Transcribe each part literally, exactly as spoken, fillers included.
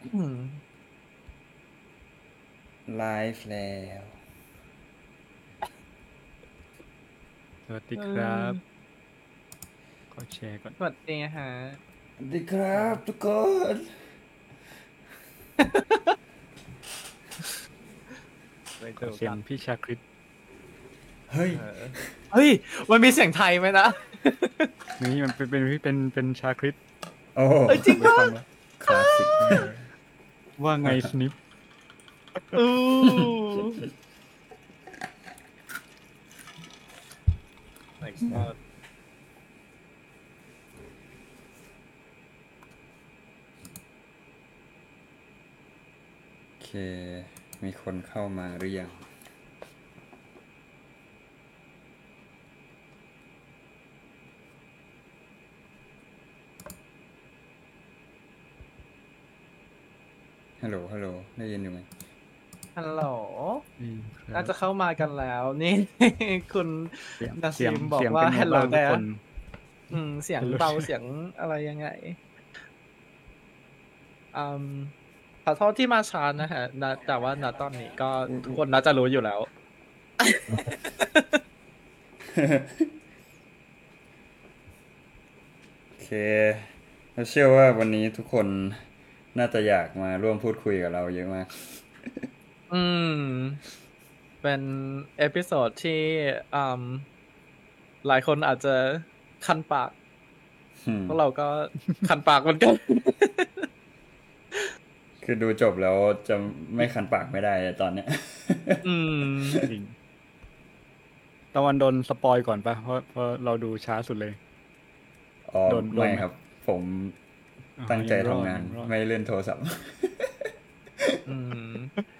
อืมไลฟ์แล้วสวัสดีเอครับอขอแชร์ก่อนสวัสดีฮะสวัสดีครับทุกคนไปขอดูกันเสียงพี่ชาคริตเฮ้ยเออเฮ้ยมันมีเสียงไทยไหมนะนี่มันเป็นเป็นเป็นเป็นชาคริตโอ้เอ้ยจริงไปป่ะฟังแล้วคลาสสิกเออว่าไงสนิปอู้ my god โอเค มีคนเข้ามาหรือยังฮัลโหลฮัลโหลได้ยินอยู่ไหมฮัลโหลนี่ครัน่าบจะเข้ามากันแล้ว นี่ คุณเสียงนาเสีซิยงมบอกเสียงว่าเป็นไง hello บ้างทุก there คนอืมเสียง Hello เบาเสียงอะไรยังไงอืมขอโทษที่มาช้านะฮะณแต่ว่าณตอนนี้ก็ทุกคนน่าจะรู้อยู่แล้วโอเคเราเชื่อว่าวันนี้ทุกคนน่าจะอยากมาร่วมพูดคุยกับเราเยอะมากอืม เป็นเอพิโซดที่อืมหลายคนอาจจะคันปากอืมพวกเราก็ คันปากเหมือนกันคือดูจบแล้วจะไม่คันปากไม่ได้ตอนเนี้ยอืมจริงตะวันโดนสปอยก่อนปะเพราะเพราะเราดูช้าสุดเลยอ๋อโดนโดนไม่ไหมครับ ผมอ๋อตั้งใจยังรอดทำงานยังรอดไม่เล่นโทรศัพท์อืม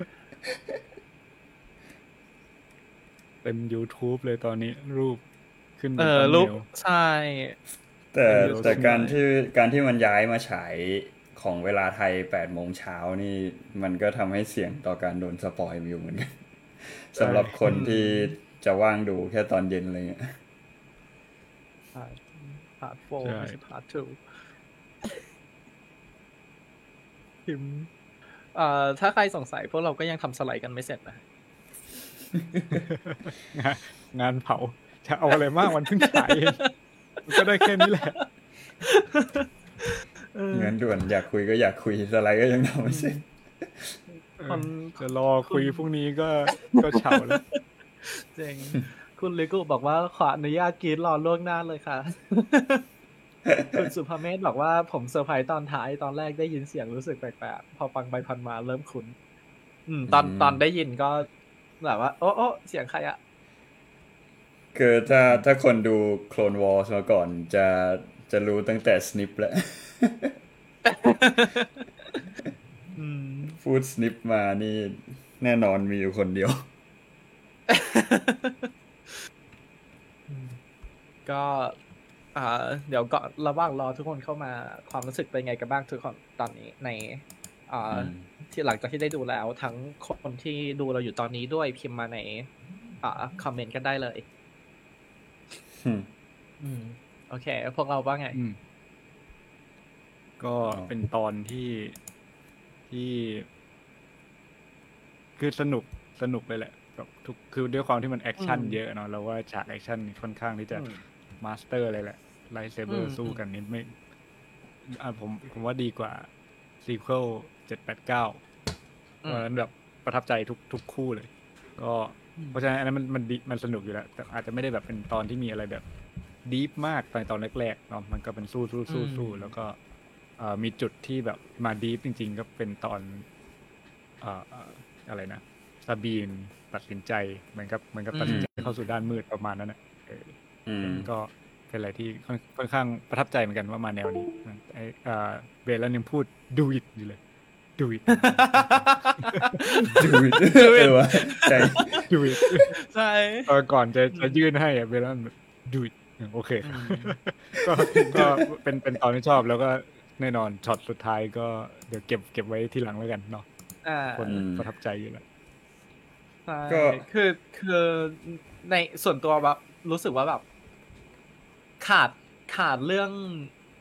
เต็ม YouTube เลยตอนนี้รูปขึ้นเอบนอต้นลูกเมลใช่แต่เป็น YouTube แต่การได้ที่การที่มันย้ายมาฉายของเวลาไทยแปดโมงเช้านี่มันก็ทำให้เสี่ยงต่อการโดนสปอยล์อยู่เหมือนกันสำหรับคนที่จะว่างดูแค่ตอนเย็นอะไรเงี้ยพาร์ทพาร์ทโฟร์ใช่ไม่ใช่พาร์ททูพิมพ์เอ่อถ้าใครสงสัยพวกเราก็ยังทำสไลด์กันไม่เสร็จนะงานงานเผาจะเอาอะไรมากมันเพิ่งฉายเองมันก็ได้แค่นี้แหละเงินด่วนอยากคุยก็อยากคุยสไลด์ก็ยังทำไม่เสร็จคนจะรอคุยพรุ่งนี้ก็ก็เฉาแล้วเจ๋งคุณลิกุบอกว่าขออนุญาตกรีดรอล่วงหน้าเลยค่ะ คุณสุภเมธบอกว่าผมเซอร์ไพรส์ตอนท้ายตอนแรกได้ยินเสียงรู้สึกแปลกๆ พอฟังไปพันมาเริ่มคุ้นอืม ตอนอืมตอนได้ยินก็แบบว่า โอ้โอ้เสียงใครอะคือถ้าถ้าคนดูโคลนวอลมาก่อนจะจะรู้ตั้งแต่สนิปแล้วอืมพูดสนิปมานี่แน่นอนมีอยู่คนเดียวก็อ่าเดี๋ยวก็ระหว่างรอทุกคนเข้ามาความรู้สึกเป็นไงกันบ้างทุกคนตอนนี้ในอ่าอืมที่หลังจากที่ได้ดูแล้วทั้งคนที่ดูเราอยู่ตอนนี้ด้วยพิมพ์มาในอ่าคอมเมนต์กันได้เลยอืมอืม โอเค พวกเราว่าไงอืมก็อ๋อเป็นตอนที่ที่ คือสนุกสนุกเลยแหละแบบทุกคือด้วยความที่มันแอคชั่นอืมเยอะเนาะเราว่าฉากแอคชั่นค่อนข้างที่จะอืมมาสเตอร์เลยแหละไลท์เซเบออืร์มสู้อืมกันนี่ไม่อ่าผมผมว่าดีกว่าซีเคิลเจ็ดแปดเก้าเพราะฉะนั้นแบบประทับใจทุกทุกคู่เลย ก็เพราะฉะนั้นอันนั้นมันมันดีมันสนุกอยู่แล้ว แต่อาจจะไม่ได้แบบเป็นตอนที่มีอะไรแบบดีฟมากตอนตอนแรกๆเนาะมันก็เป็นสู้สู้สู้สู้แล้วก็เอ่อมีจุดที่แบบมาดีฟจริง ๆ ก็เป็นตอนเอ่อเอ่ออะไรนะซาบีนตัดสินใจเหมือนกับเหมือนกับตัดสินใจเข้าสู่ด้านมืดประมาณนั้นนะเอออืมก็เป็นอะไรที่ค่อนค่อนข้างประทับใจเหมือนกันว่ามาแนวนี้ไอ้เอ่อเบลแล้วยังพูด do it อยู่เลย do it ดูดเออวะใช่ do it ใช่ตอนก่อนจะจะยื่นให้อะเบลแล้ว do it โอเคก็ก็เป็นเป็นตอนที่ชอบแล้วก็แน่นอนช็อตสุดท้ายก็เดี๋ยวเก็บเก็บไว้ที่หลังแล้วกันเนาะอ่าคนประทับใจอยู่แล้วใช่ก็คือคือในส่วนตัวแบบรู้สึกว่าแบบ ขาดขาดเรื่อง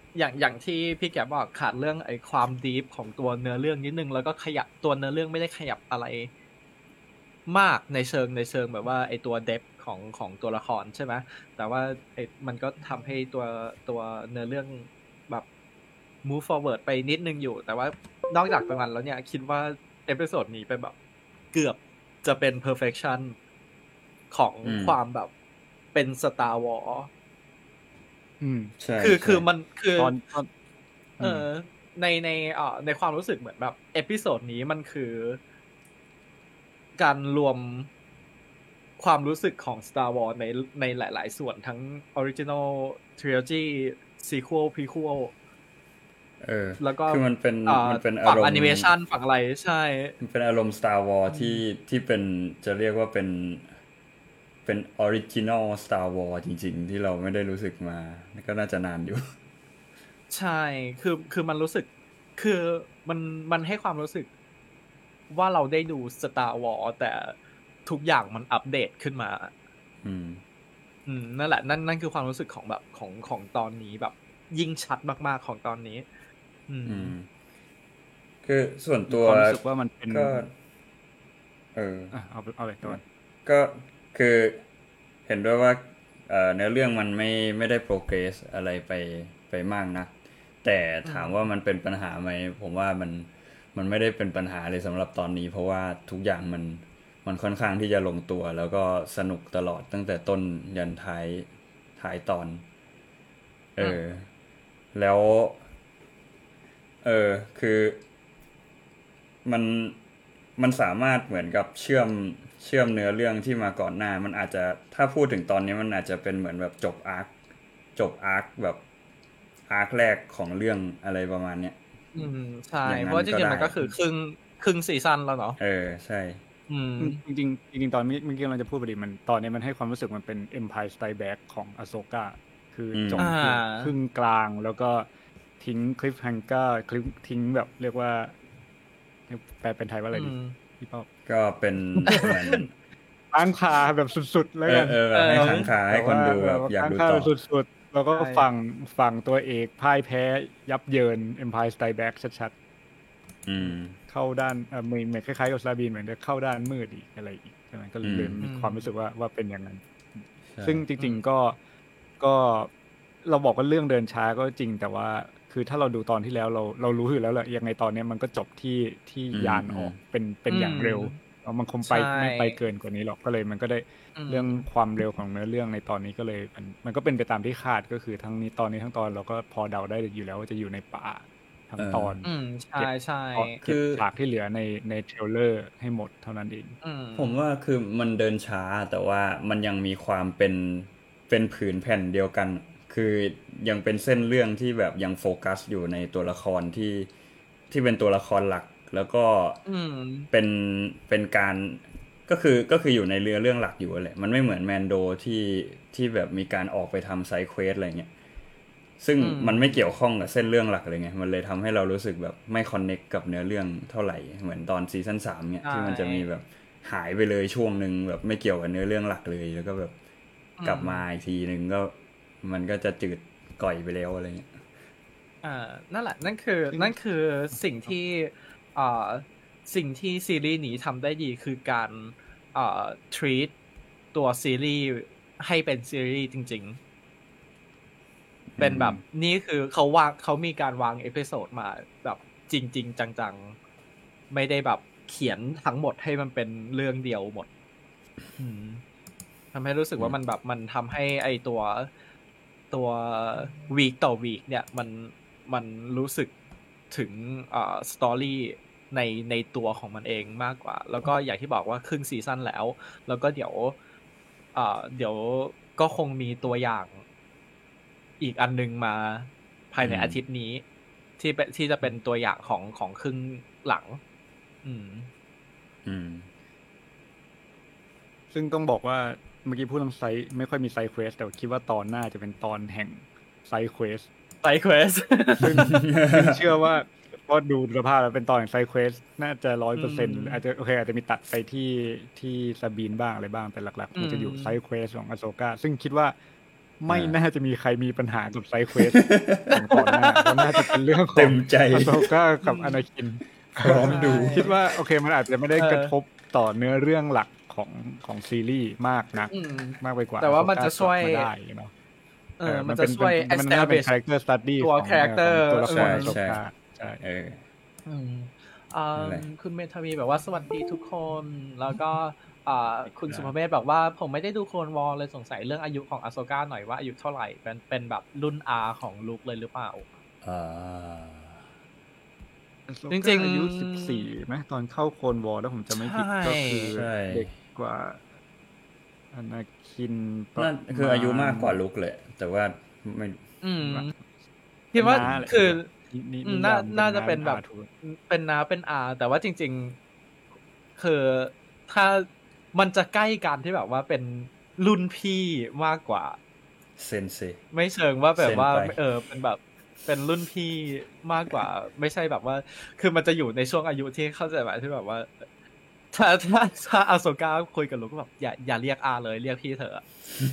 อย่างอย่างที่พี่แกบอกขาดเรื่องไอ้ความดีฟของตัวเนื้อเรื่องนิดนึงแล้วก็ขยับตัวเนื้อเรื่องไม่ได้ขยับอะไรมากในเชิงในเชิงแบบว่าไอ้ตัว depth ของของตัวละครใช่ไหมแต่ว่าไอ้มันก็ทำให้ตัวตัวเนื้อเรื่องแบบ move forward ไปนิดนึงอยู่แต่ว่านอกจากตรงนั้นแล้วเนี่ยคิดว่าเอพิโซดนี้เป็นแบบเกือบจะเป็น perfection ของอืมความแบบเป็น Star Wars อืมใช่คือใช่คือมันคือตอนตอนเออในในเอ่อในความรู้สึกเหมือนแบบเอพิโซดนี้มันคือ การรวมความรู้สึกของ Star Wars ในในหลาย ๆ ส่วนทั้ง Original Trilogy Sequel Prequel เออแล้วก็คือมันเป็นอ่ามันเป็นอาฝั่งรมแอณ์นิเมชันฝั่งอะไรใช่มันเป็นอารมณ์ Star Wars ที่ที่เป็นจะเรียกว่าเป็นเป็นออริจินอล Star Wars จริงๆ ที่เราไม่ได้รู้สึกมาก็น่าจะนานอยู่ใช่ คือ คือมันรู้สึก คือมัน มันให้ความรู้สึกว่าเราได้ดู Star Wars แต่ทุกอย่างมันอัปเดตขึ้นมาอืมอืม นั่นแหละ นั่น นั่นคือความรู้สึกของแบบ ของ ของตอนนี้แบบ ยิ่งชัดมากๆของตอนนี้ อืมอืม คือส่วนตัวความรู้สึกว่ามันเป็นก็ เอออ่ะเอาเอาเลยก่อนก็คือเห็นด้วยว่าเอ่อเนื้อเรื่องมันไม่ไม่ได้โปรเกรสอะไรไปไปมากนะแต่ถามว่ามันเป็นปัญหาไหมผมว่ามันมันไม่ได้เป็นปัญหาเลยสำหรับตอนนี้ เพราะว่าทุกอย่างมันมันค่อนข้างที่จะลงตัว แล้วก็สนุกตลอดตั้งแต่ต้นยันท้ายท้ายตอน เออ แล้ว เออ คือมันมันสามารถเหมือนกับเชื่อมเชื่อมเนื้อเรื่องที่มาก่อนหน้ามันอาจจะถ้าพูดถึงตอนนี้มันอาจจะเป็นเหมือนแบบจบอาร์คจบอาร์คแบบอาร์คแรกของเรื่องอะไรประมาณเนี้ยอืม ใช่อย่างนั้นเพราะว่าจริงๆ มันก็ก็ได้คือครึ่ง ครึ่งซีซั่นแล้วเนาะเออ ใช่อืมจริงๆจริงๆตอนนี้เมื่อกี้เราจะพูดพอดีมันตอนนี้มันให้ความรู้สึกมันเป็น Empire Strikes Back ของ Ahsoka คืออมจบอ่าครึ่งกลางแล้วก็ทิ้งคลิฟแฮงเกอร์คลิปทิ้งแบบเรียกว่าแปลเป็นไทยว่าอะไรอืดีมพี่เป้าก็เป็นเหมือนค้างคาแบบสุดๆ แล้วเอกัอน เออแบบให้ค้างคาให้คนดูแบบอยากดูค้างต่คาอสุดๆ แล้วก็ใช่ฝั่งฝั่งตัวเอกพ่ายแพ้ยับเยิน Empire Strikes Back ชัดอืมๆ เข้าด้านเออเหมือนเหมือนคล้ายๆกับซาบีนเหมือนจะเข้าด้านมืดอีกอะไรอีกใช่ไหมก็เลยอืมมีความรู้สึกว่าว่าเป็นอย่างนั้นใช่ซึ่งจริงๆก็ก็เราบอกว่าเรื่องเดินช้าก็จริงแต่ว่าคือถ้าเราดูตอนที่แล้วเราเรารู้อยู่แล้วแหละยังไงตอนนี้มันก็จบที่ที่อืมยานออกเป็นเป็นอย่างเร็วแล้วมันคงไปใช่ไม่ไปเกินกว่านี้หรอกก็เลยมันก็ได้อืมเรื่องความเร็วของเนื้อเรื่องในตอนนี้ก็เลยมันมันก็เป็นไปตามที่คาดก็คือทั้งนี้ตอนนี้ทั้งตอนเราก็พอเดาได้อยู่แล้วว่าจะอยู่ในป่าทั้งตอนอืม ใช่ใช่เก็บฉากที่เหลือในในเทรลเลอร์ให้หมดเท่านั้นเองอืมผมว่าคือมันเดินช้าแต่ว่ามันยังมีความเป็นเป็นผืนแผ่นเดียวกัน คือยังเป็นเส้นเรื่องที่แบบยังโฟกัสอยู่ในตัวละครที่ที่เป็นตัวละครหลัก แล้วก็อืมเป็นเป็นการก็คือก็คืออยู่ในเรือเรื่องหลักอยู่แหละมันไม่เหมือนแมนโดที่ที่แบบมีการออกไปทำไซด์เควสอะไรเงี้ยซึ่งอืมมันไม่เกี่ยวข้องกับเส้นเรื่องหลักเลยไงมันเลยทำให้เรารู้สึกแบบไม่คอนเนคกับเนื้อเรื่องเท่าไหร่เหมือนตอนซีซั่นสามเนี่ยที่มันจะมีแบบหายไปเลยช่วงนึงแบบไม่เกี่ยวกับเนื้อเรื่องหลักเลยแล้วก็แบบกลับมาอีกทีนึงก็มันก็จะจืดก่อยไปแล้วอะไรเงี้ยอ่า นั่นแหละ นั่นคือ นั่นคือสิ่งที่อ่าสิ่งที่ซีรีส์นี้ทำได้ดีคือการอ่า treat ตัวซีรีส์ให้เป็นซีรีส์จริง ๆ เป็นแบบนี่คือเขาวางเขามีการวางเอพิโซดมาแบบจริง ๆ จังๆ ไม่ได้แบบเขียนทั้งหมดให้มันเป็นเรื่องเดียวหมด อืมทำให้รู้สึกว่ามันแบบมันทำให้ไอตัวตัววีคต่อวีคเนี่ยมันมันรู้สึกถึงอ่าสตอรี่ในในตัวของมันเองมากกว่า แล้วก็อย่างที่บอกว่าครึ่งซีซั่นแล้ว แล้วก็เดี๋ยวอ่าเดี๋ยวก็คงมีตัวอย่างอีกอันนึงมาภายในอาทิตย์นี้ ที่เป็นที่จะเป็นตัวอย่างของของครึ่งหลัง อืมอืมซึ่งต้องบอกว่าเมื่อกี้พูดเรื่องไซส์ไม่ค่อยมีไซด์เควสแต่คิดว่าตอนหน้าจะเป็นตอนแห่งไซด์เควสไซเควสซึ่งซึ่งเชื่อว่าก็ดูสภาพแล้วเป็นตอนแห่งไซด์เควสน่าจะร้อยเปอร์เซ็นต์อาจจะโอเคอาจจะมีตัดไปที่ที่ซาบีนบ้างอะไรบ้างแต่หลักๆมันจะอยู่ไซด์เควสของอโซกาซึ่งคิดว่าไม่น่าจะมีใครมีปัญหากับไซด์เควสก่อนหน้าก็น่าจะเป็นเรื่องของเต็มใจอาโซก้ากับอนาคินพร้อมดูคิดว่าโอเคมันอาจจะไม่ได้กระทบต่อเนื้อเรื่องหลักของของซีรีส์มากนักมากไปกว่าแต่ว่ามันจะช่วยได้เนาะเออมันจะช่วย establish character study ตัว character ตัวละครใช่ใช่เอออืมอ่าคุณเมธาวีแบบว่าสวัสดีทุกคนแล้วก็อ่าคุณสุภเมธบอกว่าผมไม่ได้ดูโคลนวอลเลยสงสัยเรื่องอายุของอาโซก้าหน่อยว่าอายุเท่าไหร่เป็นเป็นแบบรุ่น R ของลุคเลยหรือเปล่าอ่าจริงๆอายุสิบสี่มั้ยตอนเข้าโคลนวอลแล้วผมจะไม่ผิดก็คือเด็กกว่าอนาคินนั่นคืออายุมากกว่าลุคเลยแต่ว่าไม่อืมคิดว่าคือน่าน่าจะเป็นแบบเป็นน้าเป็นอาแต่ว่าจริงๆคือถ้ามันจะใกล้กันที่แบบว่าเป็นรุ่นพี่มากกว่าเซนเซไม่เชิงว่าแบบว่าเออเป็นแบบเป็นรุ่นพี่มากกว่าไม่ใช่แบบว่าคือมันจะอยู่ในช่วงอายุที่เข้าใจไหมที่แบบว่าถ้าถ้าถ้าอาโซก้าคุยกับลุคก็แบบอย่าอย่าเรียกอาเลยเรียกพี่เถอะ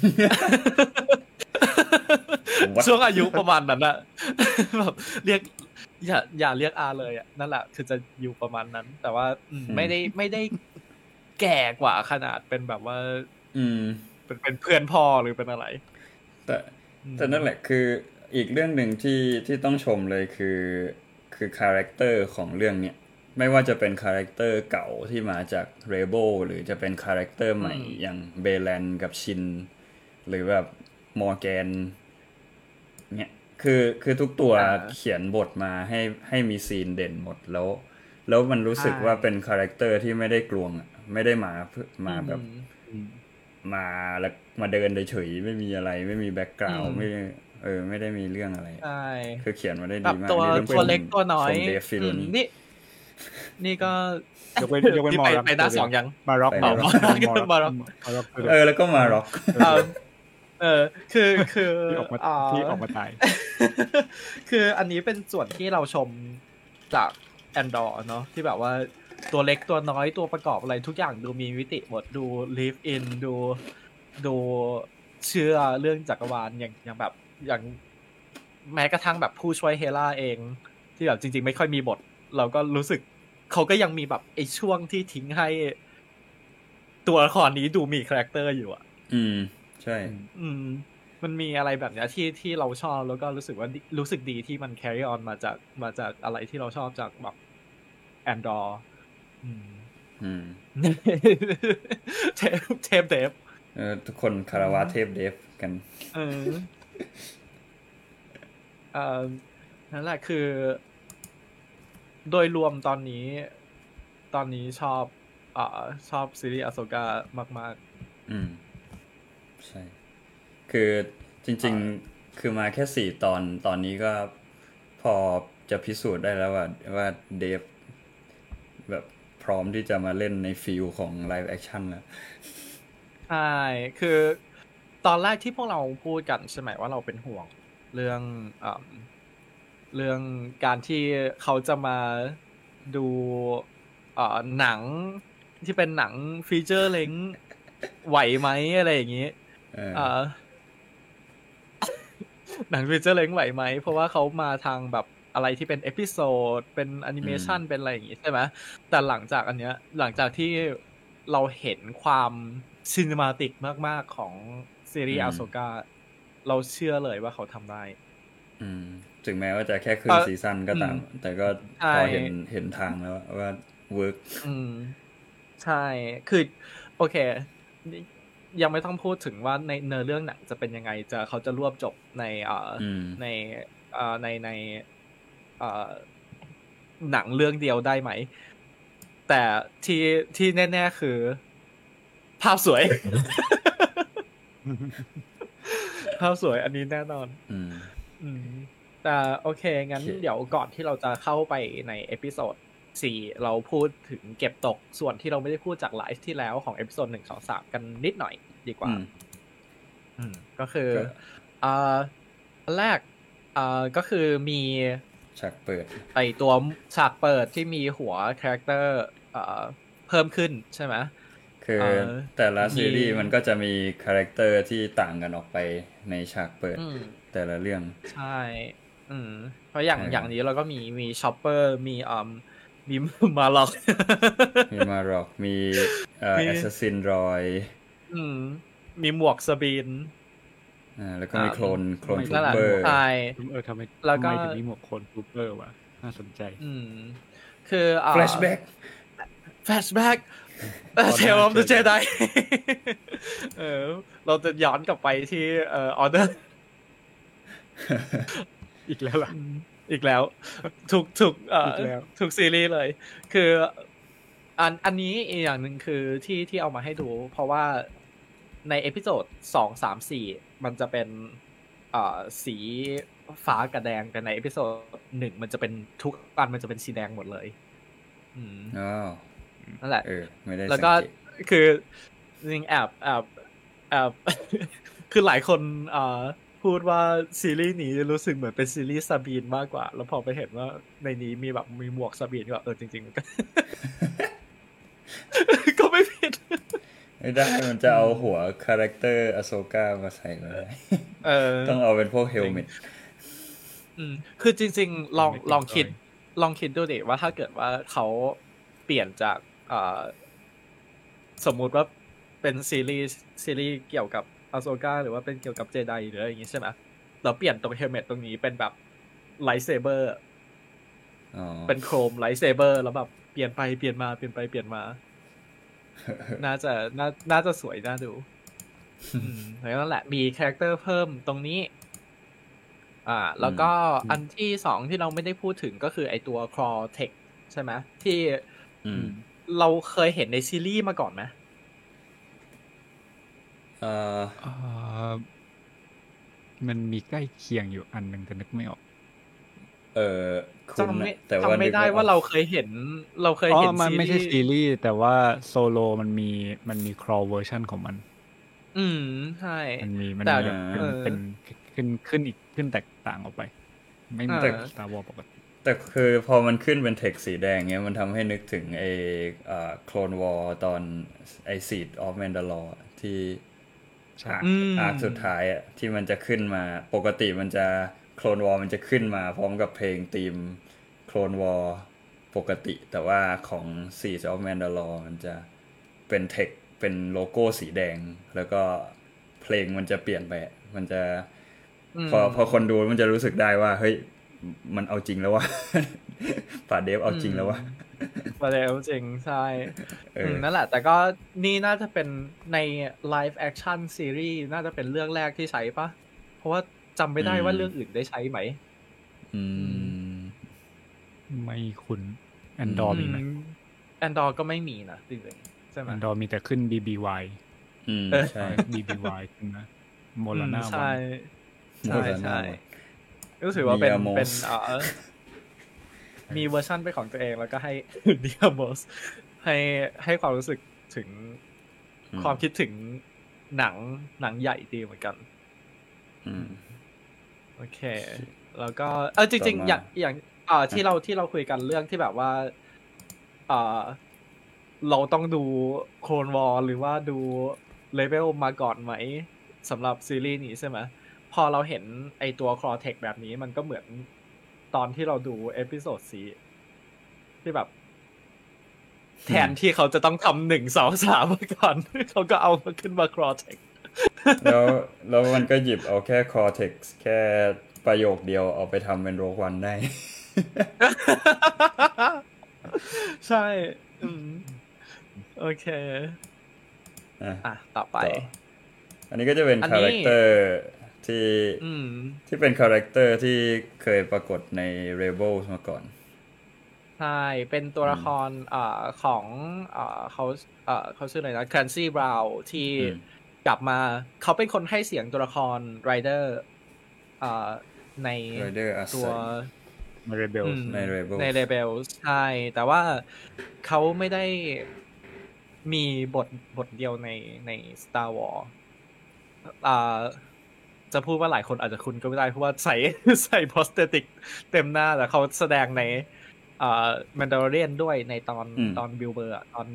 ช่วงอายุประมาณนั้นอะแบบเรียกอย่าอย่าเรียกอาเลยอะนั่นแหละคือจะอยู่ประมาณนั้นแต่ว่าไม่ได้ไม่ได้แก่กว่าขนาดเป็นแบบว่าอืมเป็นเป็นเพื่อนพ่อหรือเป็นอะไรแต่แต่นั่นแหละคืออีกเรื่องหนึ่งที่ที่ต้องชมเลยคือคือคาแรคเตอร์ของเรื่องเนี้ยไม่ว่าจะเป็นคาแรคเตอร์เก่าที่มาจากเรเบิลหรือจะเป็นคาแรคเตอร์ใหม่อย่างเบแลนกับชินหรือแบบมอร์แกนเนี่ยคือคือทุกตัวเขียนบทมาให้ให้มีซีนเด่นหมดแล้วแล้วมันรู้สึกว่าเป็นคาแรคเตอร์ที่ไม่ได้กลวงไม่ได้มาเพื่อมาแบบมาแล้วมาเดินเฉยๆไม่มีอะไรไม่มีแบ็คกราวด์ไม่เออไม่ได้มีเรื่องอะไรใช่คือเขียนมาได้ดีมากตัวตัวเล็กตัวน้อยนี่นี่ก็ยกเว้นยกเว้นมอร็อกไปหน้าสองยังมาร็อกมาร็อกมาร็อกเออแล้วก็มาร็อกเออคือคือที่ออกมาที่ออกมาตายคืออันนี้เป็นส่วนที่เราชมจากแอนดอร์เนาะที่แบบว่าตัวเล็กตัวน้อยตัวประกอบอะไรทุกอย่างดูมีมิติหมดดู live in ดูดูเชื่อเรื่องจักรวาลอย่างอย่างแบบอย่างแม้กระทั่งแบบผู้ช่วยเฮล่าเองที่แบบจริงๆไม่ค่อยมีบทเราก็รู้สึกเขาก็ยังมีแบบไอ้ช่วงที่ทิ้งให้ตัวละครนี้ดูมีคาแรคเตอร์อยู่อ่ะอืมใช่อืมมันมีอะไรแบบนี้ที่ที่เราชอบแล้วก็รู้สึกว่ารู้สึกดีที่มัน carry on มาจากมาจากอะไรที่เราชอบจากแบบแอนดอร์อืมอืมเทปเทปเดฟเออทุกคนคารวะเทปเดฟกันเออเอ่อนั่นแหละคือโดยรวมตอนนี้ตอนนี้ชอบอ่าชอบซีรีส์อาโซก้ามากๆอืมใช่คือจริงๆคือมาแค่สี่ตอนตอนนี้ก็พอจะพิสูจน์ได้แล้วว่าว่าเดฟแบบพร้อมที่จะมาเล่นในฟิลของไลฟ์แอคชั่นแล้วใช่คือตอนแรกที่พวกเราพูดกันใช่ไหมว่าเราเป็นห่วงเรื่องอ่าเรื่องการที่เขาจะมาดูเอ่อหนังที่เป็นหนังฟีเจอร์เล็งไหวไหมอะไรอย่างงี้เอ่อหนังฟีเจอร์เล็งไหวไหมเพราะว่าเขามาทางแบบอะไรที่เป็นเอพิโซดเป็นแอนิเมชันเป็นอะไรอย่างงี้ใช่ไหมแต่หลังจากอันเนี้ยหลังจากที่เราเห็นความซินิมาติกมากๆของซีรีส์อาโซก้าเราเชื่อเลยว่าเขาทำได้อืมถึงแม้ว่าจะแค่ครึ่งซีซั่นก็ตามแต่ก็พอเห็นเห็นทางแล้วว่าเวิร์กอืมใช่คือโอเคยังไม่ต้องพูดถึงว่าในเนื้อเรื่องหนังจะเป็นยังไงจะเขาจะรวบจบในเอ่อในเอ่อในในเอ่อหนังเรื่องเดียวได้ไหมแต่ที่ที่แน่ๆคือภาพสวย ภาพสวยอันนี้แน่นอนอืมอืมแต่โอเคงั้นเดี๋ยวก่อนที่เราจะเข้าไปในเอพิโซดสี่เราพูดถึงเก็บตกส่วนที่เราไม่ได้พูดจากไลฟ์ที่แล้วของเอพิโซดหนึ่ง สอง สามกันนิดหน่อยดีกว่าอืมก็คืออ่าอันแรกอ่าก็คือมีฉากเปิดไอตัวฉากเปิดที่มีหัวคาแรคเตอร์อ่าเพิ่มขึ้นใช่ไหมคือแต่ละซีรีส์มันก็จะมีคาแรคเตอร์ที่ต่างกันออกไปในฉากเปิดแต่ละเรื่องใช่อืมเพราะอย่างอย่างนี้เราก็มีมีช็อปเปอร์มีอ่ามีมาล็อกมีมาล็อกมีเอ่อแอสซัสซินรอยอืมมีหมวกสบีนอ่าแล้วก็มีโคลนโคลนทูเปอร์ใช่เออทำไมแล้วก็ถึงมีหมวกโคลนทูเปอร์วะน่าสนใจอืมคืออ่า flashback flashback Tale of the Jedi เออเราจะย้อนกลับไปที่เอ่อ Order อีกแล้วล่ะอีกแล้วทุกทุกเอ่อทุกซีรีส์เลยคืออันอันนี้อีกอย่างหนึ่งคือที่ที่เอามาให้ดูเพราะว่าในเอพิโซดสอง สาม สี่มันจะเป็นเอ่อสีฟ้ากับแดงแต่ในเอพิโซดหนึ่งมันจะเป็นทุกอันมันจะเป็นสีแดงหมดเลยอืมอ๋อนั่นแหละเออไม่ได้แล้วก็คือจริงแอบแอบแอบคือหลายคนอ่าพูดว่าซีรีส์นี้รู้สึกเหมือนเป็นซีรีส์ซาบีนมากกว่าแล้วพอไปเห็นว่าในนี้มีแบบมีหมวกซาบีนก็เออจริงๆก็ก็ไม่ผิดไม่ได้มันจะเอาหัวคาแรคเตอร์อโซก้ามาใส่ไว้เออต้องเอาเป็นพวกเฮลเมตอืมคือจริงๆลองลองคิดลองคิดดูดิว่าถ้าเกิดว่าเขาเปลี่ยนจากอ่าสมมุติว่าเป็นซีรีส์ซีรีส์เกี่ยวกับอโซก้าหรือว่าเป็นเกี่ยวกับเจไดหรืออะไรอย่างงี้ใช่ไหมเราเปลี่ยนตรงเฮลเมตตรงนี้เป็นแบบไลท์เซเบอร์เป็นโครมไลท์เซเบอร์แล้วแบบเปลี่ยนไปเปลี่ยนมาเปลี่ยนไปเปลี่ยนมาน่าจะน่าน่าจะสวยน่าดูแล้วนั่นแหละมีคาแรคเตอร์เพิ่มตรงนี้อ่าแล้วก็อันที่สองที่เราไม่ได้พูดถึงก็คือไอตัว Claw Tech ใช่ไหมที่เราเคยเห็นในซีรีส์มาก่อนไหมเอ่อมันมีใกล้เคียงอยู่อันนึงแต่นึกไม่ออกเออจำไม่จำไม่ได้ว่าเราเคยเห็นเราเคยเห็นซีรีส์มันไม่ใช่ซีรีส์แต่ว่าโซโลมันมีมันมีครอลเวอร์ชันของมันอืมใช่มันมีมันเป็นขึ้นขึ้นอีกขึ้นแตกต่างออกไปไม่เหมือน Star Wars ปกติแต่คือพอมันขึ้นเป็นเทคสีแดงเงี้ยมันทำให้นึกถึงไอ้อ่าโคลนวอร์ตอนไอ้ Seed of Mandalore ที่อาร์คสุดท้ายอ่ะที่มันจะขึ้นมาปกติมันจะโคลนวอร์มันจะขึ้นมาพร้อมกับเพลงธีมโคลนวอร์ปกติแต่ว่าของ Seed of Mandalore มันจะเป็นเทคเป็นโลโก้สีแดงแล้วก็เพลงมันจะเปลี่ยนไปมันจะพอพอคนดูมันจะรู้สึกได้ว่าเฮ้ยมันเอาจริงแล้ววะป่าเดฟเอาจริงแล้ววะป่าเดฟจริงใช่นั่นแหละแต่ก็นี่น่าจะเป็นในไลฟ์แอคชั่นซีรีส์น่าจะเป็นเรื่องแรกที่ใช้ปะเพราะว่าจำไม่ได้ว่าเรื่องอื่นได้ใช้ไหมอืมไม่คุ้นแอนดอร์มีไหมแอนดอร์ก็ไม่มีนะจริงๆใช่ไหมแอนดอร์มีแต่ขึ้น บี บี วายอืมใช่บี บี วาย ขึ้นนะโมลาน่าวันใช่ใช่ใช่รู้สึกว่าเป็นเป็นเอ่อมีเวอร์ชั่นเป็นของตัวเองแล้วก็ให้เดียโมสให้ให้ความรู้สึกถึงความคิดถึงหนังหนังใหญ่ดีเหมือนกันอืมโอเคแล้วก็เออจริงๆอย่างอย่างอ่าที่เราที่เราคุยกันเรื่องที่แบบว่าอ่าเราต้องดูโคลนวอร์หรือว่าดูเลเวลมาก่อนไหมสำหรับซีรีส์นี้ใช่ไหมพอเราเห็นไอตัวคลอเทคแบบนี้มันก็เหมือนตอนที่เราดูเอพิโซดสี่ที่แบบแทนที่เขาจะต้องทำหนึ่งสองสามมาก่อนเขาก็เอามาขึ้นมาคลอเทคแล้วแล้วมันก็หยิบเอาแค่คลอเทคแค่ประโยคเดียวเอาไปทำเป็นโรควันได้ใช่อืมโอเคอ่ะต่อไปอันนี้ก็จะเป็นคาแรคเตอร์ที่ที่เป็นคาแรคเตอร์ที่เคยปรากฏใน Rebels มาก่อนใช่เป็นตัวละครอ่าของอ่าเขาอ่าเขาชื่ออะไรนะ Clancy Brown ที่กลับมาเขาเป็นคนให้เสียงตัวละคร Rider อ่าในตัวใน Rebels ใน Rebels ใน Rebels ใช่แต่ว่าเขาไม่ได้มีบทบทเดียวในใน Star Wars อ่าจะพูดว่าหลายคนอาจจะคุ้นก็ไม่ได้เพราะว่าใส่ใส่โพสเตติกเต็มหน้าแต่เขาแสดงในอ่า Mandalorian ด้วยในตอนตอนบิลเบอร์อ่ะตอน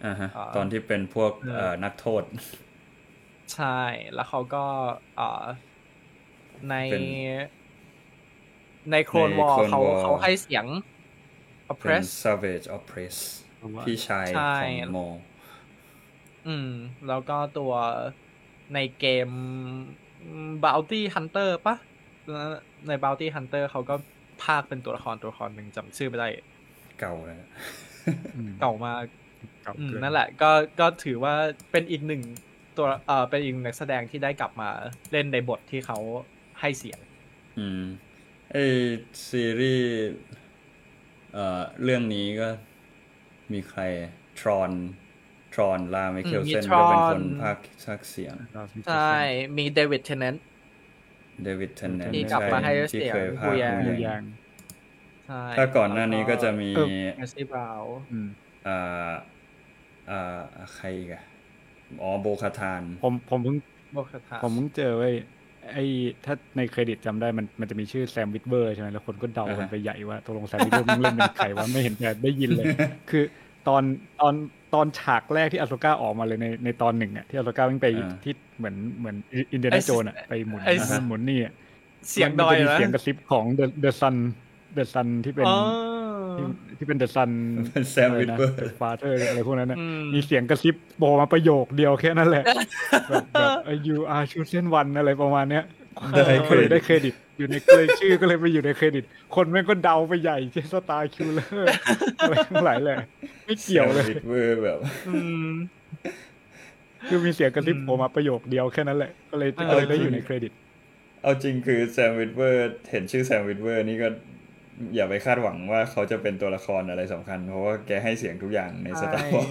อ่าฮะเอ่อตอนที่เป็นพวกเออเอ่อนักโทษใช่แล้วเขาก็เอ่อในเป็นในโคลนในวอร์ Clone เขา War เขาให้เสียงเป็น oppress Savage Opress พี่ชายใช่ของโมอืม แล้วก็ตัวในเกม Bounty Hunter ปะใน Bounty Hunter เขาก็พากย์เป็นตัวละครตัวละครหนึ่งจำชื่อไม่ได้เก่าเลยอืมเก่ามากเก่าอืมเกินนั่นแหละก็ก็ถือว่าเป็นอีกหนึ่งตัวเอ่อเป็นอีกหนึ่งนักแสดงที่ได้กลับมาเล่นในบทที่เขาให้เสียงอืมไอซีรีส์เอ่อเรื่องนี้ก็มีใครทรอนทรอนลาไมเคิลอืมมีเซน Tron ก็เป็นคนพากย์พากย์เสียงใช่ มีเดวิดเทนเนนต์เดวิดเทนเนนที่กลับมาให้ที่เสียงเคยพากฮูย์แยงฮูยูแยยาง งใช่ถ้าก่อนหน้านี้ก็จะมีเออแอชลีย์บราวน์อืมอ่าอ่าใครอีกอะอ๋อโบคาทานผมผมเพิ่งโบคาทาผมเพิ่งเจอไว้ยไอ้ถ้าในเครดิตจำได้มันมันจะมีชื่อแซมวิทเบอร์ใช่ไหมแล้วคนก็เดากันไปใหญ่ว่าตกลงแซมวิทเบอร์มันเล่นเป็นใครวะไม่เห็นแต่ได้ยินเลย คือตอนตอนตอนฉากแรกที่อาโซก้าออกมาเลยในในตอนหนึ่งอ่ะที่อาโซก้าวิ่งไปอ่าที่เหมือนเหมือนอินเดียนาโจนอ่ะไปหมุนไอ้หมุนหมุนนี่อะเสียงมันดอยจะมีนะเสียงกระซิบของเดอะเดอะซันเดอะซันที่เป็นอ๋อที่ที่เป็นเดอะซันเป็น Sam Witwer เดอะฟาเธอร์อะไรพวกนั้นนะอืมมีเสียงกระซิบบอกมาประโยคเดียวแค่นั้นแหละแบบแบบ you are chosen one อะไรประมาณเนี้ยได้เครดิตได้เครดิตอยู่ในเลยชื่อก็เลยไปอยู่ในเครดิต คนแม่งก็เดาไปใหญ่เช่นสตาร์คิวเลอร์อะไรทั้งหลายแหละไม่เกี่ยวเลยแซมวิทเวอร์แบบอืมคือมีเสียงกระซิบโผล่มาประโยคเดียวแค่นั้นแหละ ก็เลยเออก็เลยได้อยู่ในเครดิตเอาจริงคือแซมวิทเวอร์เห็นชื่อแซมวิทเวอร์นี่ก็อย่าไปคาดหวังว่าเขาจะเป็นตัวละครอะไรสำคัญ เพราะว่าแกให้เสียงทุกอย่างในสตาร์วอร์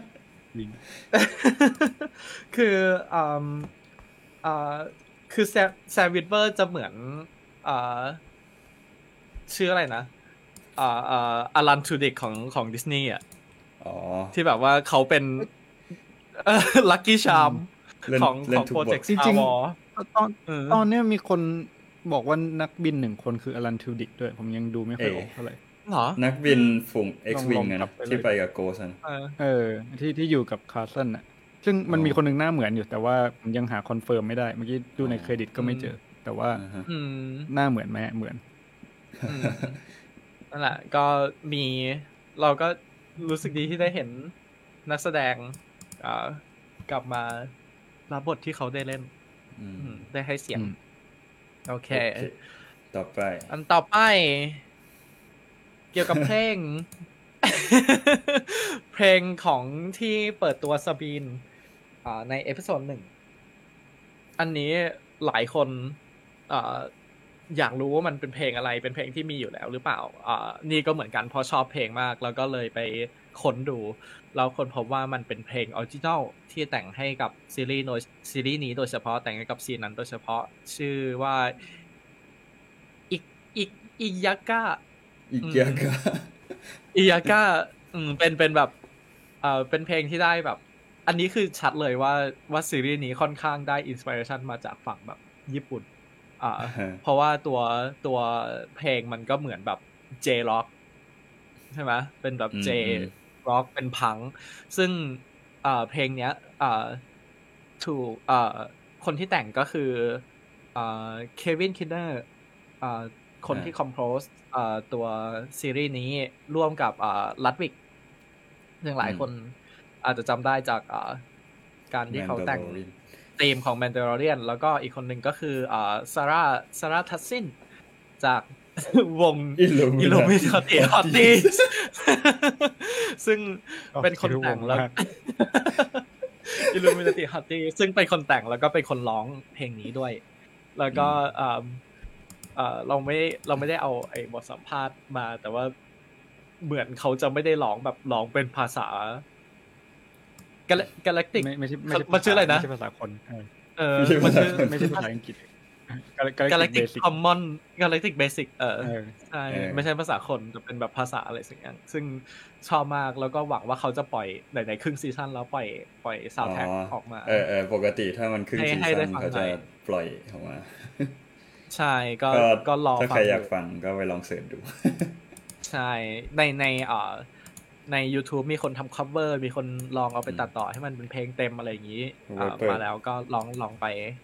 คืออ่าอ่าคือแซมแซมวิทเวอร์จะเหมือนอ่าชื่ออะไรนะอ่าอ่าอลันทูดิกของของดิสนีย์อ่ะอ๋อที่แบบว่าเขาเป็นลัคกี้ชาร์มเล่นของเล่ขนองทุกโปรบเจทกต์จริ Star ง Wars ๆตอนเออตอนเนี้ยมีคนบอกว่านักบินหนึ่งคนคืออลันทูดิกด้วย ผมยังดูไม่ค่อยออกเท่าไหร่เหรอนักบินฝูงลอง X-Wing ลองอะกลันะบไปเลยที่ไปกับโกสันเออเออที่ที่อยู่กับคาร์สันอ่ะ ซึ่งมันอ๋อมีคนหนึ่งหน้าเหมือนอยู่ แต่ว่าผมยังหาคอนเฟิร์มไม่ได้ เมื่อกี้ดูในเครดิตก็ไม่เจอ แต่ว่าอ่าฮะอืมหน้าเหมือนไหมเหมือนอืมนั่นแหละก็มีเราก็รู้สึกดีที่ได้เห็นนักแสดงอ่ากลับมารับบทที่เขาได้เล่นอืมอืมได้ให้เสียงอืมโอเคโอเค ต่อไปอันต่อไป เกี่ยวกับเพลง เพลงของที่เปิดตัวซาบีนอ่าในเอพิโซดหนึ่งอันนี้หลายคนอ่าอยากรู้ว่ามันเป็นเพลงอะไรเป็นเพลงที่มีอยู่แล้วหรือเปล่าอ่านี่ก็เหมือนกันเพราะชอบเพลงมาก แล้วก็เลยไปค้นดูแล้วคนพบว่ามันเป็นเพลงออริจินัลที่แต่งให้กับซีรีส์โดยซีรีส์นี้โดยเฉพาะแต่งให้กับซีนนั้นโดยเฉพาะชื่อว่าอิอิอิยากะอีกเกียกะอิยากะอืมเป็นเป็นแบบเอ่อเป็นเพลงที่ได้แบบ อันนี้คือชัดเลยว่าว่าซีรีส์นี้ค่อนข้างได้อินสปิเรชันมาจากฝั่งแบบญี่ปุ่นอ่า เพราะว่าตัวตัวเพลงมันก็เหมือนแบบ J Rock ใช่ไหมเป็นแบบ J Rock เป็นพังซึ่งอ่าเพลงเนี้ยอ่าถูกอ่าคนที่แต่งก็คืออ่าเควินคินเนอร์อ่าคนที่คอมโพสอ่าตัวซีรีส์นี้ร่วมกับอ่าลัดวิกซึ่งหลายคนอาจจะจำได้จากอ่าการที่เขาแต่ง ธีมของ Mandalorian แล้วก็อีกคนหนึ่งก็คืออ่าซาร่าซาร่าทัสซินจาก วง Illuminati Hotties ซึ่งเป็นคนแต่งแล้ว Illuminati Hotties ซึ่งเป็นคนแต่งแล้วก็เป็นคนร้องเพลงนี้ด้วย แล้วก็อ่าอ่าเราไม่เราไม่ได้เอาไอ้บทสัมภาษณ์มา แต่ว่าเหมือนเขาจะไม่ได้ร้องแบบร้องเป็นภาษากาแล็กติกไม่ไม่ใช่ไม่ใช่มันชื่ออะไรนะไม่ใช่ภาษาคนเออเออมันชื่อไม่ใช่ภาษาอังกฤษ Galactic Common Galactic Basic เออเออใช่ไม่ใช่ภาษาคนแต่เป็นแบบภาษาอะไรสักอย่างซึ่งชอบมากแล้วก็หวังว่าเขาจะปล่อยไหนๆครึ่งซีซั่นแล้วปล่อยปล่อยซาวด์แทร็กออกมาเออเออปกติถ้ามันครึ่งให้ซีให้ได้ซั่นฟังเขาหน่จะอยปล่อยออกมาใช่ก็ก็รอถ้าฟัใครง อยากฟังก็ไปลองเสิร์ชดูใช่ในในเอ่อใน YouTube มีคนทำ cover มีคนลองเอาไปตัดต่อให้มันเป็นเพลงเต็มอะไรอย่างนี้มาแล้วก็ลองลองไป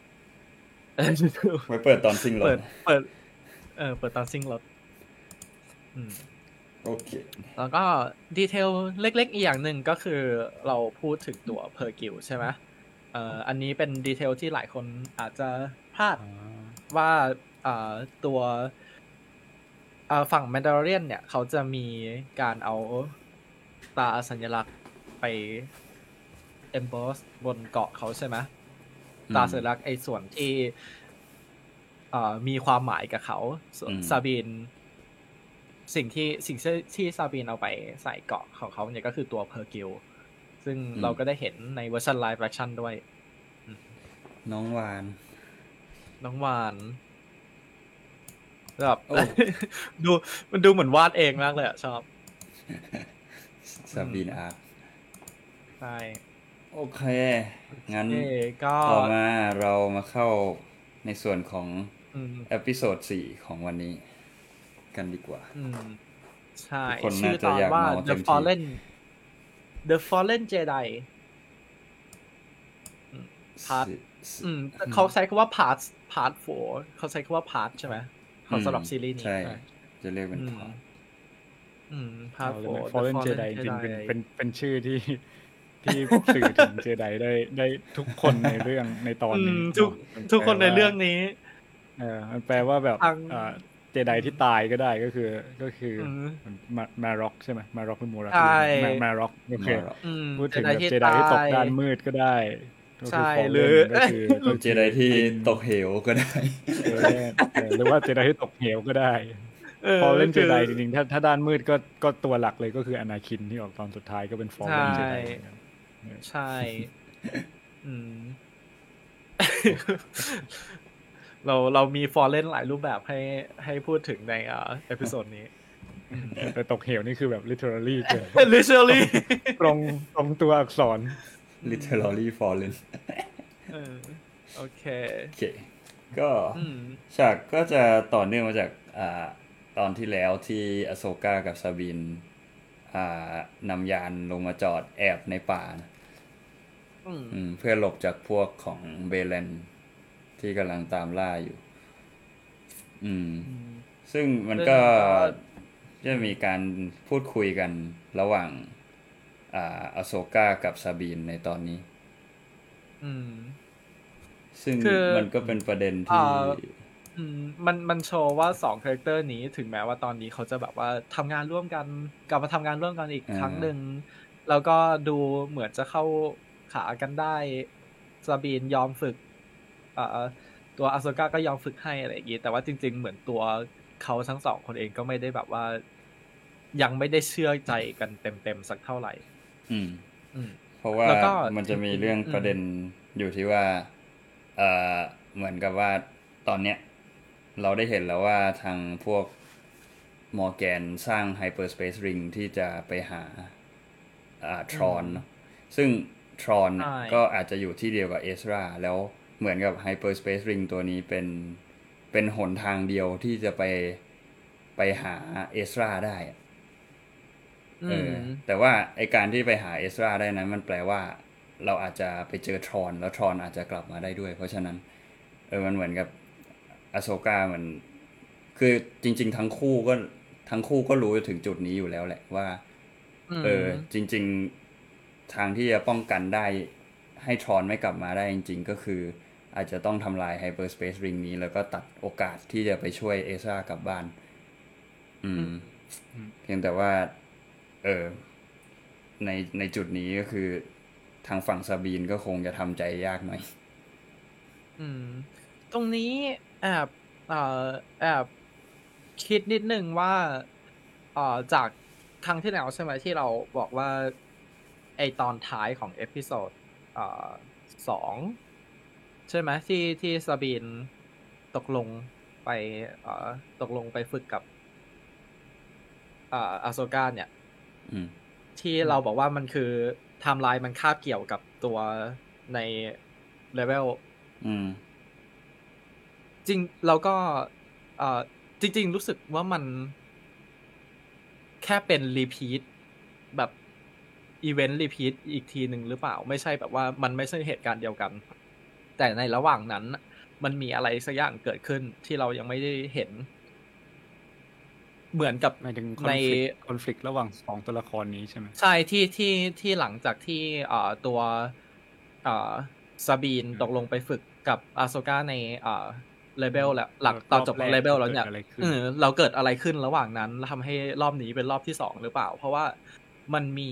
ไว้เปิดตอนซิ่งรถเปิดเปิดเออเปิดตอนซิ่งรถอืมโอเคแล้วก็ดีเทลเล็กๆอีกอย่างหนึ่งก็คือเราพูดถึงตัวเพอร์กิลใช่ไหมเอ่ออันนี้เป็นดีเทลที่หลายคนอาจจะพลาดว่าอ่าตัวอ่าฝั่งแมนดารินเนี่ยเขาจะมีการเอาตาสัญลักษณ์ไป emboss บนเกาะเขาใช่ไหมตาสัญลักษณ์ไอ้ส่วนที่อ่ามีความหมายกับเขาส่วนซาบีนสิ่งที่สิ่งที่ซาบีนเอาไปใส่เกาะของเขาเนี่ยก็คือตัวเพอร์กิลซึ่งเราก็ได้เห็นในเวอร์ชันไลฟ์แอคชั่นด้วยน้องวานน้องวานแบบดูมันดูเหมือนวาดเองมากเลยอ่ะชอบซาบีนอาร์ตใช่โอเคงั้นต่อมาเรามาเข้าในส่วนของเอพิโซดสี่ของวันนี้กันดีกว่าใช่ชื่อตอนว่า The Fallen The Fallen Jedi พาร์ทอืมเขาใช้คำว่า Part Part โฟร์เขาใช้คำว่า Part ใช่ไหมเขาสำหรับซีรีส์นี้ใช่จะเรียกเป็น Part อืม Part โฟร์ Fallen Jedi จริงเป็นเป็นเป็นชื่อที่ที่สื่อถึงเจไดได้ได้ทุกคนในเรื่องในตอนนี้ทุกทุกคนในเรื่องนี้เออมันแปลว่าแบบอ่าเจไดที่ตายก็ได้ก็คือก็คือมามาร็อกใช่ไหมมาร็อกคือมูรามามาร็อกโอเคพูดถึงแบบเจไดที่ตกด้านมืดก็ได้ใช่หรือก็คือเจไดที่ตกเหวก็ได้หรือว่าเจไดที่ตกเหวก็ได้พอเล่นเจไดจริงๆถ้าถ้าด้านมืดก็ก็ตัวหลักเลยก็คืออนาคินที่ออกตอนสุดท้ายก็เป็นฟอร์เรนเจไดใช่อืมเราเรามีฟอร์เรนหลายรูปแบบให้ให้พูดถึงในอ่าเอพิโซดนี้แต่ตกเหวนี่คือแบบ literally เกิน literally ตรงตรงตัวอักษร literally fallen เออโอเคโอเคก็ฉากก็จะต่อเนื่องมาจากอ่าตอนที่แล้วที่อโซก้ากับซาบินอ่านำยานลงมาจอดแอบในป่าเพื่อหลบจากพวกของเบเลนที่กำลังตามล่าอยู่อืมซึ่งมันก็จะมีการพูดคุยกันระหว่างอ่าอโซก้ากับซาบีนในตอนนี้ซึ่งมันก็เป็นประเด็นที่มันมันโชว์ว่าสองคาแรคเตอร์นี้ถึงแม้ว่าตอนนี้เขาจะแบบว่าทำงานร่วมกันกลับมาทำงานร่วมกันอีกครั้งหนึ่งแล้วก็ดูเหมือนจะเข้าขากันได้ซาบีนยอมฝึกตัวอาโซก้าก็ยอมฝึกให้อะไรอย่างงี้แต่ว่าจริงๆเหมือนตัวเขาทั้งสองคนเองก็ไม่ได้แบบว่ายังไม่ได้เชื่อใจกันเต็มๆสักเท่าไหร่อืมอืมเพราะว่ามันจะมีเรื่องประเด็นอยู่ที่ว่าเอ่อเหมือนกับว่าตอนเนี้ยเราได้เห็นแล้วว่าทางพวกมอร์แกนสร้างไฮเปอร์สเปซริงที่จะไปหาอ่าทรอนซึ่งทรอนก็อาจจะอยู่ที่เดียวกับเอสราแล้วเหมือนกับไฮเปอร์สเปซริงตัวนี้เป็นเป็นหนทางเดียวที่จะไปไปหาเอสราได้เออแต่ว่าไอการที่ไปหาเอสราได้นั้นมันแปลว่าเราอาจจะไปเจอทรอนแล้วทรอนอาจจะกลับมาได้ด้วยเพราะฉะนั้นเออมันเหมือนกับอโซก้าเหมือนคือจริงๆทั้งคู่ก็ทั้งคู่ก็รู้ถึงจุดนี้อยู่แล้วแหละว่าเออจริงๆทางที่จะป้องกันได้ให้ทรอนไม่กลับมาได้จริงๆก็คืออาจจะต้องทำลายไฮเปอร์สเปซริงนี้แล้วก็ตัดโอกาสที่จะไปช่วยเอซากลับบ้านอืมเพียงแต่ว่าเออในในจุดนี้ก็คือทางฝั่งซาบีนก็คงจะทำใจยากหน่อยอืมตรงนี้แอบเอ่อแอบคิดนิดนึงว่าเอ่อจากครั้งที่แล้วใช่ไหมที่เราบอกว่าไอตอนท้ายของเอพิโซดเอ่อสองใช่ไหมที่ที่ซาบีนตกลงไปเอ่อตกลงไปฝึกกับอ่าอาโซก้าเนี่ยที่เราบอกว่ามันคือไทม์ไลน์มันคาบเกี่ยวกับตัวในเลเวลจริงเราก็เอ่อจริงๆรู้สึกว่ามันแค่เป็นรีพีทแบบอีเวนต์รีพีทอีกทีหนึ่งหรือเปล่าไม่ใช่แบบว่ามันไม่ใช่เหตุการณ์เดียวกันแต่ในระหว่างนั้นมันมีอะไรสักอย่างเกิดขึ้นที่เรายังไม่ได้เห็นเหมือนกับหมายถึงคอในนฟลิกต์คอนฟลิกต์ระหว่างสองตัวละครนี้ใช่ไหมใช่ที่ที่ที่หลังจากที่เอ่อตัวเอ่อซาบีนตกลงไปฝึกกับอาโซก้าในเอ่อเลเบลแล้วหลักตอนจบเลเบลแล้วเนี่ยเออเราเกิดอะไรขึ้นระหว่างนั้นแล้วทำให้รอบนี้เป็นรอบที่สองหรือเปล่าเพราะว่ามันมี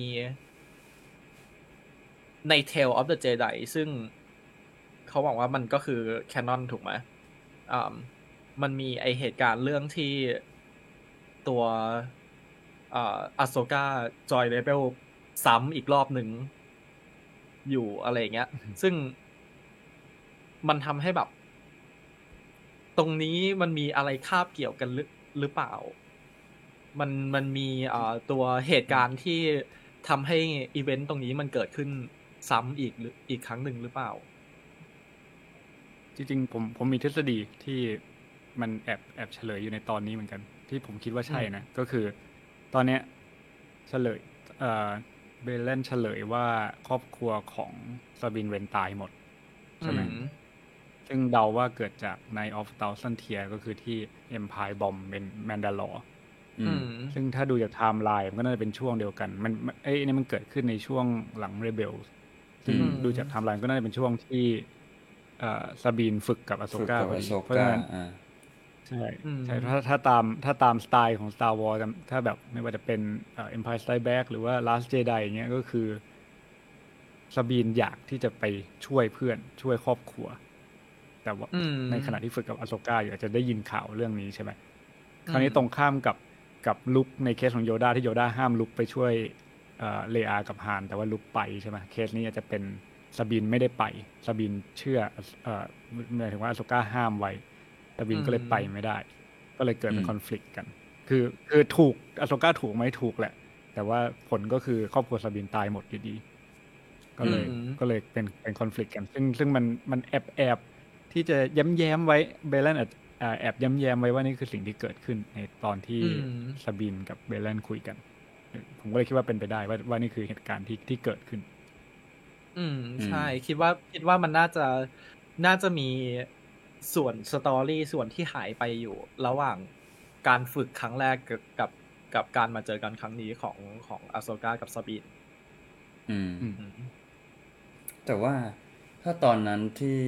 ใน Tale of the Jedi ซึ่งเขาบอกว่ามันก็คือ canon ถูกไหมอ่ามันมีไอเหตุการณ์เรื่องที่ตัวอ่าอาโซก้าจอยเลเบลซ้ำอีกรอบหนึ่งอยู่อะไรเงี้ยซึ่งมันทำให้แบบตรงนี้มันมีอะไรคาบเกี่ยวกันหรือหรือเปล่ามันมันมีอ่าตัวเหตุการณ์ที่ทำให้อีเวนต์ตรงนี้มันเกิดขึ้นซ้ำอีกหรืออีกครั้งหนึ่งหรือเปล่าจริงๆผมผมมีทฤษฎีที่มันแอบแอบเฉลยอยู่ในตอนนี้เหมือนกันที่ผมคิดว่าใช่นะก็คือตอนเนี้ยเฉลยเอ่อเบลเลนเฉลยว่าครอบครัวของซาบินเวนตายหมดใช่ไหมซึ่งเดาว่าเกิดจาก Night of Thousand Tears ก็คือที่ Empire Bomb เป็นแมนดาลอร์ซึ่งถ้าดูจากไทม์ไลน์มันก็น่าจะเป็นช่วงเดียวกันมันไอ้นี่มันเกิดขึ้นในช่วงหลัง Rebel ซึ่งดูจากไทม์ไลน์ก็น่าจะเป็นช่วงที่ซาบีนฝึกกับอโซก้าพอดีเพราะฉะนั้นใช่ใช่ถ้าถ้าตามถ้าตามสไตล์ของ Star Wars ถ้าแบบไม่ว่าจะเป็น Empire Strikes Back หรือว่า Last Jedi อย่างเงี้ยก็คือซาบีนอยากที่จะไปช่วยเพื่อนช่วยครอบครัวแต่ว่าในขณะที่ฝึกกับอโซก้าอยู่อาจจะได้ยินข่าวเรื่องนี้ใช่ไหมคราวนี้ตรงข้ามกับกับลุคในเคสของโยดาที่โยดาห้ามลุคไปช่วยเลอากับฮานแต่ว่าลุคไปใช่ไหมเคสนี้อาจจะเป็นซาบินไม่ได้ไปซาบินเชื่อเอ่อหมายถึงว่าอโซก้าห้ามไว้ซาบินก็เลยไปไม่ได้ก็เลยเกิดเป็นคอนฟลิกต์กันคือคือถูกอโซก้าถูกไหมถูกแหละแต่ว่าผลก็คือครอบครัวซาบินตายหมดอยู่ดีก็เลยก็เลยเป็นเป็นคอนฟลิกต์กันซึ่งซึ่งมันมันแอบแอบที่จะย้ำแย้มไว้เบลเลนแอบย้ำแย้มไว้ว่านี่คือสิ่งที่เกิดขึ้นในตอนที่ซาบินกับเบลเลนคุยกันผมก็เลยคิดว่าเป็นไปได้ว่าว่านี่คือเหตุการณ์ที่ที่เกิดขึ้นอืมใช่คิดว่าคิดว่ามันน่าจะน่าจะมีส่วนสตอรี่ส่วนที่หายไปอยู่ระหว่างการฝึกครั้งแรกกับกับกับการมาเจอกันครั้งนี้ของของอาโซก้ากับซาบินอืมแต่ว่าถ้าตอนนั้นที่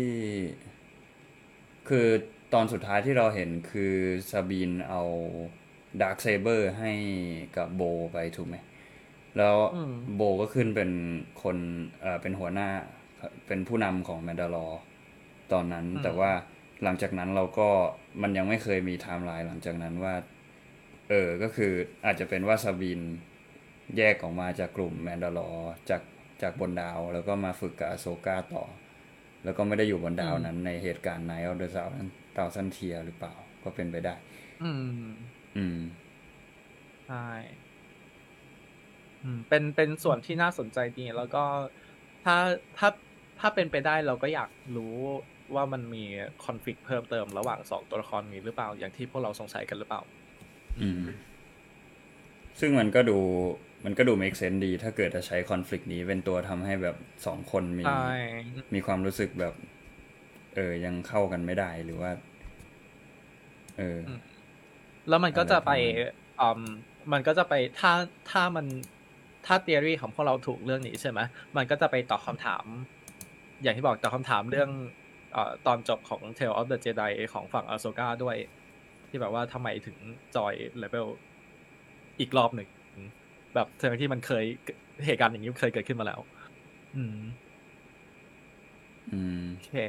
คือตอนสุดท้ายที่เราเห็นคือซาบินเอาดาร์คเซเบอร์ให้กับโบไปถูกไหมแล้วโบก็ขึ้นเป็นคนเอ่อเป็นหัวหน้าเป็นผู้นำของแมนดาลอร์ตอนนั้นแต่ว่าหลังจากนั้นเราก็มันยังไม่เคยมีไทม์ไลน์หลังจากนั้นว่าเออก็คืออาจจะเป็นว่าซาบินแยกออกมาจากกลุ่มแมนดาลอร์จากจากบนดาวแล้วก็มาฝึกกับอโซก้าต่อแล้วก็ไม่ได้อยู่บนดาวนั้นในเหตุการณ์ Night of the Thousand Tears หรือเปล่าก็เป็นไปได้อืมอืมใช่อืมเป็นเป็นส่วนที่น่าสนใจดีแล้วก็ถ้าถ้าถ้าเป็นไปได้เราก็อยากรู้ว่ามันมีคอนฟลิกต์เพิ่มเติมระหว่างสองตัวละครนี้หรือเปล่าอย่างที่พวกเราสงสัยกันหรือเปล่าอืมซึ่งมันก็ดูมันก็ดู make sense ดีถ้าเกิดจะใช้คอนฟลิกต์นี้เป็นตัวทำให้แบบสองคนมีมีความรู้สึกแบบเออยังเข้ากันไม่ได้หรือว่าเออแล้วมันก็จะไปอืมมันก็จะไปถ้าถ้ามันถ้า theory ของพวกเราถูกเรื่องนี้ใช่ไหมมันก็จะไปตอบคำถามอย่างที่บอกตอบคำถามเรื่องเอ่อตอนจบของ Tale of the Jedi ของฝั่งอาโซก้าด้วยที่แบบว่าทำไมถึงจอยเลเวลอีกรอบหนึ่งแบบทั้งที่มันเคยเหตุการณ์อย่างนี้เคยเกิดขึ้นมาแล้วอืมอืมโอเค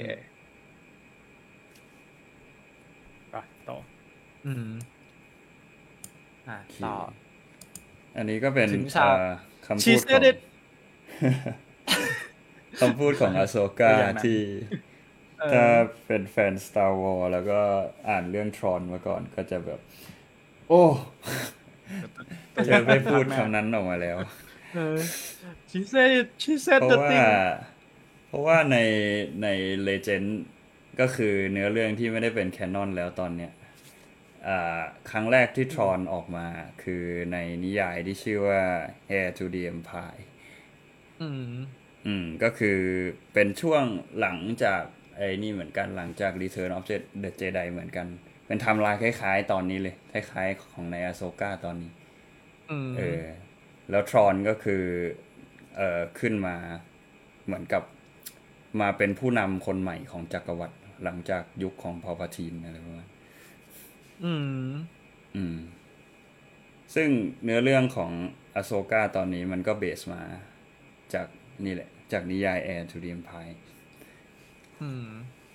ไปต่ออืมอ่าต่ออันนี้ก็เป็นคำพูดของคำพูดของอาโซก้าที่ถ้าเป็นแฟน Star Wars แล้วก็อ่านเรื่อง Tron มาก่อนก็จะแบบโอ้เธอไม่พูดคำนั้นออกมาแล้ว she said she said the thing เพราะว่าในใน Legend ก็คือเนื้อเรื่องที่ไม่ได้เป็น Canon แล้วตอนเนี้ยอ่าครั้งแรกที่ทรอนออกมาคือในนิยายที่ชื่อว่า Heir to the Empire อืมอืมก็คือเป็นช่วงหลังจากไอ้นี่เหมือนกันหลังจาก Return of the Jedi เหมือนกันเป็นไทม์ไลน์คล้ายๆตอนนี้เลยคล้ายๆของในอโซก้าตอนนี้อืมเออแล้วทรอนก็คือเอ่อขึ้นมาเหมือนกับมาเป็นผู้นำคนใหม่ของจักรวรรดิหลังจากยุคของพาลพาทีนอะไรประมาณอืมอืมซึ่งเนื้อเรื่องของอโซก้าตอนนี้มันก็เบสมาจากนี่แหละจากนิยาย Heir to the Empire อืม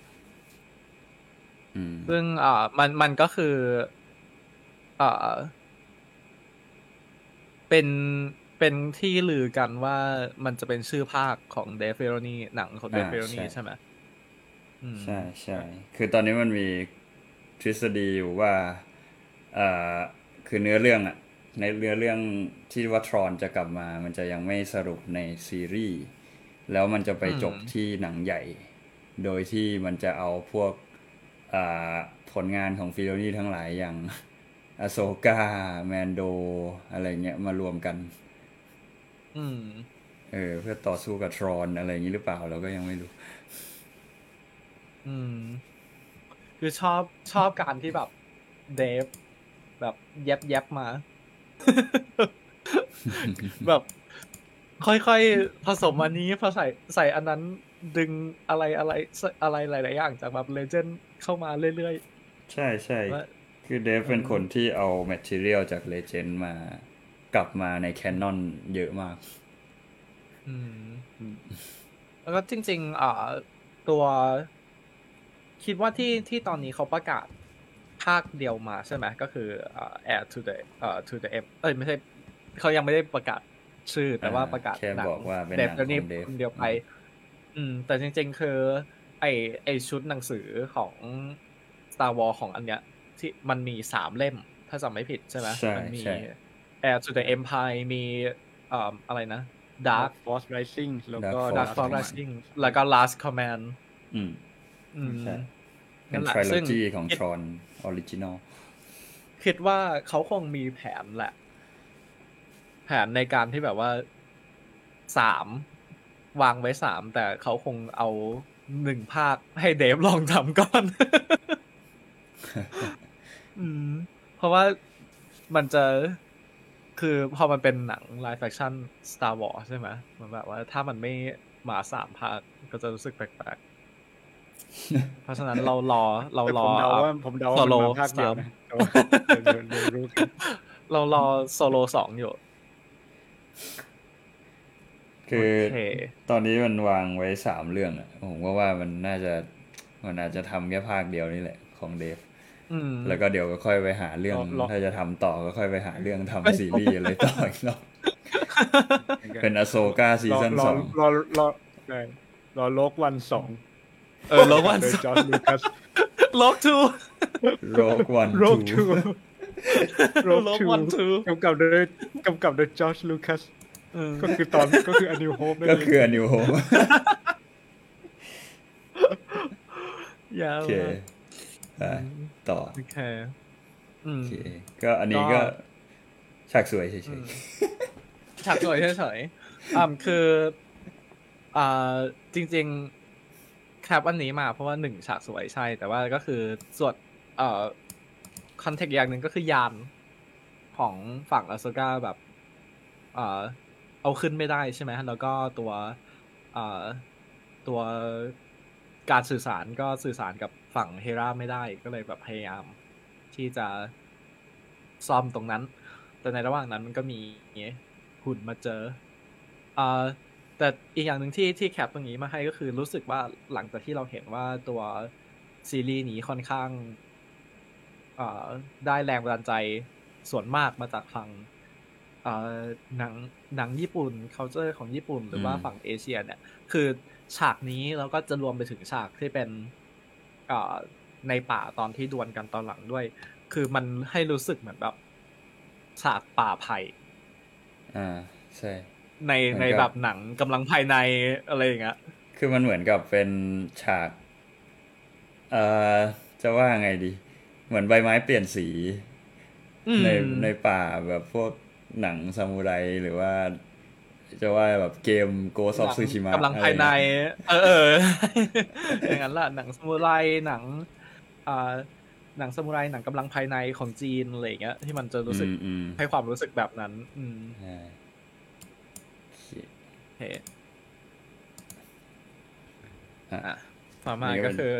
อืมซึ่งอ่ามันมันก็คืออ่าเป็นเป็นที่ลือกันว่ามันจะเป็นชื่อภาคของเดฟ Filoni หนังของเดฟ Filoni ใช่ไหมอืมใช่ใช่คือตอนนี้มันมีทฤษฎีอยู่ว่าเอ่อคือเนื้อเรื่องอะในเนื้อเรื่องที่ว่าทรอนจะกลับมามันจะยังไม่สรุปในซีรีส์แล้วมันจะไปจบที่หนังใหญ่โดยที่มันจะเอาพวกผลงานของฟิโลนี่ทั้งหลายอย่างอโซกาแมนโดอะไรเงี้ยมารวมกันอืมเออเพื่อต่อสู้กับทรอนอะไรอย่างนี้หรือเปล่าเราก็ยังไม่รู้อืมคือชอบชอบการที่แบบเดฟแบบแยบแยบมา แบบค่อยๆผสมอันนี้พอใส่ใส่อันนั้นดึงอะไรอะไรอะไรหลายๆอย่างจากแบบเลเจนด์เข้ามาเรื่อยใช่ใช่ๆว่าคือเดฟเป็นคนที่เอาแมททีเรียลจากเลเจนด์มากลับมาในแคนนอนเยอะมากอืมแล้วก็จริงๆอ่าตัวคิดว่าที่ที่ตอนนี้เขาประกาศภาคเดียวมาใช่ไหมก็คืออ่า Air to the เอ่อ to the M เอ้ยไม่ใช่เขายังไม่ได้ประกาศชื่อแต่ว่าประกาศแค่หนังบอกว่าเป็นเดฟหนังของเดฟคนเดียวไปอืมแต่จริงๆคือไอไอชุดหนังสือของ Star Wars ของอันเนี้ยที่มันมีสามเล่มถ้าจำไม่ผิดใช่ไหมใช่มันมีใช่ Air to the Empire มีเอ่ออะไรนะ Dark Force Rising แล้วก็ Dark Dark Force Force Rising แล้วก็ Last Command อืมอืมใช่เป็นั่นนแหละ trilogy ซึ่งของคิด Tron Original คิดว่าเขาคงมีแผนแหละ แผนในการที่แบบว่าสามวางไว้สามแต่เขาคงเอาหนึ่งภาคให้เดฟลองทำก่อน อืมเพราะว่ามันจะคือพอมันเป็นหนัง live action Star Wars ใช่ไหมมันแบบว่าถ้ามันไม่มาสามภาคก็จะรู้สึกแปลกๆ เพราะฉะนั้นเรารอเราแต่รอผมเดาว่าผมเดาว่ามันมาภาคเดียวนะแต่ว่าเดี๋ยวเดี๋ยวรู้กันเรารอโซโลสองอยู่คือตอนนี้มันวางไว้สามเรื่องอ่ะผมก็ว่ามันน่าจะมันอาจจะทำแค่ภาคเดียวนี่แหละของเดฟแล้วก็เดี๋ยวก็ค่อยไปหาเรื่องถ้าจะทำต่อก็ค่อยไปหาเรื่องทำซีรีส์อะไรต่ออีกรอบเป็นอโซก้าซีซั่นสองรอรอรอโลกวันสองเออโลกวันจอร์จลูคัสโลกทูโลกวันโลกทูโลกวันทูกำกับโดยกำกับโดยจอร์จลูคัสก็คือตอนก็คือ A New Hope ก็คือ A New Hope ยาวโอเคต่อโอเคโอเคก็อันนี้ก็ฉากสวยเฉยๆฉากสวยเฉยๆอ่าคืออ่าจริงๆแคปอันนี้มาเพราะว่าหนึ่งฉากสวยใช่แต่ว่าก็คือส่วนเอ่อคอนเทกต์อย่างหนึ่งก็คือยานของฝั่งอโซก้าแบบเอ่อเอาขึ้นไม่ได้ใช่ไหมแล้วก็ตัวเอ่อตัวการสื่อสารก็สื่อสารกับฝั่งเฮราไม่ได้ก็เลยแบบพยายามที่จะซ่อมตรงนั้นแต่ในระหว่างนั้นมันก็มีหุ่นมาเจอเอ่อแต่อีกอย่างหนึ่งที่ที่แคปตรงนี้มาให้ก็คือรู้สึกว่าหลังจากที่เราเห็นว่าตัวซีรีส์นี้ค่อนข้างเอ่อได้แรงบันดาลใจส่วนมากมาจากฝั่งเอ่อหนังหนังญี่ปุ่น culture ของญี่ปุ่นหรือว่าฝั่งเอเชียเนี่ยคือฉากนี้เราก็จะรวมไปถึงฉากที่เป็นเอ่อในป่าตอนที่ดวลกันตอนหลังด้วยคือมันให้รู้สึกเหมือนแบบฉากป่าไผ่อ่าใช่ในในแบบหนังกำลังภายในอะไรอย่างเงี้ยคือมันเหมือนกับเป็นฉากเอ่อจะว่าไงดีเหมือนใบไม้เปลี่ยนสีอืมในในป่าแบบพวกหนังซามูไรหรือว่าจะว่าแบบเกม Ghost ห of นัง Tsushima กำลังอะไรภายในเงี้ยเออเออ อย่างนั้นแหละหนังซามูไรหนังอ่าหนังซามูไรหนังกำลังภายในของจีนอะไรอย่างเงี้ยที่มันจะรู้สึกอืมอืมให้ความรู้สึกแบบนั้น อืมใช่โอเคโอเคอ่ะอ่ะต่อมานี่ก็ก็เป็นคือ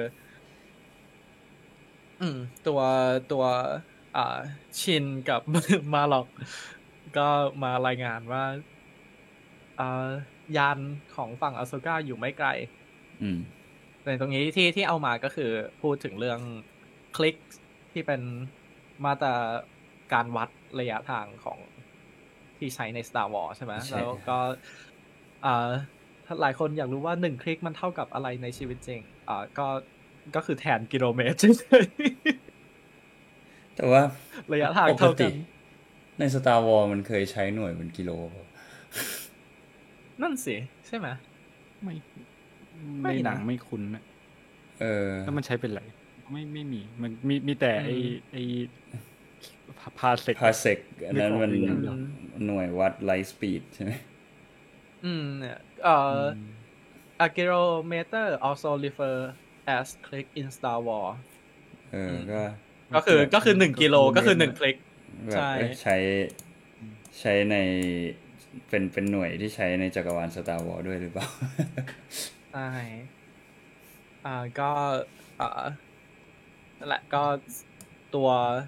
อืม ตัวตัวอ่าชินกับ มาล็อก ก็มารายงานว่าอ่ายานของฝั่งอาโซก้าอยู่ไม่ไกลอืมในตรงนี้ที่ที่เอามาก็คือพูดถึงเรื่องคลิกที่เป็นมาตรการวัดระยะทางของที่ใช้ใน Star Wars ใช่ไหมใช่แล้วก็อ่าถ้าหลายคนอยากรู้ว่าหนึ่งคลิกมันเท่ากับอะไรในชีวิตจริงอ่าก็ก็คือแทนกิโลเมตรเฉยแต่ว่าๆ ระยะทางปกเท่าติกันใน Star Wars มันเคยใช้หน่วยเป็นกิโลป่ะนั่นสิ ใช่ไหมไม่ไม่ในนะหนังไม่คุ้นนะเออแล้วมันใช้เป็นอะไรไม่ไม่มี มันมีมีแต่ไออืมไอพาเซกพาเซกอันนั้นมันนึกออกหรือยังหน่วยวัดไลท์สปีดใช่ไหมอืมเนี่ยเอ่อ A gyrometer also refer as click in Star Wars เออ ก็ก็คือก็คือหนึ่งกิโลก็คือหนึ่งคลิกแบบใช่เอ้ยใช้ใช้ในเป็นเป็นหน่วยที่ใช้ในจักรวาล Star Wars ด้วยหรือเปล่าใช่อ่าก็อ่านั่นแหละก็ตัว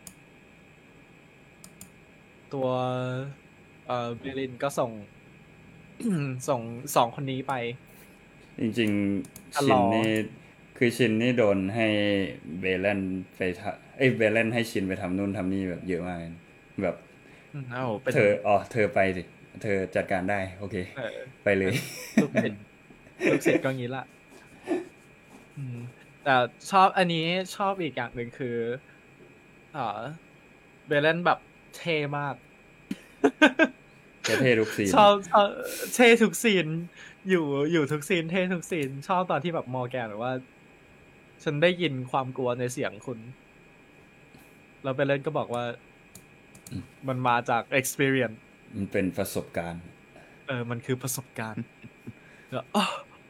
ตัวเอ่อเบลินก็ส่ง ส่งสองคนนี้ไปจริงอ่ะๆ ชิรนอนี่คือชินนี่โดนให้เบลเลนไปทำเอ้ยเบลเลนให้ชินไปทำนู่นทำนี่แบบเยอะมากเลยแบบอืมเอ้าเป็นเธออ๋อเธอไปสิ เธอจัดการได้ โอเคเออไปเลยลูกศิษย์ลูกศิษย์ก็งี้ละอืมแต่ชอบอันนี้ชอบอีกอย่างหนึ่งคืออ่าเบลเลนแบบเท่มากจะเท่ทุกซีนชอบชอบเท่ทุกซีนอยู่อยู่ทุกซีนเท่ทุกซีนชอบตอนที่แบบมอร์แกนแบบว่า ฉันได้ยินความกลัวในเสียงคุณแล้วเบลเลนก็บอกว่า มันมาจาก experience มันเป็นประสบการณ์เออ มันคือประสบการณ์แล้วอ้อ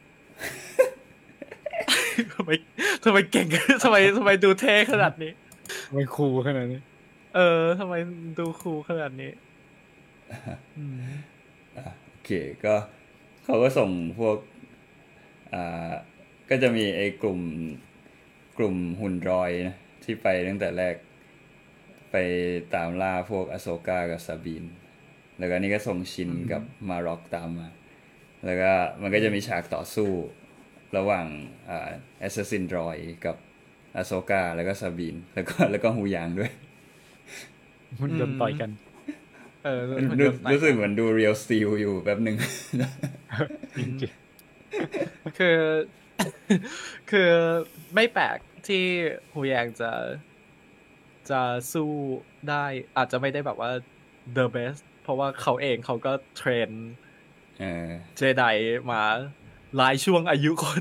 ทำไมทำไมเก่ง ทำไมทำไมดูเท่ขนาดนี้ไม่คูลขนาดนี้เออทำไมดูคูลขนาดนี้ อืมอ่ะโอเคก็เขาก็ส่งพวกอ่าก็จะมีไอ้กลุ่มกลุ่มหุ่นรอยนะที่ไปตั้งแต่แรกไปตามล่าพวกอโซกากับซาบีน แล้วก็นี่ก็ส่งชินกับมาร็อกตามมา แล้วก็มันก็จะมีฉากต่อสู้ระหว่างอ่าแอสซัสซินรอยกับอโซกาแล้วก็ซาบีน แล้วก็แล้วก็ฮูยางด้วยมันโดนต่อยกันเออรู้รู้สึกเหมือนดูเรียลสตีลอยู่แป๊บหนึ่งจริงคือ คือไม่แปลกที่ฮูแยงจะจะสู้ได้อาจจะไม่ได้แบบว่า the best เพราะว่าเขาเองเขาก็เทรนเออเจไดมาหลายช่วงอายุคน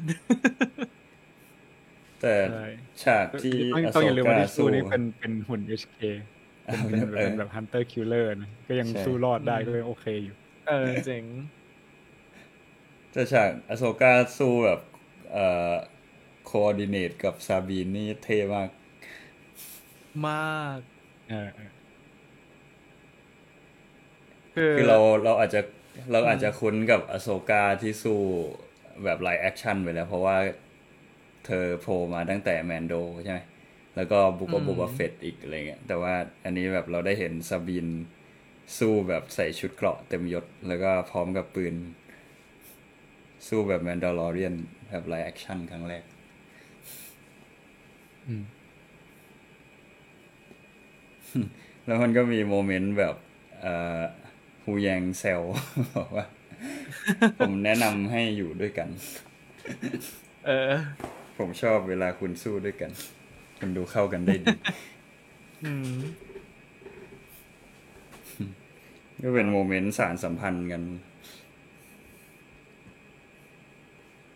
แต่ใช่ฉากที่ต้องอต้อโซงอย่าลืมว่าก้าที่สู้สู้นี่เป็นเป็นหุ่น เอช เค เป็นเป็นเออเป็นแบบ Hunter Killer นะก็ยังใช่สู้รอดได้ก็ยังโอเคอยู่เออเจ๋งแต่ฉากอโซก้าสู้แบบเอ่อโคออร์ดิเนตกับซาบีนนี่เท่มากมากเออเออคือคือเราเราอาจจะเราอาจจะคุ้นกับอโซก้าที่สู้แบบไลฟ์แอคชั่นไปแล้ว เพราะว่าเธอโผล่มาตั้งแต่แมนโดใช่ไหมแล้วก็บุกบบูบาเฟตอีกอะไรเงี้ยแต่ว่าอันนี้แบบเราได้เห็นซาบีนสู้แบบใส่ชุดเกราะเต็มยศ แล้วก็พร้อมกับปืน สู้แบบแมนดาลอเรียนแบบไลฟ์แอคชั่นครั้งแรกอืมแล้วมันก็มีโมเมนต์แบบเอ่อฮูแยงเซล บอกว่า ผมแนะนำให้อยู่ด้วยกันเออผมชอบเวลาคุณสู้ด้วยกัน คุณดูเข้ากันได้ดีอืมก็เป็นโมเมนต์สารสัมพันธ์กัน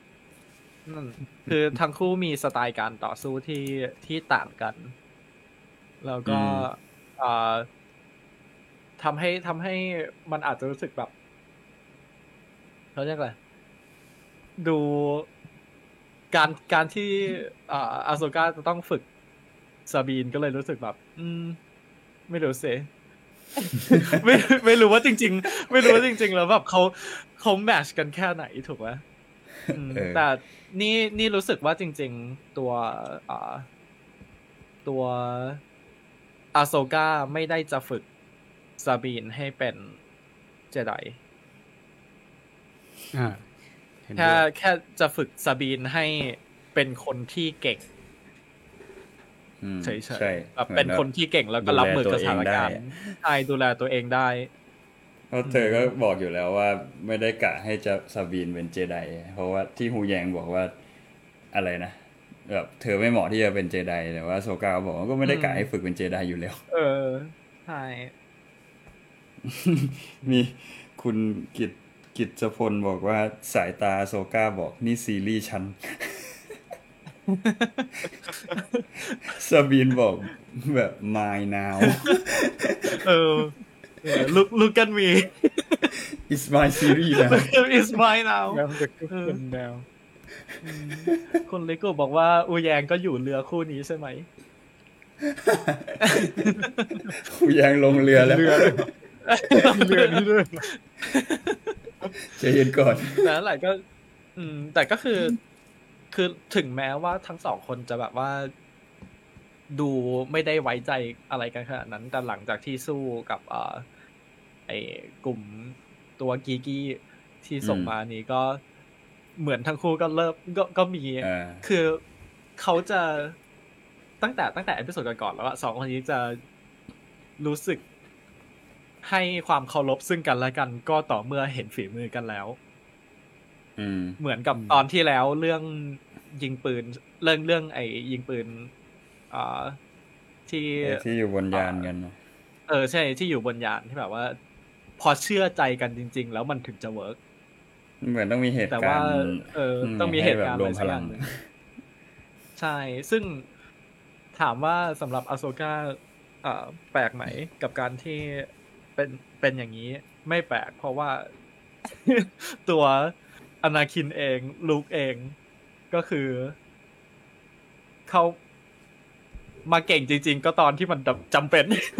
นั่นคือทั้งคู่มีสไตล์การต่อสู้ที่ที่ต่างกันแล้วก็อ่าทำให้ทำให้มันอาจจะรู้สึกแบบเขาเรียกอะไรดูการการที่อ่าอาโซก้าจะต้องฝึกซาบีนก็เลยรู้สึกแบบ อืม ไม่รู้สิ ไม่ไม่รู้ว่าจริงๆไม่รู้ว่าจริงๆแล้วแบบเขาเขาแมทช์กันแค่ไหนถูกไหมแต่นี่นี่รู้สึกว่าจริงๆตัวอ่าตัวอาโซก้าไม่ได้จะฝึกซาบีนให้เป็นเจไดแค่แค่จะฝึกซาบีนให้เป็นคนที่เก่งเฉยๆแบบเป็นคนที่เก่งแล้วก็รับมือกับสถานการณ์ใช่ดูแลตัวเองได้เพราะเธอก็บอกอยู่แล้วว่าไม่ได้กะให้จะซาบีนเป็นเจไดเพราะว่าที่ฮูแยงบอกว่าอะไรนะแบบเธอไม่เหมาะที่จะเป็นเจไดแต่ว่าโซกาบอกว่าก็ไม่ได้กะให้ฝึกเป็นเจไดอยู่แล้วเออใช่มีคุณกิตกิตพลบอกว่าสายตาโซกาบอกนี่ซีรีส์ฉันซาบีนบอกแบบ my now เออ look look at me it's my series now it's mine now แล้วจะขึ้นแนวคนเลโก้บอกว่าอูแยงก็อยู่เรือคู่นี้ใช่ไหมอูแยงลงเรือแล้วเรือเรือนี้ด้วยใจเย็นก่อนแต่หลายก็อืมแต่ก็คือคือถึงแม้ว่าทั้งสองคนจะแบบว่าดูไม่ได้ไว้ใจอะไรกันขนาดนั้นแต่หลังจากที่สู้กับเอ่อไอ้กลุ่มตัวกีกี้ที่ส่งมานี้ก็เหมือนทั้งคู่ก็เริ่มก็ก็มีคือเขาจะตั้งแต่ตั้งแต่เอพิโซดก่อนๆแล้วอะสองคนนี้จะรู้สึกให้ความเคารพซึ่งกันและกันก็ต่อเมื่อเห็นฝีมือกันแล้วเหมือนกับตอนที่แล้วเรื่องยิงปืนเรื่องเรื่องไอ้ยิงปืนอ่าที่ที่อยู่บนยานกันเออใช่ที่อยู่บนยานที่แบบว่าพอเชื่อใจกันจริงๆแล้วมันถึงจะเวิร์กเหมือนต้องมีเหตุการณ์แต่ว่าเออต้องมีเหตุการณ์อะไรสักอย่างนึงใช่ซึ่งถามว่าสำหรับอาโซก้าอ่าแปลกไหมกับการที่เป็นเป็นอย่างนี้ไม่แปลกเพราะว่าตัวอนาคินเองลูกเองก็คือเขามาเก่งจริงๆก็ตอนที่มันจำเป็น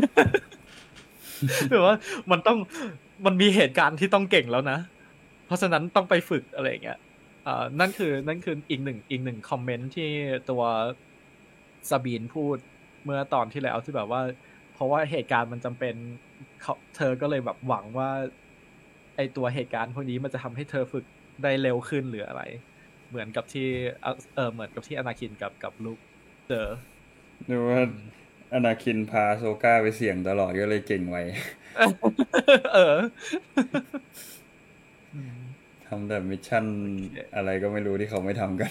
หรือว่ามันต้องมันมีเหตุการณ์ที่ต้องเก่งแล้วนะเพราะฉะนั้นต้องไปฝึกอะไรอย่างเงี้ยอ่านั่นคือนั่นคืออีกหนึ่งอีกหนึ่งคอมเมนต์ที่ตัวซาบีนพูดเมื่อตอนที่แล้วที่แบบว่าเพราะว่าเหตุการณ์มันจำเป็นเธอก็เลยแบบหวังว่าไอตัวเหตุการณ์พวกนี้มันจะทำให้เธอฝึกได้เร็วขึ้นหรืออะไรเหมือนกับที่เออเหมือนกับที่อนาคินกับกับลูกเจอดูว่าอนาคินพาโซก้าไปเสี่ยงตลอดก็เลยเก่งไวเออทำแบบมิชชั่นอะไรก็ไม่รู้ที่เขาไม่ทำกัน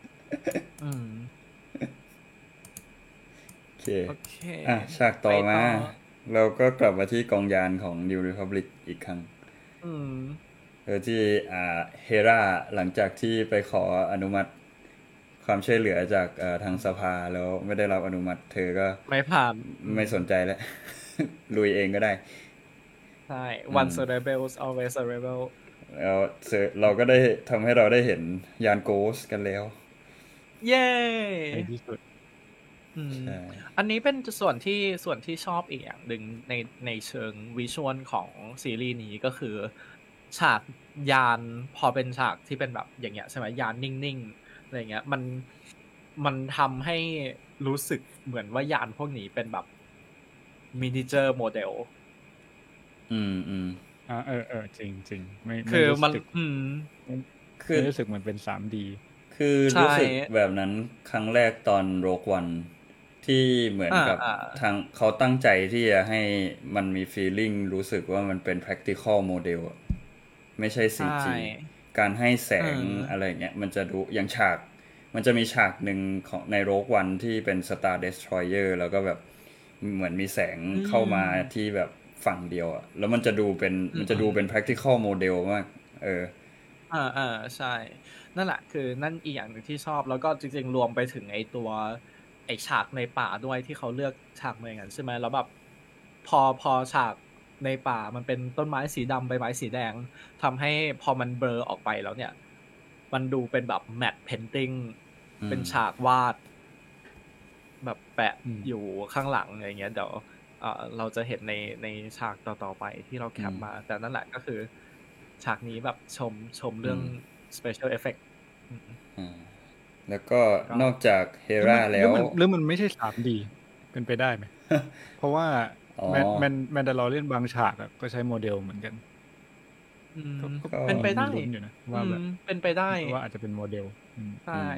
โอเคอ่ะฉากต่อมาเราก็กลับมาที่กองยานของ New Republic อีกครั้งโดยที่อ่าเฮราหลังจากที่ไปขออนุมัติความช่วยเหลือจากทางสภาแล้วไม่ได้รับอนุมัติเธอก็ไม่ผ่านไม่สนใจแล้วลุยเองก็ได้ใช่ once a rebel always a rebel แล้วเราก็ได้ทำให้เราได้เห็นยานโกสกันแล้วเย้ในที่สุดอันนี้เป็นส่วนที่ส่วนที่ชอบอีกอย่างหนึ่งในในเชิงวิชวลของซีรีส์นี้ก็คือฉากยานพอเป็นฉากที่เป็นแบบอย่างเงี้ยใช่ไหมยานนิ่งๆอะไรเงี้ยมันมันทำให้รู้สึกเหมือนว่ายานพวกนี้เป็นแบบมินิเจอร์โมเดลอืมอืมอ่าเออเออจริงจริงไม่คือมันอืมคือรู้สึกเหมือนเป็น ทรีดีคือรู้สึกแบบนั้นครั้งแรกตอนโรกวันที่เหมือนกับทางเขาตั้งใจที่จะให้มันมี feeling รู้สึกว่ามันเป็น practical model ไม่ใช่ ซี จี การให้แสงอะไรเงี้ยมันจะดูอย่างฉากมันจะมีฉากหนึ่งของในโรกวันที่เป็น Star Destroyer แล้วก็แบบเหมือนมีแสงเข้ามาที่แบบฝั่งเดียวอ่ะแล้วมันจะดูเป็นมันจะดูเป็น practical model มากเอออ่าอ่าใช่นั่นแหละคือนั่นอีกอย่างหนึ่งที่ชอบแล้วก็จริงๆรวมไปถึงไอ้ตัวไอฉากในป่าด้วยที่เขาเลือกฉากมาอย่างนั้นใช่ไหมแล้วแบบพอพอฉากในป่ามันเป็นต้นไม้สีดำใบไม้สีแดงทำให้พอมันเบลอออกไปแล้วเนี่ยมันดูเป็นแบบแมทเพนติ้งเป็นฉากวาดแบบแปะอยู่ข้างหลังอะไรเงี้ยเดี๋ยวเราจะเห็นในในฉากต่อๆไปที่เราแคปมาแต่นั่นแหละก็คือฉากนี้แบบชมชมเรื่อง special effect แล้วก็นอกจากเฮราแล้วหรือมันไม่ใช่ ทรี ดี เป็นไปได้ไหม เพราะว่าแมนแมนแมนดาลอเรียนบางฉากก็ใช้โมเดลเหมือนกันเป็นไปได้อยู่นะว่าแบบเป็นไปได้ว่าอาจจะเป็นโมเดลใช่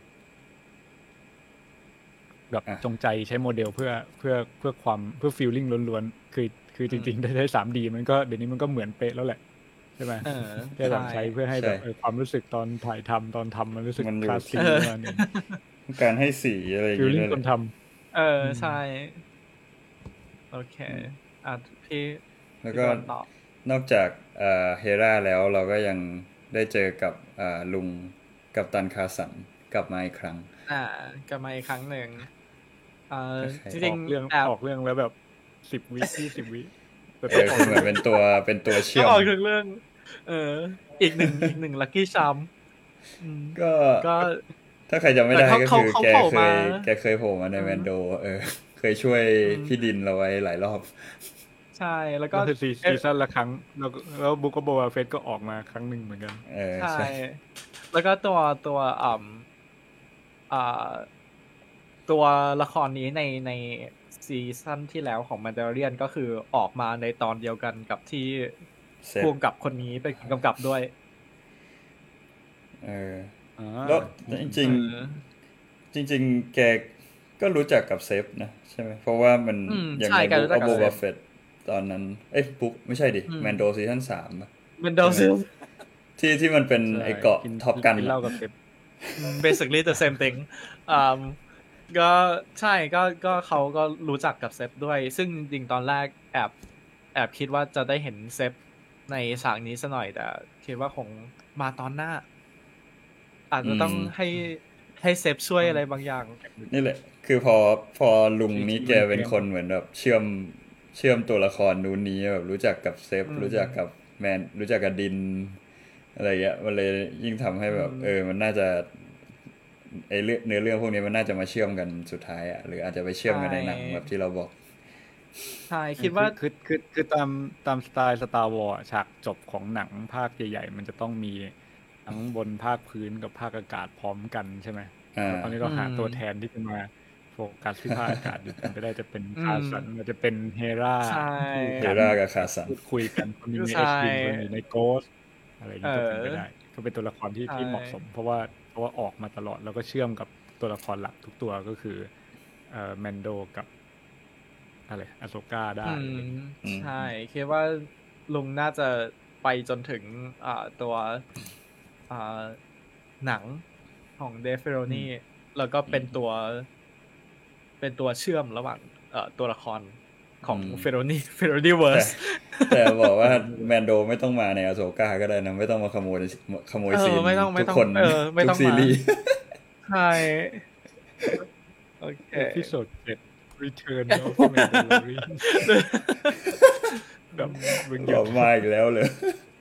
แบบจงใจใช้โมเดลเพื่อเพื่อเพื่อความเพื่อฟีลลิ่งล้วนๆคือคือจริงๆได้ใช้ ทรี ดี มันก็เดี๋ยวนี้มันก็เหมือนเป๊ะแล้วแหละใช่ไหมแค่ใช้เพื่อให้แบบความรู้สึกตอนถ่ายทำตอนทำมันรู้สึกคลาสสิกมากเนี่ยการให้สีอะไรอย่างเงี้ยฟีลลิ่งคนทำเออใช่โอเคอ่ะพี่แล้วก็นอกจากเอ่อเฮราแล้วเราก็ยังได้เจอกับอ่าลุงกัปตันคาสันกลับมาอีกครั้งอ่ากลับมาอีกครั้งหนึ่งอ่าจริงๆเรื่องออกเรื่องแล้วแบบสิบวิยี่สิบวิเออคือเหมือนเป็นตัวเป็นตัวเชื่อมออกถึงเรื่องเอออีกหนึ่งอีกหนึ่งลัคกี้ชาร์มก็ก็ถ้าใครจำไม่ได้ก็คือแกเคยแกเคยโผล่มาในแมนโดเออเคยช่วยพี่ดินเราไว้หลายรอบใช่แล้วก็ซีซั่นละครั้งแล้วแล้วบุกโบว์เฟสก็ออกมาครั้งหนึ่งเหมือนกันเออใช่แล้วก็ตัวตัวอ่าอ่าตัวละครนี้ในในซีซั่นที่แล้วของแมนดาเรียนก็คือออกมาในตอนเดียวกันกับที่ผู้กำกับคนนี้เป็นกำกับด้วยเออแล้วจริงจริงจริงแกก็รู้จักกับเซฟนะใช่ไหมเพราะว่ามันอย่างในบุ๊กออฟโบว์เฟตตอนนั้นเอ้ยบุ๊กไม่ใช่ดิแมนโดซีซั่นสามแมนโดซีที่ที่มันเป็นไอเกาะท็อปกันเล่ากับเซฟ basically the same thing อ่าก็ใช่ก็ก็เขาก็รู้จักกับเซฟด้วยซึ่งจริงตอนแรกแอบแอบคิดว่าจะได้เห็นเซฟในฉากนี้ซะหน่อยแต่คิดว่าคงมาตอนหน้าอาจจะต้องให้ให้เซฟช่วยอะไรบางอย่างนี่แหละคือพอพอลุงนี้แกเป็นคนเหมือนแบบเชื่อมเชื่อมตัวละครนู้นนี้แบบรู้จักกับเซฟรู้จักกับแมนรู้จักกับดินอะไรเงี้ยมันเลยยิ่งทำให้แบบเออมันน่าจะไอเรื่องเนื้อเรื่องพวกนี้มันน่าจะมาเชื่อมกันสุดท้ายอ่ะหรืออาจจะไปเชื่อมกันในหนังแบบที่เราบอกใช่คิดว่าคือคือคือตามตามสไตล์ Star Wars ฉากจบของหนังภาคใหญ่ๆมันจะต้องมีทั้งบนภาคพื้นกับภาคอากาศพร้อมกันใช่ไหมตอนนี้เราหาตัวแทนที่จะมาโฟกัสที่ภาคอากาศอยู่เป็นไปได้จะเป็นคาสันมันจะเป็นเฮราเฮรากับคาสันพูดคุยกันคนนึงในเอชดีคนนึงในโกสอะไรอย่างนี้ก็เป็นไปได้ก็เป็นตัวละครที่ที่เหมาะสมเพราะว่าเพราะว่าออกมาตลอดแล้วก็เชื่อมกับตัวละครหลักทุกตัวก็คือเอ่อแมนโดกับอะไรอโซก้าได้ใช่คิดว่าลุงน่าจะไปจนถึงอ่าตัวอ่าหนังของเดฟเฟโรนีแล้วก็เป็นตัวเป็นตัวเชื่อมระหว่างเอ่อตัวละครของเฟโรนีเฟโรนีเวิร์สแต่บอกว่าแมนโดไม่ต้องมาในอโซก้าก็ได้นะไม่ต้องมาขโมยขโมยซีนทุกคนทุกซีรีส์ใช่โอเคเอพิโซดเจ็ดReturn of Mandalorian แบบมึงอย่ามาอีกแล้วเลย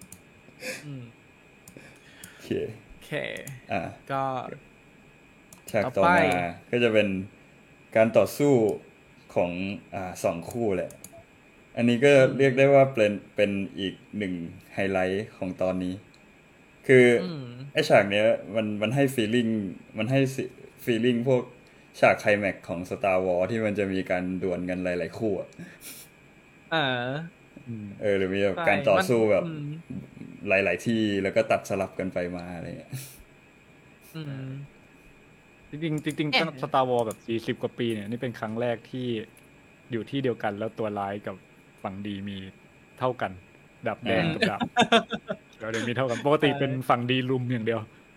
โอเคโอเคอ่ะก็ฉากต่อมาก็จะเป็นการต่อสู้ของอ่าสองคู่แหละอันนี้ก็เรียกได้ว่าเป็นเป็นอีกหนึ่งไฮไลท์ของตอนนี้คือไอ้ฉากเนี้ยมันมันให้ฟีลลิ่งมันให้ฟีลลิ่งพวกฉากไคลแม็กซ์ของ Star Wars ที่มันจะมีการดวลกันหลายๆคู่อ่ะอ่าเออหรือมีแบบการต่อสู้แบบหลายๆที่แล้วก็ตัดสลับกันไปมาอะไรอย่างเงี้ยจริงๆจริงๆตั้ง Star Wars แบบสี่สิบกว่าปีเนี่ยนี่เป็นครั้งแรกที่อยู่ที่เดียวกันแล้วตัวร้ายกับฝั่งดีมีเท่ากันดาบแดงกับดาบแล้วเดี๋ยวมีเท่ากันปกติเป็นฝั่งดีลุมอย่างเดียว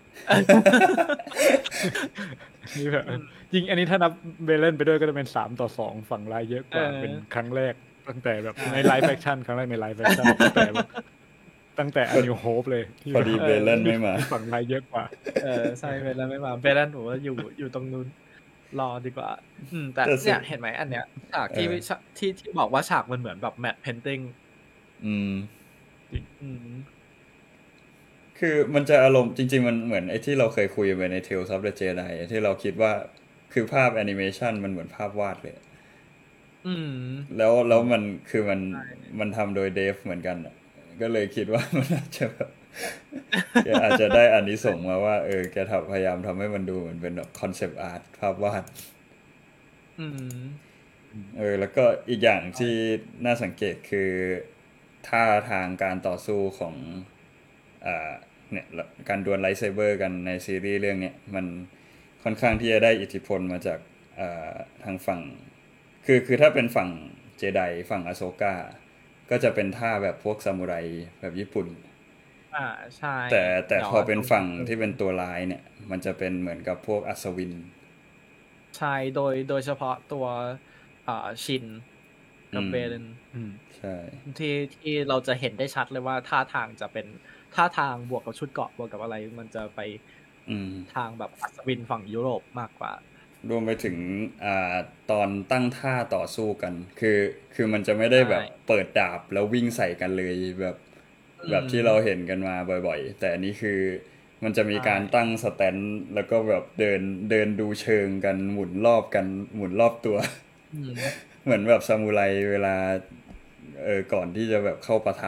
นี่แบบจริงอันนี้ถ้านับเบลเลนไปด้วยก็จะเป็นสามต่อสองฝั่งร้ายเยอะกว่าเป็นครั้งแรกตั้งแต่แบบในไลฟ์แฟคชั่นครั้งแรกในไลฟ์แฟคชั่นตั้งแต่ตั้งแต่ A New Hope เลยพอดีเบลเลนไม่มาฝั่งร้ายเยอะกว่าเออใช่เบลเลนไม่มาเบลเลนผมว่าอยู่อยู่ตรงนู้นรอดีกว่า อืม แต่แต่สิเนี่ยเห็นไหมอันเนี้ยฉากที่เออฉากที่ที่บอกว่าฉากมันเหมือนแบบ matte painting อืมอืมคือมันจะอารมณ์จริงๆมันเหมือนไอ้ที่เราเคยคุยไปใน Tales of the Jedi ที่เราคิดว่าคือภาพแอนิเมชันมันเหมือนภาพวาดเลยอืมแล้วแล้วมันคือมันใช่มันทำโดยเดฟเหมือนกันอะก็เลยคิดว่ามันอาจจะแบบ แกอาจจะได้อานิสงส์มาว่าเออแกทำพยายามทำให้มันดูเหมือนเป็นแบบคอนเซปต์อาร์ตภาพวาดอืมเออแล้วก็อีกอย่างที่น่าสังเกตคือท่าทางการต่อสู้ของอ่าเนี่ยการดวลไลท์เซเบอร์กันในซีรีส์เรื่องนี้มันค่อนข้างที่จะได้อิทธิพลมาจากอ่าทางฝั่งคือคือถ้าเป็นฝั่งเจไดฝั่งอโซกาก็จะเป็นท่าแบบพวกซามูไรแบบญี่ปุ่นอ่าใช่แต่แต่ดี๋ยวพอเป็นฝั่งออที่เป็นตัวร้ายเนี่ยมันจะเป็นเหมือนกับพวกอัศวินใช่โดยโดยเฉพาะตัวอ่าชินกับอืมเบเลนอืมใช่ที่ที่เราจะเห็นได้ชัดเลยว่าท่าทางจะเป็นท่าทางบวกกับชุดเกราะบวกกับอะไร มันจะไปอืมทางแบบอัศวินฝั่งยุโรปมากกว่ารวมไปถึงอ่าตอนตั้งท่าต่อสู้กัน คือคือมันจะไม่ได้แบบใช่เปิดดาบแล้ววิ่งใส่กันเลยแบบอืมแบบที่เราเห็นกันมาบ่อยๆ แต่อันนี้คือมันจะมีใช่การตั้งสแตนด์แล้วก็แบบเดินเดินดูเชิงกันหมุนรอบกันหมุนรอบตัวอืมเหมือนแบบซามูไรเวลาเออก่อนที่จะแบบเข้าปะทะ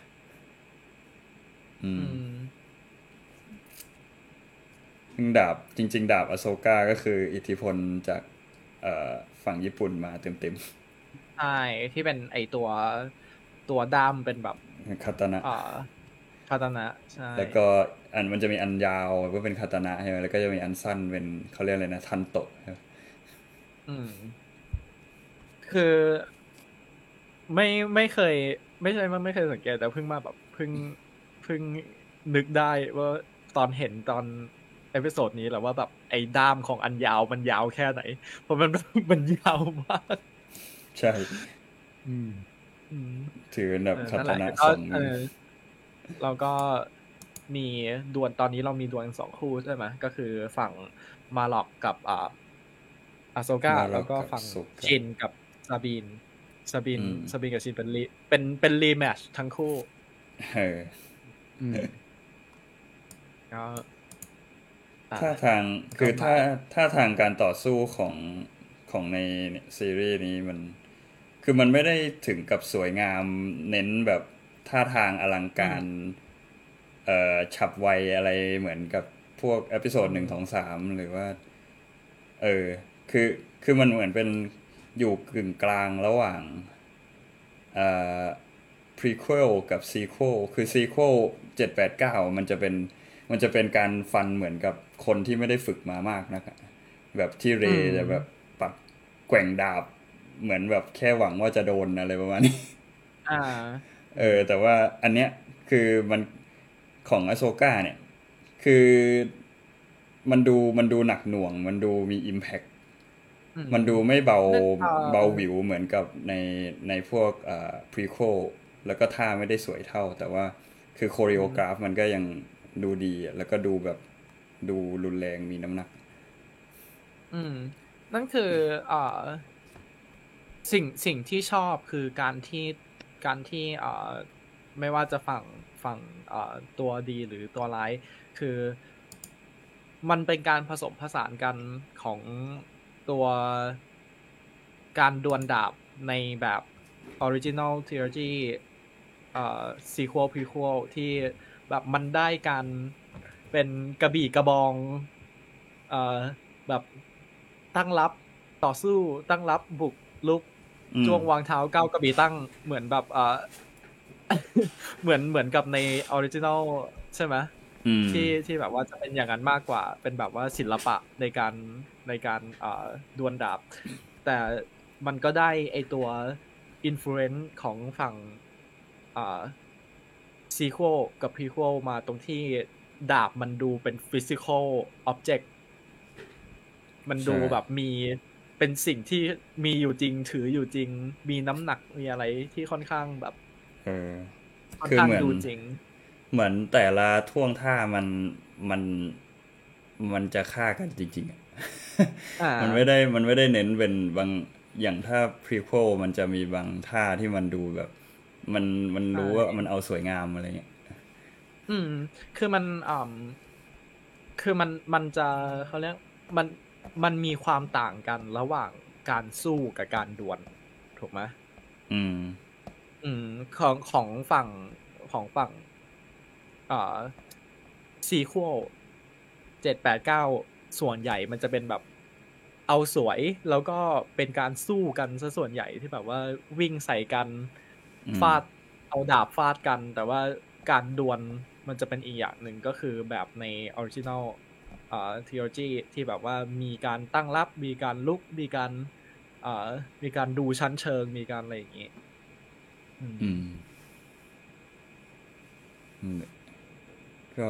อือืมมซึ่งดาบจริงๆ ดาบอโซกาก็คืออิทธิพลจากเอ่อฝั่งญี่ปุ่นมาเต็มใช่ที่เป็นไอตัวตัวด้ามเป็นแบบๆคาตานะอ่าคาตานะใช่แล้วก็อันมันจะมีอันยาวก็เป็นคาตานะใช่ไหมแล้วก็จะมีอันสั้นเป็นเขาเรียกอะไรนะทันโตะใช่ไหมอืม คือไม่ไม่เคย ไม่ใช่ว่าไม่เคยสังเกตแต่เพิ่งมาแบบเพิ่งเพิ่งนึกได้ว่าตอนเห็นตอนเอพิโซดนี้แหละว่าแบบไอ้ด้ามของอันยาวมันยาวแค่ไหน เพราะมัน มันยาวมากใช่อืมอืมถือเป็นแบบเออคานั่นแหตาละนะก็สองเออเราก็มีดวลตอนนี้เรามีดวลสองคู่ใช่ไหมก็คือฝั่งมาล็อกกับอ่าอาโซกามาล็แล้อกวก็กับฝั่งโซกะชินกับซาบินซาบินอืมซาบินกับชินเป็นรีเป็นเป็นรีแมตช์ทั้งคู่เอออืมก็อ่ะท่าทางคือก็มาถ้าท่าทางการต่อสู้ของของในเนี่ยซีรีส์นี้มัน คือมันไม่ได้ถึงกับสวยงามเน้นแบบท่าทางอลังการเอ่อฉับไวอะไรเหมือนกับพวกเอพิโซดหนึ่งสองสามหรือว่า เออ คือ คือมันเหมือนเป็นอยู่กึ่งกลางระหว่างเอ่อ prequel กับ sequel คือ sequel เจ็ด แปด เก้ามันจะเป็นมันจะเป็นการฟันเหมือนกับคนที่ไม่ได้ฝึกมามากนะครับแบบที่เรย์จะแบบปัดแกว่งดาบเหมือนแบบแค่หวังว่าจะโดนอะไรประมาณนี้อ่าเออ แต่ว่าอันเนี้ยคือมันของอโซกาเนี่ย คือมันดูมันดูหนักหน่วง มันดูมี impact อืมมันดูไม่เบาเล่นเอ่อเบาหวิวเหมือนกับในในพวกอ่า prequel แล้วก็ท่าไม่ได้สวยเท่า แต่ว่าคือโคริโอกราฟมันก็ยังดูดี แล้วก็ดูแบบดูรุนแรงมีน้ำหนักอืม นั่นคืออ่าสิ่งสิ่งที่ชอบคือการที่การที่อ่าไม่ว่าจะฝั่งฝั่งอ่าตัวดีหรือตัวร้าย คือมันเป็นการผสมผสานกันของตัวการดวลดาบในแบบ original trilogy อ่า sequel prequel ที่แบบมันได้การเป็นกระบี่กระบองเอ่อแบบตั้งรับต่อสู้ตั้งรับบุกลุกอืมจ้วงวางเท้าก้าวกระบี่ตั้งเหมือนแบบเอ่อ เหมือนเหมือนกับในออริจินอลใช่ไหมอืมที่ที่แบบว่าจะเป็นอย่างนั้นมากกว่าเป็นแบบว่าศิลปะในการในการอ่าดวลดาบ แต่มันก็ได้ไอตัว influence ของฝั่งอ่า sequel กับ prequel มาตรงที่ดาบมันดูเป็น physical object มันดูใช่แบบมีเป็นสิ่งที่มีอยู่จริงถืออยู่จริง มีน้ำหนักมีอะไรที่ค่อนข้างแบบเออค่อนคือข้างเหมือนดูจริงเหมือนแต่ละท่วงท่ามันมันมันจะฆ่ากันจริงๆอะมันไม่ได้มันไม่ได้เน้นเป็นบางอย่างถ้า prequel มันจะมีบางท่าที่มันดูแบบ มันมันรู้ว่ามันเอาสวยงามอะไรเงี้ยอืมคือมันอ่าคือมันมันจะเขาเรียกมันมันมีความต่างกันระหว่างการสู้กับการดวลถูกไหมอืมอืมของของฝั่งของฝั่งอ่าซีควอลเจ็ดแปดเก้าส่วนใหญ่มันจะเป็นแบบเอาสวยแล้วก็เป็นการสู้กันซะส่วนใหญ่ที่แบบว่าวิ่งใส่กันฟาดเอาดาบฟาดกันแต่ว่าการดวลมันจะเป็นอีกอย่างหนึ่งก็คือแบบในออริจินอลอ่าทีโอจีที่แบบว่ามีการตั้งรับมีการลุกมีการอ่ามีการดูชั้นเชิงมีการอะไรอย่างงี้อืมก็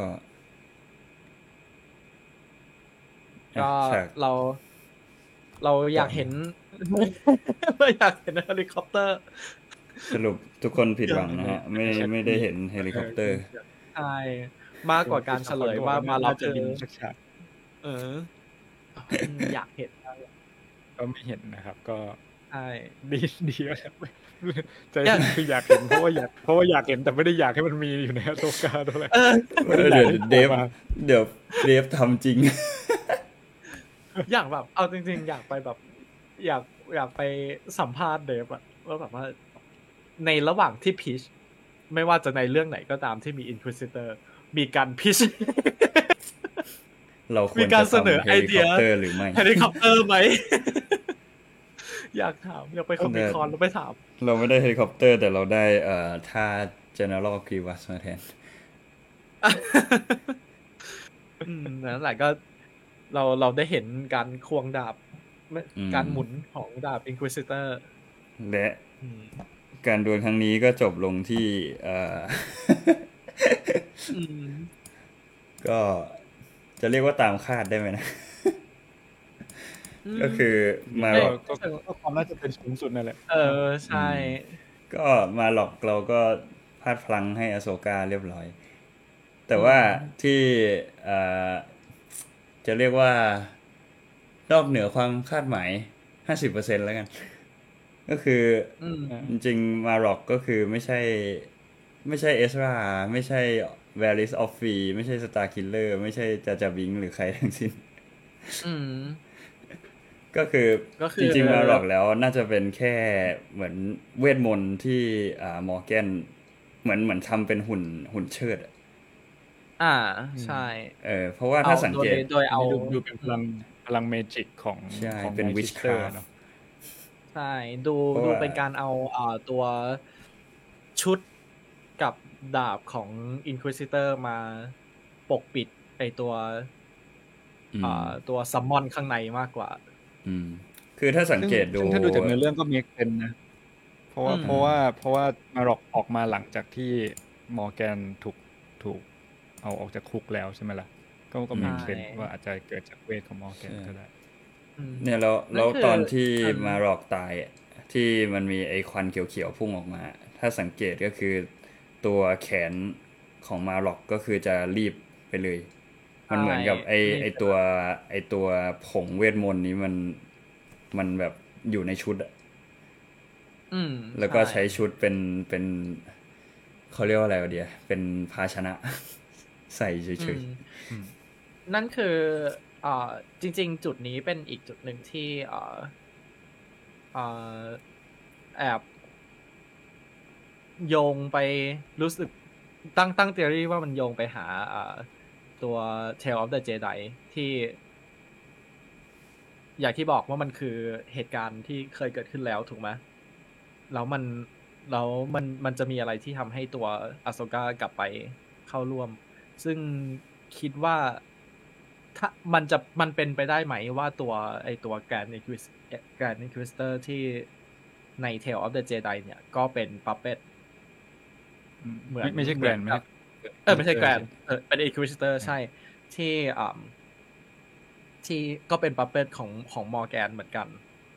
ก็เราเราอยากเห็นเราอยากเห็นเฮลิคอปเตอร์สรุปทุกคนผิดหวังนะฮะไม่ไม่ได้เห็นเฮลิคอปเตอร์ใช่มากกว่าการเฉลยว่ามาเราจะบินเอออยากเห็นก็ไม่เห็นนะครับก็ใช่ดีดีแล้วใจคืออยากเห็นเพราะว่าอยากเพราะว่าอยากเห็นแต่ไม่ได้อยากให้มันมีอยู่ในโซกาตัวอะไรเดี๋ยวเดฟเดี๋ยวเดฟทำจริงอยากแบบเอาจริงๆอยากไปแบบอยากอยากไปสัมภาษณ์เดฟอะว่าแบบว่าในระหว่างที่พิชไม่ว่าจะในเรื่องไหนก็ตามที่มี Inquisitor มีการพิชเราควรจะทำเฮลิคอปเตอร์หรือไม่เฮลิคอปเตอร์ไหมอยากถามอยากไปคอมมิคอนแล้วไปถามเราไม่ได้เฮลิคอปเตอร์แต่เราได้เอ่อท่า General Grievous มาแทนอืมนั่นแหละก็เราเราได้เห็นการควงดาบการหมุนของดาบ Inquisitor และการดวลครั้งนี้ก็จบลงที่เอ่อก็จะเรียกว่าตามคาดได้ไหมนะก็คือมาหลอกก็ความน่าจะเป็นสูงสุดนั่นแหละเออใช่ก็มาหลอกเราก็พลาดพลั้งให้อโศกาเรียบร้อยแต่ว่าที่เอ่อจะเรียกว่านอกเหนือความคาดหมาย ห้าสิบเปอร์เซ็นต์ แล้วกันก็คือจริงๆมาหลอกก็คือไม่ใช่ไม่ใช่เอสราไม่ใช่แวริสออฟฟีไม่ใช่สตาร์คิลเลอร์ไม่ใช่จาจาบิงหรือใครทั้งสิ้นก็คือจริงๆมาหลอกแล้วน่าจะเป็นแค่เหมือนเวทมนต์ที่อ่ามอร์แกนเหมือนเหมือนทำเป็นหุ่นหุ่นเชิดอ่าใช่เออเพราะว่าถ้าสังเกตโดยเอาดูเป็นพลังพลังเมจิกของของเป็นวิชคราฟต์ใช่ดูดูเป็นการเอาอ่าตัวชุดกับดาบของ Inquisitor มาปกปิดไอตัวอ่าตัวซัมมอนข้างในมากกว่าอืมคือถ้าสังเกตดูถ้าดูจากเนื้อเรื่องก็มีเซนนะเพราะว่าเพราะว่าเพราะว่ามาร็อกออกมาหลังจากที่มอร์แกนถูกถูกเอาออกจากคุกแล้วใช่ไหมล่ะก็ก็มีเซนว่าอาจจะเกิดจากเวทของมอร์แกนก็ได้เนี่ยแล้วแล้วตอนที่มาร็อกตายที่มันมีไอควันเขียวๆพุ่งออกมาถ้าสังเกตก็คือตัวแขนของมาร็อกก็คือจะรีบไปเลยมันเหมือนกับไอไอตัวไอตัวผงเวทมนต์นี้มันมันแบบอยู่ในชุดอะแล้วก็ใช้ชุดเป็นเป็นเขาเรียกว่าอะไรวะเดียเป็นภาชนะใส่เฉยๆนั่นคืออ่าจริงๆจุดนี้เป็นอีกจุดหนึ่งที่อ่าอ่าแอบโยงไปรู้สึกตั้งตั้ง theory ว่ามันโยงไปหาอ่าตัว Tale of the Jedi ที่อย่างที่บอกว่ามันคือเหตุการณ์ที่เคยเกิดขึ้นแล้วถูกไหมแล้วมันแล้วมันมันจะมีอะไรที่ทำให้ตัวอาโซกากลับไปเข้าร่วมซึ่งคิดว่าถ้ามันจะมันเป็นไปได้ไหมว่าตัวไอตัว Grand Inquisitor Grand Inquisitor ที่ใน Tale of the Jedi เนี่ยก็เป็น puppet เหมือนไม่ใช่ Grand มั้ยเออไม่ใช่ Grand เออเป็น Inquisitor ใช่ที่อ่าที่ก็เป็น puppet ของของ Morgan เหมือนกัน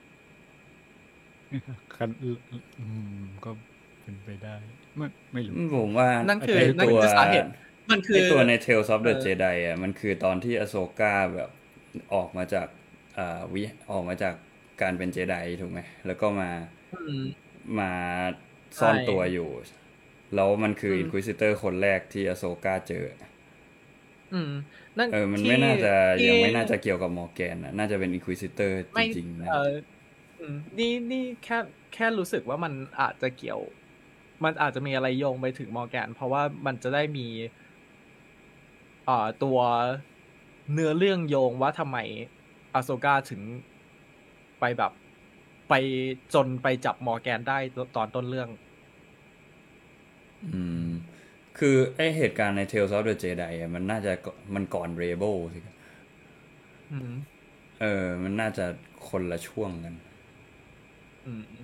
คันอืมก็เป็นไปได้ไม่ไม่รู้ผมว่านั่นคือนั่นคือสาเหตุมันคือตัวใน Tales of the Jedi อ่ะมันคือตอนที่อโศกาแบบออกมาจากอ่าวิออกมาจากการเป็นเจไดถูกไหมแล้วก็มามาซ่อนตัวอยู่แล้วมันคืออินควิซิเตอร์คนแรกที่อโซกาเจออืมนั่นเออมันไม่น่าจะยังไม่น่าจะเกี่ยวกับมอร์แกนนะน่าจะเป็นอินควิซิเตอร์จริงๆนะเออนี่นี่แค่แค่รู้สึกว่ามันอาจจะเกี่ยวมันอาจจะมีอะไรโยงไปถึงมอร์แกนเพราะว่ามันจะได้มีอ่าตัวเนื้อเรื่องโยงว่าทำไมอาโซกาถึงไปแบบไปจนไปจับมอร์แกนได้ตอนต้นเรื่องอืมคือไอเหตุการณ์ใน Tales of the Jedi อ่ะมันน่าจะมันก่อน Rebel สิอืมเออมันน่าจะคนละช่วงกันอืม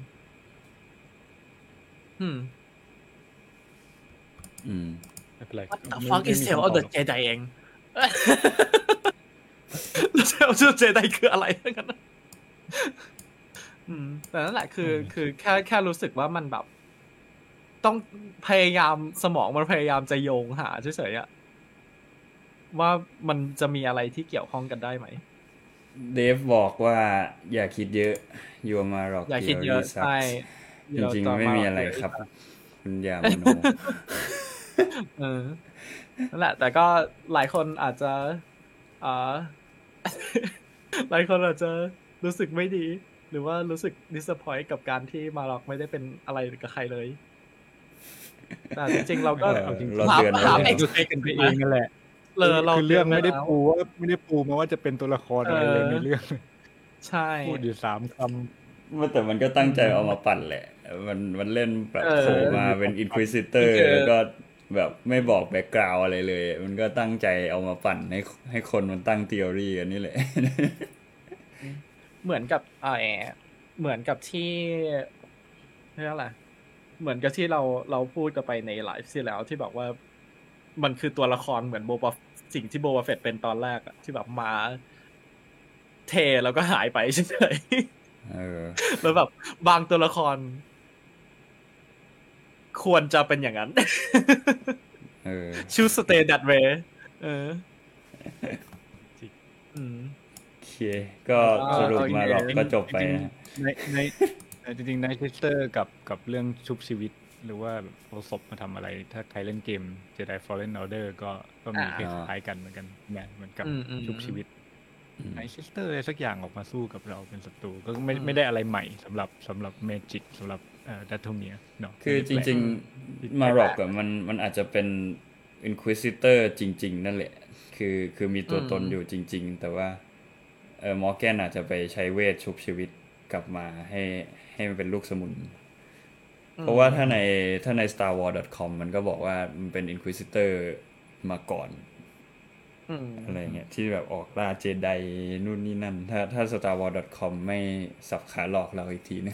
อืมอืมไม่เป็นไร What the fuck is Tales of the Jedi เองTales of the Jedi คืออะไรกันนะอืมแต่นั่นแหละคือคือแค่แค่รู้สึกว่ามันแบบต้องพยายามสมองมันพยายามจะโยงหาเฉยๆอะว่ามันจะมีอะไรที่เกี่ยวข้องกันได้ไหมเดฟบอกว่าอย่าคิดเยอะยูมาหรอกอย่าคิดเยอะใช่จริงๆไม่มีอะไรครับคุณยามโนเออนั่นแหละแต่ก็หลายคนอาจจะอ่าหลายคนอาจจะรู้สึกไม่ดีหรือว่ารู้สึก disappoint กับการที่มาร็อกไม่ได้เป็นอะไรกับใครเลยแต่จริงๆเราก็เราเตือนถาม expect กันไปเองนั่นแหละคือเรื่องไม่ได้ปูว่าไม่ได้ปูมาว่าจะเป็นตัวละครอะไรเลยในเรื่องใช่พูดอยู่สามคำแต่มันก็ตั้งใจเอามาปั่นแหละมันมันเล่นแบบโผล่มาเป็นอินควิซิเตอร์แล้วก็แบบไม่บอกแบ็คกราวด์อะไรเลยมันก็ตั้งใจเอามาปั่นให้ให้คนมันตั้งทีออรีกันนี่แหละเหมือนกับไอ้เหมือนกับที่เรียกอะไรเหมือนกับที่เราเราพูดกันไปในไลฟ์ที่แล้วที่บอกว่ามันคือตัวละครเหมือนโบบาสิ่งที่โบบาเฟตเป็นตอนแรกอะที่แบบมาเทแล้วก็หายไปเฉยๆเออแล้วแบบบางตัวละครควรจะเป็นอย่างนั้นเออ choose stay that way เอออืมโอเคก็สรุปมาหรอกก็จบไปนะในในจริงๆในทวิตเตอร์กับกับเรื่องชุบชีวิตหรือว่าเอาศพมาทำอะไรถ้าใครเล่นเกม Jedi Fallen Order ก็ก็มีคล้ายๆกันเหมือนกันเหมือนกับชุบชีวิตในทวิตเตอร์อะไรสักอย่างออกมาสู้กับเราเป็นศัตรูก็ไม่ไม่ได้อะไรใหม่สำหรับสำหรับเมจิกสำหรับเอ่อดัตโทเมียเนาะคือจริงๆมาร็อกอะมันมันอาจจะเป็น Inquisitor จริงๆนั่นแหละคือคือมีตัวตนอยู่จริงๆแต่ว่าเออมอร์แกนอาจจะไปใช้เวทชุบชีวิตกลับมาให้ให้มันเป็นลูกสมุนเพราะว่าถ้าในถ้าใน สตาร์วอร์ ดอท คอม มันก็บอกว่ามันเป็น Inquisitor มาก่อนอะไรเงี้ยที่แบบออกล่าเจไดนู่นนี่นั่นถ้าถ้า สตาร์วอร์ ดอท คอม ไม่สับขาหลอกเราอีกทีนึง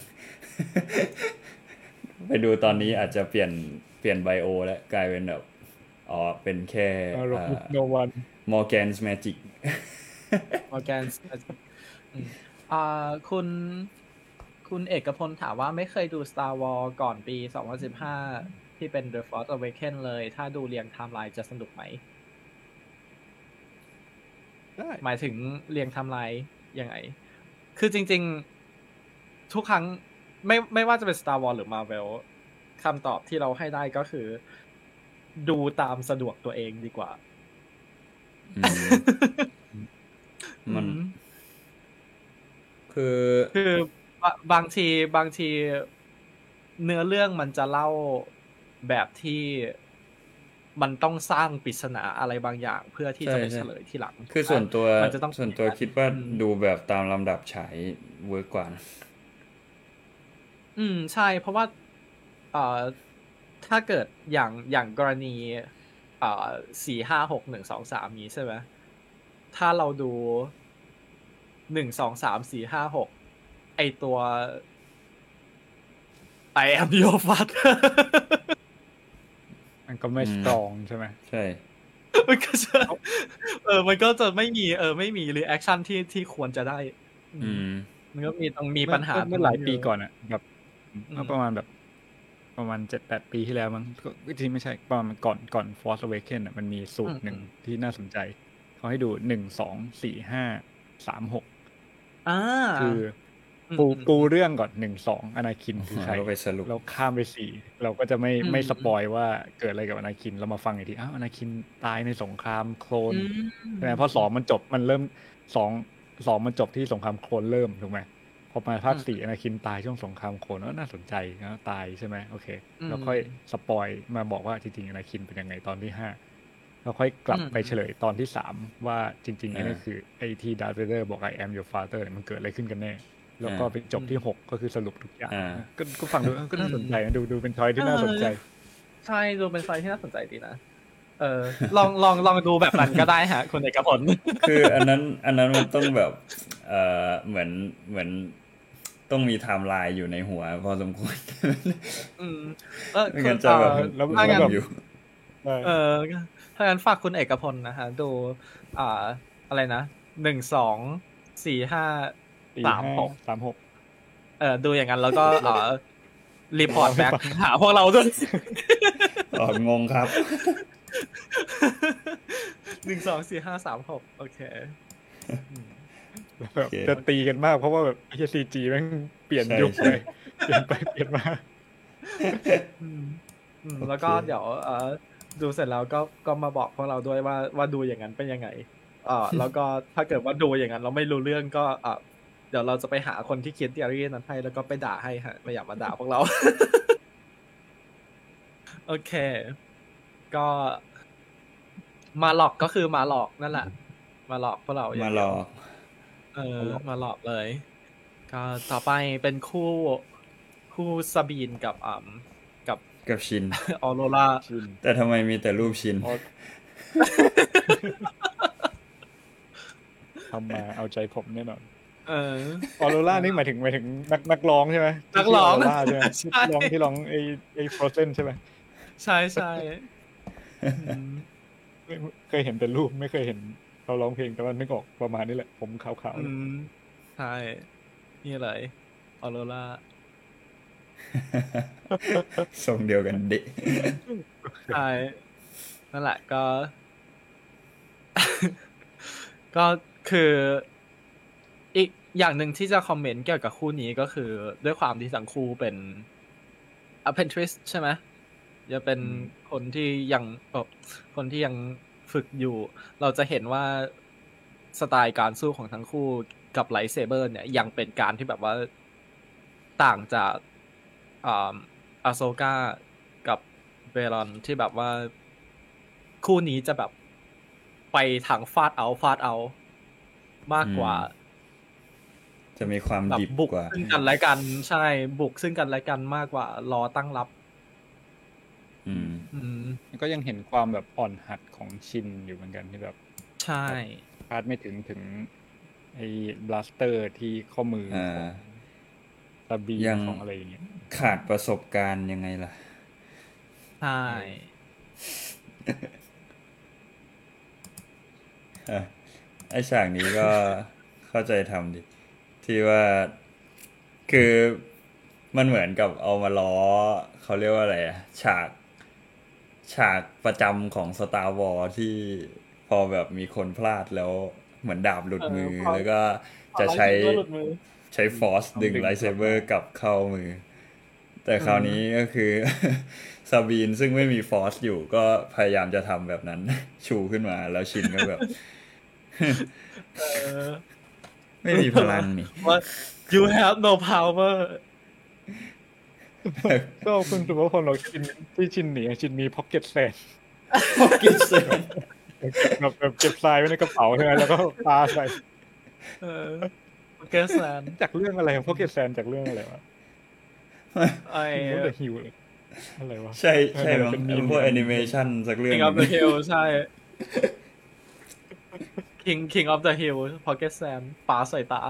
ไปดูตอนนี้อาจจะเปลี่ยนเปลี่ยนไบโอแล้วกลายเป็นแบบอ๋อเป็นแค่ no one Morgan's Magic Morgan's อ่าคุณคุณเอกพลถามว่าไม่เคยดู Star Wars ก่อนปีสองพันสิบห้าที่เป็น The Force Awakens เลยถ้าดูเรียงไทม์ไลน์จะสนุกไหมหมายถึงเรียงไทม์ไลน์ยังไงคือจริงๆทุกครั้งไม่ไม่ว่าจะเป็น Star Wars หรือ Marvel คำตอบที่เราให้ได้ก็คือดูตามสะดวกตัวเองดีกว่ามันคือคือบางทีบางทีเนื้อเรื่องมันจะเล่าแบบที่มันต้องสร้างปริศนาอะไรบางอย่างเพื่อที่จะไปเฉลยทีหลังคือส่วนตัวส่วนตัวคิดว่าดูแบบตามลำดับฉายเวิร์กกว่านะอืมใช่เพราะว่าเอ่อถ้าเกิดอย่างอย่างกรณีเอ่อสี่ห้าหกหนึ่งสองสามนี้ใช่ไหมถ้าเราดูหนึ่งสองสามสี่ห้าหกไอตัว I am your father มันก็ไม่สตรองใช่ไหมใช่มันก็จะเออมันก็จะไม่มีเออไม่มีรีแอคชั่นที่ที่ควรจะได้อืมมันก็มีต้องมีปัญหาเมื่อหลายปีก่อนอ่ะแบบประมาณแบบประมาณ เจ็ดแปด ปีที่แล้วมั้งก็จริงไม่ใช่ประมาณก่อนก่อน Force Awakens อ่ะมันมีสูตรหนึ่งที่น่าสนใจเขาให้ดูหนึ่ง สอง สี่ ห้า สาม หกอ่าคือปูปูเรื่องก่อนหนึ่งสองอนาคินคือใครแล้วไปสรุปเราข้ามไปสี่เราก็จะไม่อืมไม่สปอยว่าเกิดอะไรกับอนาคินเรามาฟังอีกทีอ้าวอนาคินตายในสงครามโคลนอืมใช่ไหมเพราะสองมันจบมันเริ่มสองสองมันจบที่สงครามโคลนเริ่มถูกไหมพอมาภาคสี่อนาคินตายช่วงสงครามโคลนก็น่าสนใจนะตายใช่ไหมโอเคแล้วค่อยสปอยมาบอกว่าจริงๆอนาคินเป็นยังไงตอนที่ห้าแล้วค่อยกลับไปเฉลยตอนที่สามว่าจริงๆไอ้นี่คือไอ้ที่ดาร์ธเวเดอร์บอก I am your father เนี่ยมันเกิดอะไรขึ้นกันแน่แล้วก็ไปจบที่หกก็คือสรุปทุกอย่างอ่าก็ก็ฟังดูก็น่าสนใจนะดูดูเป็นช้อยที่น่าสนใจใช่ดูเป็นไฟที่น่าสนใจดีนะเออลองลองลองดูแบบนั้นก็ได้ฮะคุณเอกพลคืออันนั้นอันนั้นมันต้องแบบเอ่อเหมือนเหมือนต้องมีไทม์ไลน์อยู่ในหัวพอสมควรอืมเออไม่คุงั้ณนจะแบบเอ่อแล้วถ้างั้นอยู่เออถ้างั้นฝากคุณเอกพลนะฮะดูอ่าอะไรนะหนึ่งสองสี่ห้าสี่สามห้าหกสามหกเออดูอย่างนั้นแล้วก็เออรีพอร์ตแบ็กหาพวกเราด้วยอ๋องงครับหนึ่งสองสี่ห้าสามหกโอเคแบบจะตีกันมากเพราะว่าแบบไอ้ซีจีแม่งเปลี่ยนยุคเลยเปลี่ยนไปเปลี่ยนมาอืมอืมแล้วก็เดี๋ยวเออดูเสร็จแล้วก็ก็มาบอกพวกเราด้วยว่าว่าดูอย่างนั้นเป็นยังไงเออแล้วก็ถ้าเกิดว่าดูอย่างนั้นเราไม่รู้เรื่องก็เออเดี๋ยวเราจะไปหาคนที่เขียนทีอารี่นั้นให้แล้วก็ไปด่าให้ฮะไม่อยากมาด่าพวกเรา โอเค ก็มาหลอกก็คือมาหลอกนั่นแหละ มาหลอกพวกเราย่งมาเดีรยวอเออมาหลอกเลย ก็ต่อไปเป็นคู่คู่ซาบีนกับอ่ากับกับชินออโรราชินแต่ทำไมมีแต่รูปชินทำมาเอาใจผมแน่นอนเออออโรรานี่หมายถึงหมายถึงนักนักร้องใช่ไหมนักร้องที่ชื่ Aurora ใช่ไหมใช่ที่ร้องที่ร้องไอ้ไอ้ฟรอเซนใช่ไหมใช่ใช่อืมไม่เคยเห็นแต่รูปไม่เคยเห็นเขาร้องเพลงแต่ว่านึกออกประมาณนี้แหละผมขาวๆอืเนี่ยมใช่นี่เลยออโรราทรงเดียวกันดิใช่นั่นแหละก็ ก็คืออีกอย่างหนึ่งที่จะคอมเมนต์เกี่ยวกับคู่นี้ก็คือด้วยความที่ทั้งคู่เป็น apprentice ใช่ไหมจะเป็นคนที่ยังแบบคนที่ยังฝึกอยู่ เราจะเห็นว่าสไตล์การสู้ของทั้งคู่กับไลท์เซเบอร์เนี่ยยังเป็นการที่แบบว่าต่างจากอ่าอาโซกากับเบรอนที่แบบว่าคู่นี้จะแบบไปทางฟาดเอาฟาดเอามากกว่าจะมีความแบบดิบบุกกว่าซึ่งกันและกันใช่บุกซึ่งกันและกันมากกว่ารอตั้งรับอืมอืมก็ยังเห็นความแบบอ่อนหัดของชินอยู่เหมือนกันที่แบบใช่คาดไม่ถึงถึงไอ้บลัสเตอร์ที่ข้อมืออ่าของตาบียังของอะไรอย่างเงี้ยขาดประสบการณ์ยังไงล่ะใช่อ่ะไอฉากนี้ก็ เข้าใจทำดิ ที่ว่าคือมันเหมือนกับเอามาล้อเขาเรียกว่าอะไรอะฉาก ฉากประจำของ Star Wars ที่พอแบบมีคนพลาดแล้วเหมือนดาบหลุดมือเออพอแล้วก็จะใช้พอไลท์เซเบอร์หลุดมือใช้ฟอร์สดึงไลท์เซเบอร์กลับเข้ามือ แต่คราวนี้ก็คือ ซาบีนซึ่งไม่มีฟอร์สอยู่ก็พยายามจะทำแบบนั้น ชูขึ้นมาแล้วชินก็แบบเออไม่มีพลังนี่ว่า you have no power ก็คุณสุภพลบอกชินที่ชินหนีชินมีพ็อกเก็ตแซนพอกินเสร็จแบบแบบเก็บทรายไว้ในกระเป๋าใช่ไหมแล้วก็ปาใส่เออเกสแลนจากเรื่องอะไรพ็อกเก็ตแซนจากเรื่องอะไรวะไอ้รู้แต่ฮิวเลยอะไรวะใช่ใช่เออมั้งเป็นมีมพวกแอนิเมชันสักเรื่อง King of the Hill ใช่ King King of the Hill Pocket Sam ปาใส่ตา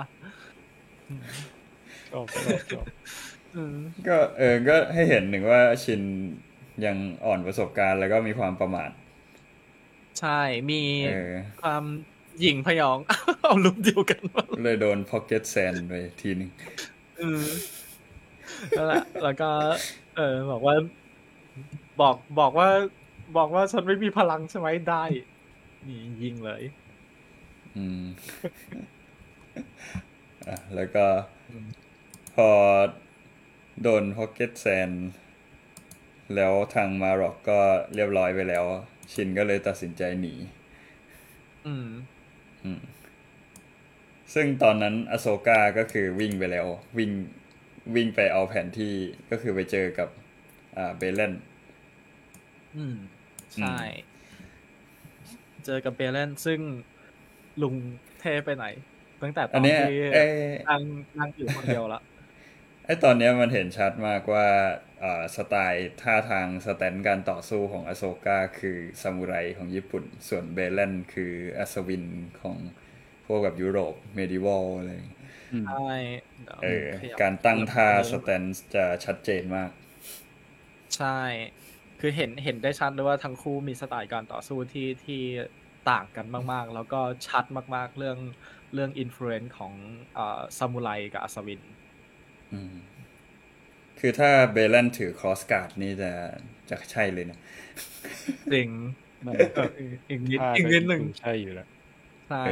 ชอบชอบชอบอืมก็เออก็ให้เห็นหนึ่งว่าชินยังอ่อนประสบการณ์แล้วก็มีความประมาทใช่ มีเออความหยิ่งพยอง เอารูปเดียวกันมาเลยโดนพ็อกเก็ตแซนไปทีนึงอืมนั่นแหละ แล้วก็ เออ บอกว่า บอกบอกว่า บอกว่าฉันไม่มีพลังใช่ไหมได้ นี่ยิงเลยอืมอ่ะแล้วก็พอโดนฮอกเก็ตแซนแล้วทางมาร็อกก็เรียบร้อยไปแล้วชินก็เลยตัดสินใจหนีอืมอืมซึ่งตอนนั้นอโซกาก็คือวิ่งไปแล้ววิ่งวิ่งไปเอาแผนที่ก็คือไปเจอกับอ่าเบเลนอืมใช่ เจอกับเบเลนซึ่งลุงเทไปไหน ตั้งแต่ตอนที่นั่งนั่งอยู่คนเดียวละไอ้ตอนนี้มันเห็นชัดมากว่าอ่าสไตล์ท่าทางสแตนการต่อสู้ของอโซกาคือซามูไรของญี่ปุ่นส่วนเบเลนคืออัศวินของพวกแบบยุโรปเมดิวอลอะไรใช่เออการตั้งท่าสแตนจะชัดเจนมากใช่คือเห็นเห็นได้ชัดเลยว่าทั้งคู่มีสไตล์การต่อสู้ที่ที่ต่างกันมากๆแล้วก็ชัดมากๆเรื่องเรื่องอิทธิพลของเอ่อซามูไรกับอัศวินอืมคือถ้าเบเลนถือครอสการ์ดนี่จะจะใช่เลยนะจริงอีกนิดอีกนิดหนึ่งใช่อยู่แล้วใช่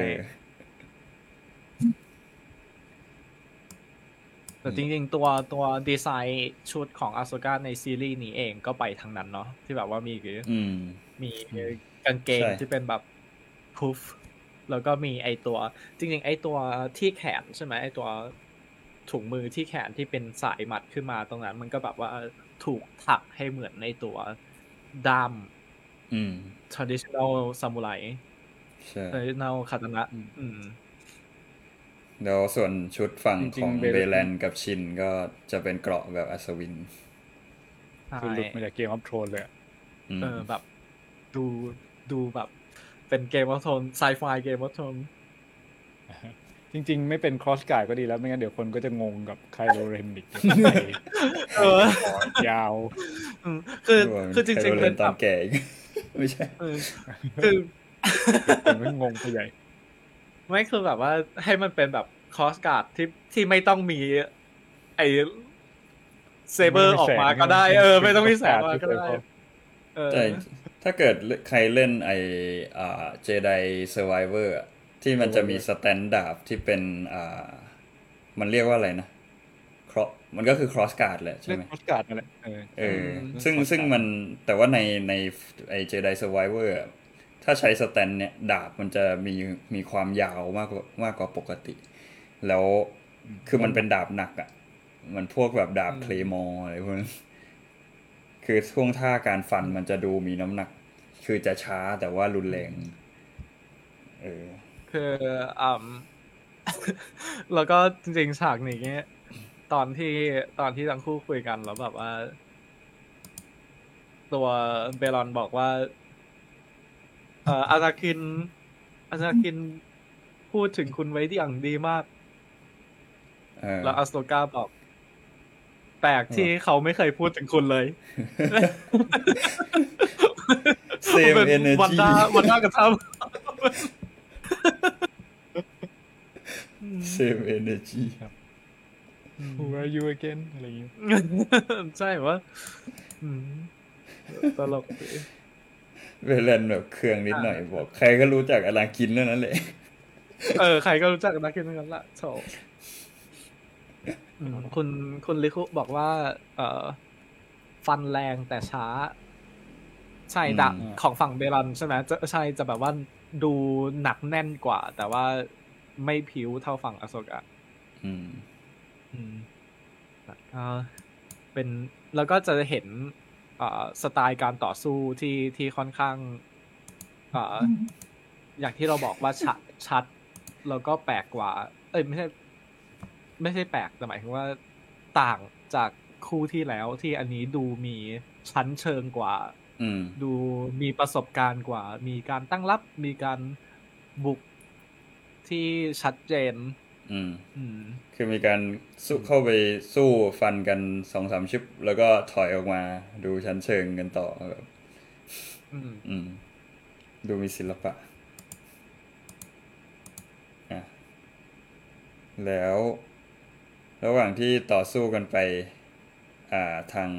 แต่จริงๆตัวตัวดีไซน์ชุดของอาโซกาในซีรีส์นี้เองก็ไปทางนั้นเนาะที่แบบว่ามีคือมีกางเกงที่เป็นแบบพุฟแล้วก็มีไอตัวจริงๆไอตัวที่แขนใช่ไหมไอตัวถุงมือที่แขนที่เป็นสายมัดขึ้นมาตรงนั้นมันก็แบบว่าถูกถักให้เหมือนในตัวด้าม traditional samurai ใช่ traditional katana อืมแล้วส่วนชุดฝั่งของเบเลนกับชินก็จะเป็นเกราะแบบอัศวินคือหลุดมาจากเกมออฟโทรนเลยเออแบบดูดูแบบเป็นเกมออฟโทรนไซไฟเกมออฟโทรนจริงๆไม่เป็นครอสการ์ดก็ดีแล้วไม่งั้นเดี๋ยวคนก็จะงงกับไคโรเรนอีกเออยาวคือคือจริงๆเป็นตอนแก่ไม่ใช่คือไม่งงไปใหญ่ไม่คือแบบว่าให้มันเป็นแบบคอสการ์ดที่ที่ไม่ต้องมีไอเซเบอร์ออกมาก็ได้เออไม่ต้องมีแสงมาก็ได้แต่ถ้าเกิดใครเล่นไออ่า Jedi Survivor ที่มันจะมีสแตนดาร์ดที่เป็นอ่ามันเรียกว่าอะไรนะครอมันก็คือ cross guard แหละใช่ไหม cross guard นั่นแหละเออเออซึ่งซึ่งมันแต่ว่าในในไอ Jedi Survivor ถ้าใช้สแตนเนี่ยดาบมันจะมีมีความยาวมากกว่ามากกว่าปกติแล้วคือมันเป็นดาบหนักอ่ะมันพวกแบบดาบเคลมอร์อะไรพวกนั้นคือท่วงท่าการฟันมันจะดูมีน้ำหนักคือจะช้าแต่ว่ารุนแรงเออคืออ่าแล้วก็จริงๆฉากนี้ตอนที่ตอนที่ทั้งคู่คุยกันแล้วแบบว่าตัวเบลอนบอกว่าเอ่ออาซาคินอาซาคินพูดถึงคุณไว้อย่างดีมากแล้วอัสโตกาบอกแปลกที่เขาไม่เคยพูดถึงคุณเลย same energy วันด้าวันด้ากับทำ same energy Who are you again อะไรอย่างเงี้ยใช่ว่าตลกดิเวลาแบบเครื่องนิดหน่อยบอกใครก็รู้จักอนาคินเท่านั้นแหละเออใครก็รู้จักอนาคินเท่านั้นแหละโถคุณคุณลิคุบอกว่าเอ่อฟันแรงแต่ช้าใช่ดะของฝั่งเบลอนใช่ไหมจะใช่จะแบบว่าดูหนักแน่นกว่าแต่ว่าไม่ผิวเท่าฝั่งอโศกะอืมอืมแล้วก็เป็นแล้วก็จะเห็นอ่าสไตล์การต่อสู้ที่ที่ค่อนข้างอ่าอย่างที่เราบอกว่าชัดชัดแล้วก็แปลกกว่าเอ้ยไม่ใช่ไม่ใช่แปลกแต่หมายถึงว่าต่างจากคู่ที่แล้วที่อันนี้ดูมีชั้นเชิงกว่าดูมีประสบการณ์กว่ามีการตั้งรับมีการบุกที่ชัดเจนอืมอืมคือมีการสู้เข้าไปสู้ฟันกัน สองสาม ชิปแล้วก็ถอยออกมาดูชั้นเชิงกันต่อแบบอืมอืมดูมีศิลปะอ่ะแล้วระหว่างที่ต่อสู้กันไปอ่าทาง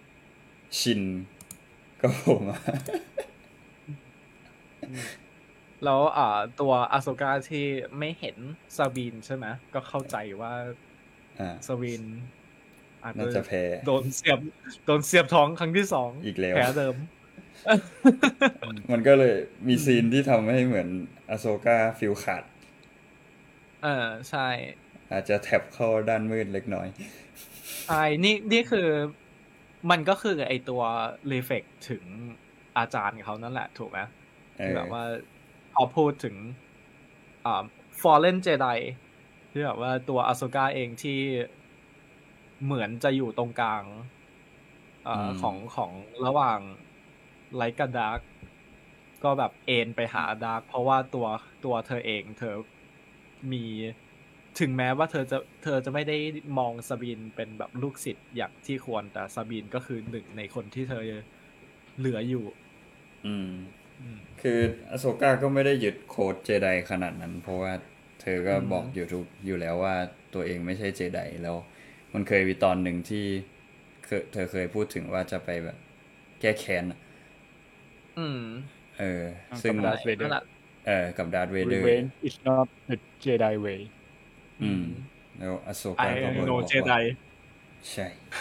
ชินก็โผล่มาแล้วอ่าตัวอาโซกาที่ไม่เห็นซาบีนใช่ไหมก็เข้าใจว่าอ่าซาบีนอาจน่าจะจะแพ้โดนเสียบโดนเสียบท้องครั้งที่สองอีกแล้วแผลเดิมมันก็เลยมีซีนที่ทำให้เหมือนอาโซกาฟิลขาดเออใช่อาจจะแท็บเข้าด้านมืดเล็กน้อยใช่นี่นี่คือมันก็คือไอตัวรีเฟกถึงอาจารย์เขานั่นแหละถูกไหมเอที่อแบบว่าพอพูดถึงอ่า Fallen Jedi ที่แบบว่าตัวอาโซกาเองที่เหมือนจะอยู่ตรงกลางอ่าอืมของของระหว่างไลท์กับดาร์กก็แบบเอนไปหาดาร์กเพราะว่าตัวตัวเธอเองเธอมีถึงแม้ว่าเธอจะเธอจะไม่ได้มองซาบีนเป็นแบบลูกศิษย์อย่างที่ควรแต่ซาบีนก็คือหนึ่งในคนที่เธอเหลืออยู่อืมอืมคืออาโซกาก็ไม่ได้ยึดโค้ดเจไดขนาดนั้น เพราะว่าเธอก็อืมบอกอยู่ทุกอยู่แล้วว่าตัวเองไม่ใช่เจไดแล้ว มันเคยมีตอนหนึ่งที่เคยเธอเคยพูดถึงว่าจะไปแบบแก้แค้นอะอืมเออ ซึ่งกับ Darth Vader นั่นแหละเออกับดาร์ธเวเดอร์ Revenge is not the Jedi way อืม แล้วอาโซ I กาก็ am บอก no ว่า Jedi ใช่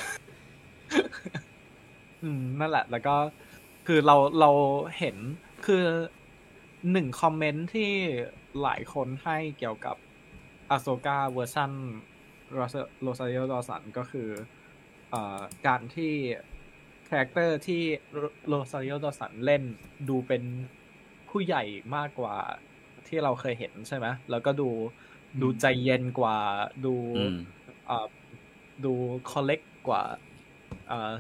อืมนั่นแหละ แล้วก็คือเราเราเห็นคือหนึ่งคอมเมนต์ที่หลายคนให้เกี่ยวกับอาโซกาเวอร์ชันโรซาริโอดอสันก็คืออ่าการที่คาแรคเตอร์ที่โรซาริโอดอสันเล่นดูเป็นผู้ใหญ่มากกว่าที่เราเคยเห็นใช่ไหมแล้วก็ดูดูใจเย็นกว่าดูอืมอ่าดูคอลเลกกว่าอ่า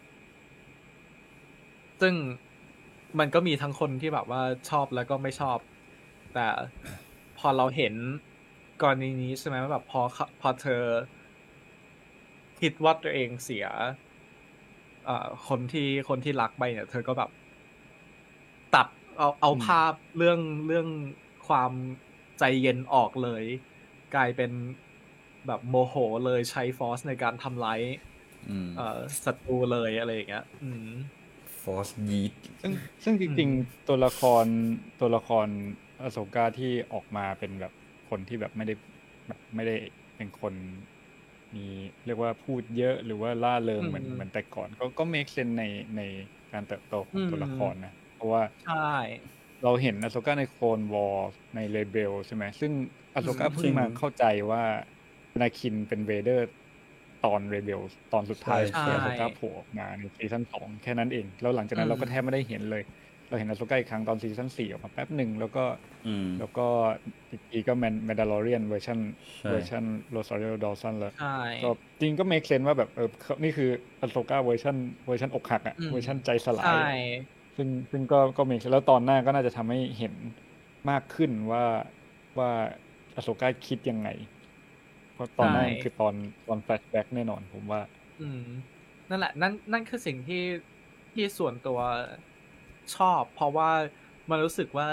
ซึ่งมันก็มีทั้งคนที่แบบว่าชอบแล้วก็ไม่ชอบ แต่พอเราเห็นกรณีนี้ใช่ไหมว่าแบบพอพอเธอคิดว่าตัวเองเสียอ่าคนที่คนที่รักไปเนี่ย เธอก็แบบ ตัดเอาเอาอืมภาพเรื่องเรื่องความใจเย็นออกเลย กลายเป็นแบบโมโหเลยใช้ฟอร์สในการทำร้ายอืมเอ่อศัตรูเลยอะไรอย่างเงี้ย อืมฟอสยีดซึ่งซึ่งจอืริงมๆ ตัวละครตัวละครอโศกาที่ออกมาเป็นแบบคนที่แบบไม่ได้แบบไม่ได้เป็นคนมีเรียกว่าพูดเยอะหรือว่าล่าเริงเหมือนอืมเหมือนแต่ก่อน ก็ก็ make sense ในในการเติบโตของตัวอืมละครนะ เพราะว่าใช่เราเห็นอโศกาในโคลนวอร์ในเรเบลใช่ไหมซึ่งอโศกาอืมเพิ่งมาเข้าใจว่าอนาคินเป็นเวเดอร์ตอนเรเบลตอนสุดท้ายใช่ที่อโศกาโผล่ออกมาในซีซั่นสองแค่นั้นเอง แล้วหลังจากนั้นเราก็แทบไม่ได้เห็นเลย เราเห็นอโศกาอีกครั้งตอนซีซั่นสี่ออกมาแป๊บหนึ่งแล้วก็อืมแล้วก็อีกทีก็แมนแมนดาลอเรียนเวอร์ชันใช่เวอร์ชันโรซาริโอดอสันแล้วใช่ก็จริงก็ make sense ว่าแบบเออเขานี่คืออโศกาเวอร์ชันเวอร์ชันอกหักอะอืมเวอร์ชันใจสลายใช่ซึ่งซึ่งก็ก็มีแล้วตอนหน้าก็น่าจะทำให้เห็นมากขึ้นว่าว่าอโศกาคิดยังไง เพราะตอนหน้าใช่คือตอนตอนแฟลชแบ็กแน่นอนผมว่าอืม นั่นแหละ นั่นนั่นคือสิ่งที่ที่ส่วนตัวชอบ เพราะว่ามันรู้สึกว่า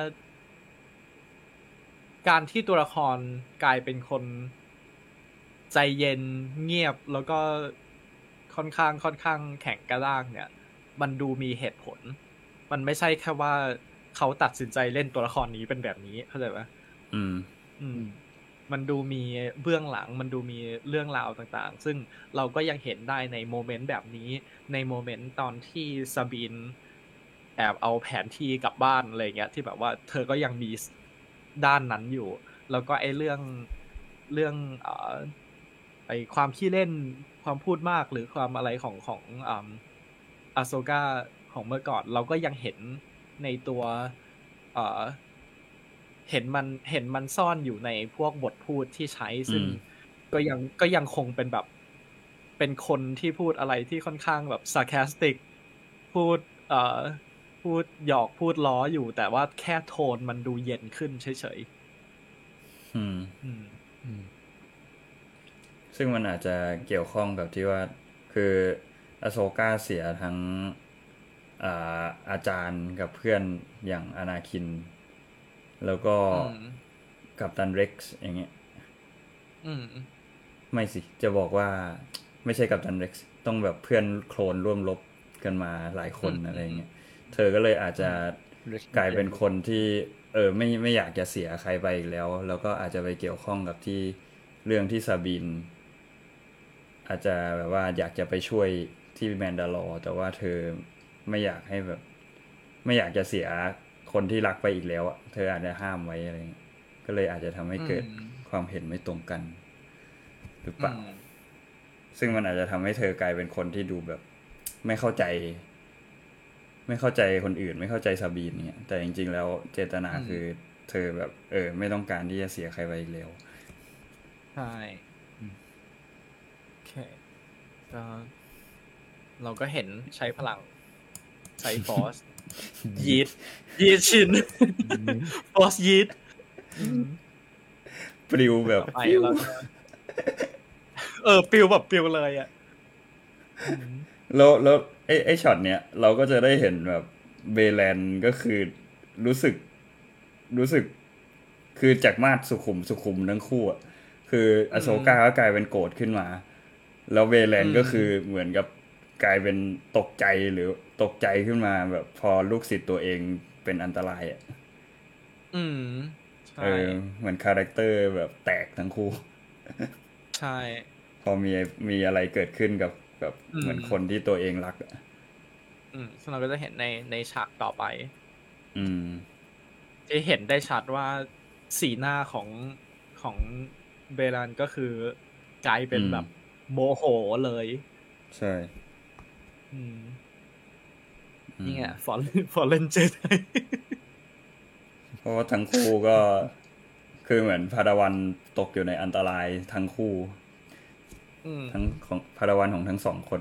การที่ตัวละครกลายเป็นคนใจเย็นเงียบแล้วก็ค่อนข้างค่อนข้างแข็งกระด้างเนี่ย มันดูมีเหตุผล มันไม่ใช่แค่ว่าเขาตัดสินใจเล่นตัวละครนี้เป็นแบบนี้เข้าใจไหมอืมอืม มันดูมีเบื้องหลัง มันดูมีเรื่องราวต่างๆ ซึ่งเราก็ยังเห็นได้ในโมเมนต์แบบนี้ ในโมเมนต์ตอนที่ซาบีนแอบเอาแผนที่กลับบ้านอะไรเงี้ยที่แบบว่าเธอก็ยังมีด้านนั้นอยู่ แล้วก็ไอ้เรื่องเรื่องเอ่อไอ้ความขี้เล่นความพูดมากหรือความอะไรของของอ่าอาโซกาของเมื่อก่อน เราก็ยังเห็นในตัวเอ่อเห็นมันเห็นมันซ่อนอยู่ในพวกบทพูดที่ใช้ ซึ่งอืมก็ยังก็ยังคงเป็นแบบเป็นคนที่พูดอะไรที่ค่อนข้างแบบ sarcastic พูดเอ่อพูดหยอกพูดล้ออยู่ แต่ว่าแค่โทนมันดูเย็นขึ้นเฉยอืมๆอืมอืมซึ่งมันอาจจะเกี่ยวข้องกับที่ว่า คืออโศกาเสียทั้งอ่าอาจารย์กับเพื่อนอย่างอนาคิน แล้วก็อืมกัปตันเร็กซ์อย่างเงี้ยอืมไม่สิ จะบอกว่า ไม่ใช่กัปตันเร็กซ์ต้องแบบเพื่อนโคลนร่วมรบกันมาหลายคนอืมอะไรเงี้ย เธอก็เลยอาจจะกลายเป็นคนที่เออไม่ไม่อยากจะเสียใครไปอีกแล้วแล้วก็อาจจะไปเกี่ยวข้องกับที่เรื่องที่ซาบีนอาจจะแบบว่าอยากจะไปช่วยที่แมนดาลอร์แต่ว่าเธอไม่อยากให้แบบไม่อยากจะเสียคนที่รักไปอีกแล้วอ่ะเธออาจจะห้ามไว้อะไรก็เลยอาจจะทำให้เกิดความเห็นไม่ตรงกันหรือเปล่าซึ่งมันอาจจะทำให้เธอกลายเป็นคนที่ดูแบบไม่เข้าใจไม่เข้าใจคนอื่นไม่เข้าใจซาบีนเนี่ยแต่จริงๆแล้วเจตนาคือเธอแบบเออไม่ต้องการที่จะเสียใครไปอีกแล้วใช่โอเคก็เราก็เห็นใช้พลังใช้ฟอสยีดยีดชินฟอสยีดปลิวแบบไปแล้วเออปลิวแบบปลิวเลยอ่ะแล้วแล้วไอ้ไอ้ช็อตเนี้ยเราก็จะได้เห็นแบบเบแลนก็คือรู้สึกรู้สึกคือจากมาดสุขุมสุขุมทั้งคู่อ่ะคืออโศกาก็กลายเป็นโกรธขึ้นมาแล้วเบแลนก็คือเหมือนกับกลายเป็นตกใจหรือตกใจขึ้นมาแบบพอลูกศิษย์ตัวเองเป็นอันตรายอ่ะอืมใช่เออเหมือนคาแรคเตอร์แบบแตกทั้งคู่ใช่พอมีมีอะไรเกิดขึ้นกับแบบเหมือนคนที่ตัวเองรักอ่ะอืมซึ่งเราก็จะเห็นในในฉากต่อไปอืมจะเห็นได้ชัดว่าสีหน้าของของเบลันก็คือกลายเป็นแบบโมโหเลยใช่อืมนี่ไงฟอลฟอลเลนเจไดเพราะว่าทั้งคู่ก็คือเหมือนพาดาวันตกอยู่ในอันตรายทั้งคู่ทั้งของพาดาวันของทั้งสองคน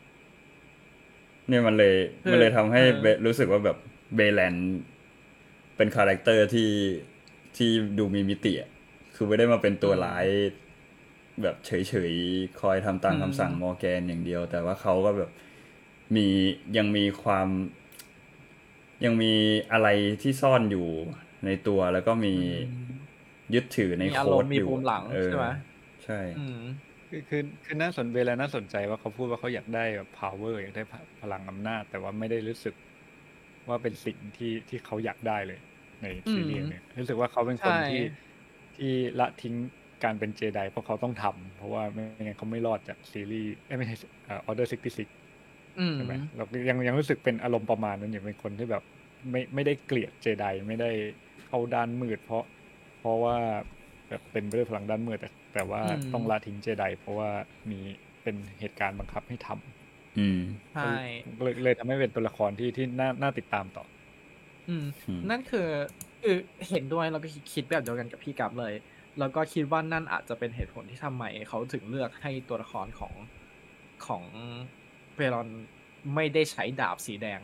นี่มันเลยมันเลยทำให้รู้สึกว่าแบบเบแลนเป็นคาแรคเตอร์ที่ที่ดูมีมิติอ่ะคือไม่ได้มาเป็นตัวร้ายแบบเฉยๆคอยทำตามคำสั่งมอร์แกนอย่างเดียวแต่ว่าเขาก็แบบมียังมีความยังมีอะไรที่ซ่อนอยู่ในตัวแล้วก็มียึดถือในโค้ดอยู่ใช่ไหมใช่คือคือคือน่าสนเวลาน่าสนใจว่าเขาพูดว่าเขาอยากได้แบบ power อยากได้พลังอำนาจแต่ว่าไม่ได้รู้สึกว่าเป็นสิ่งที่ที่เขาอยากได้เลยในซีรีส์เนี่ยรู้สึกว่าเขาเป็นคนที่ที่ละทิ้งการเป็นเจไดเพราะเขาต้องทำเพราะว่าไม่งั้นเขาไม่รอดจากซีรีส์ไม่ใช่ออเดอร์ซิกตี้ซิกใช่ไหมเรายังยังรู้สึกเป็นอารมณ์ประมาณนั้นอยู่เป็นคนที่แบบไม่ไม่ได้เกลียดเจไดไม่ได้เข้าด้านมืดเพราะเพราะว่าแบบเป็นไปด้วยพลังด้านมืดแต่แต่ว่าต้องละทิ้งเจไดเพราะว่ามีเป็นเหตุการณ์บังคับให้ทำอืมใช่เลยเลยทำให้เป็นตัวละครที่ที่น่าน่าติดตามต่ออืมนั่นคือเออเห็นด้วยแล้วก็คิดแบบเดียวกันกับพี่กับเลยแล้วก็คิดว่านั่นอาจจะเป็นเหตุผลที่ทำไมเขาถึงเลือกให้ตัวละครของของเวลอนไม่ได้ใช้ดาบสีแดง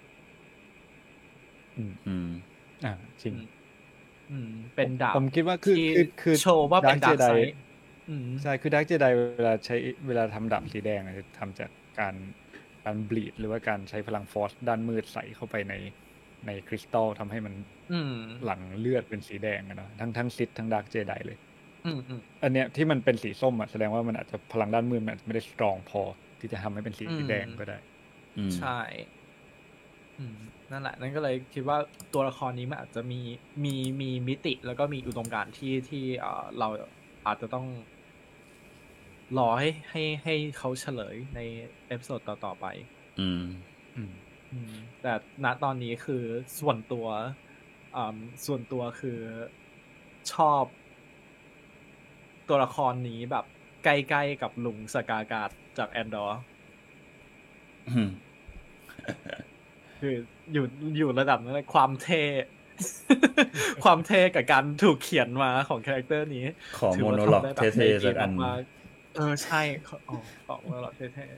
อืมอืมอ่าจริงอืมเป็นดาบผมคิดว่าคือคือคือโชว์ว่าเป็นดาบไซด์ใช่คือดาร์กเจไดเวลาใช้เวลาทำดาบสีแดงจะทำจากการการบลีดหรือว่าการใช้พลังฟอร์สด้านมืดใส่เข้าไปในในคริสตัลทำให้มันหลั่งเลือดเป็นสีแดงนะทั้งทั้งซิธทั้งดาร์กเจไดเลยอันเนี้ยที่มันเป็นสีส้มอ่ะแสดงว่ามันอาจจะพลังด้านมืดมันไม่ได้สตรองพอที่จะทำให้เป็นสีแดงก็ได้ใช่นั่นแหละนั่นก็เลยคิดว่าตัวละครนี้มันอาจจะมีมีมีมิติแล้วก็มีอุดมการณ์ที่ที่เราอาจจะต้องรอให้ให้ให้เขาเฉลยในเอพิโซดต่อๆไปอืมอืมอืมแต่ณตอนนี้คือส่วนตัวอ่าส่วนตัวคือชอบตัวละครนี้แบบใกล้ๆกับลุงสกากาดจากแอนดอร์คืออยู่อยู่ระดับนั้นความเท่ความเท่กับการถูกเขียนมาของคาแรคเตอร์นี้ขอโมโนโลกเท่ๆสักอันเออใช่อ๋อขอโมโนโลกเท่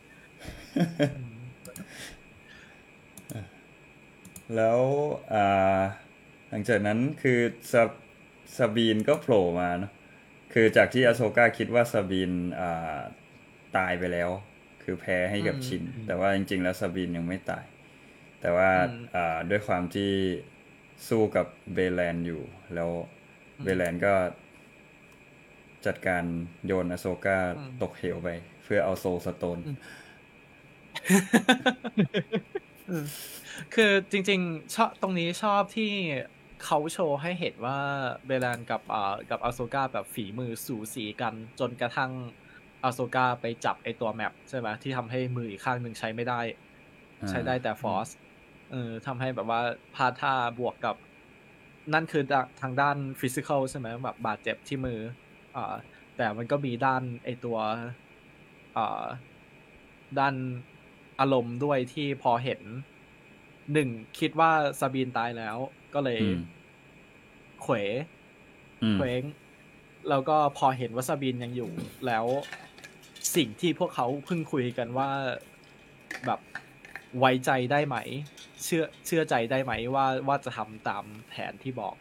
ๆแล้วอ่าหลังจากนั้นคือซาซาบีนก็โผล่มาเนาะคือจากที่อโซกาคิดว่าซาบีนอ่าตายไปแล้วคือแพ้ให้กับชินแต่ว่าจริงๆแล้วซาบีนยังไม่ตายแต่ว่าด้วยความที่สู้กับเบแลนอยู่แล้วเบแลนก็จัดการโยนอโซกาตกเหวไปเพื่อเอาโซลสโตนคือจริงๆชอบตรงนี้ชอบที่เขาโชว์ให้เห็นว่าเบแลนกับอ่ากับอาโซกาแบบฝีมือสูสีกันจนกระทั่งอาโซกาไปจับไอตัวแมปใช่ไหมที่ทำให้มืออีกข้างหนึ่งใช้ไม่ได้ ใช้ได้แต่ฟอร์สเออทำให้แบบว่าพลาดท่าบวกกับ นั่นคือทางด้านฟิสิกอลใช่ไหมแบบบาดเจ็บที่มืออ่าแต่มันก็มีด้านไอตัวอ่าด้านอารมณ์ด้วยที่พอเห็นหนึ่งคิดว่าซาบีนตายแล้วก็เลยเขวเคว้งแล้วก็พอเห็นว่าซาบีนยังอยู่แล้วสิ่งที่พวกเขาเพิ่งคุยกันว่าแบบไว้ใจได้ไหมเชื่อเชื่อใจได้ไหมว่าว่าจะทำตามแผนที่บอก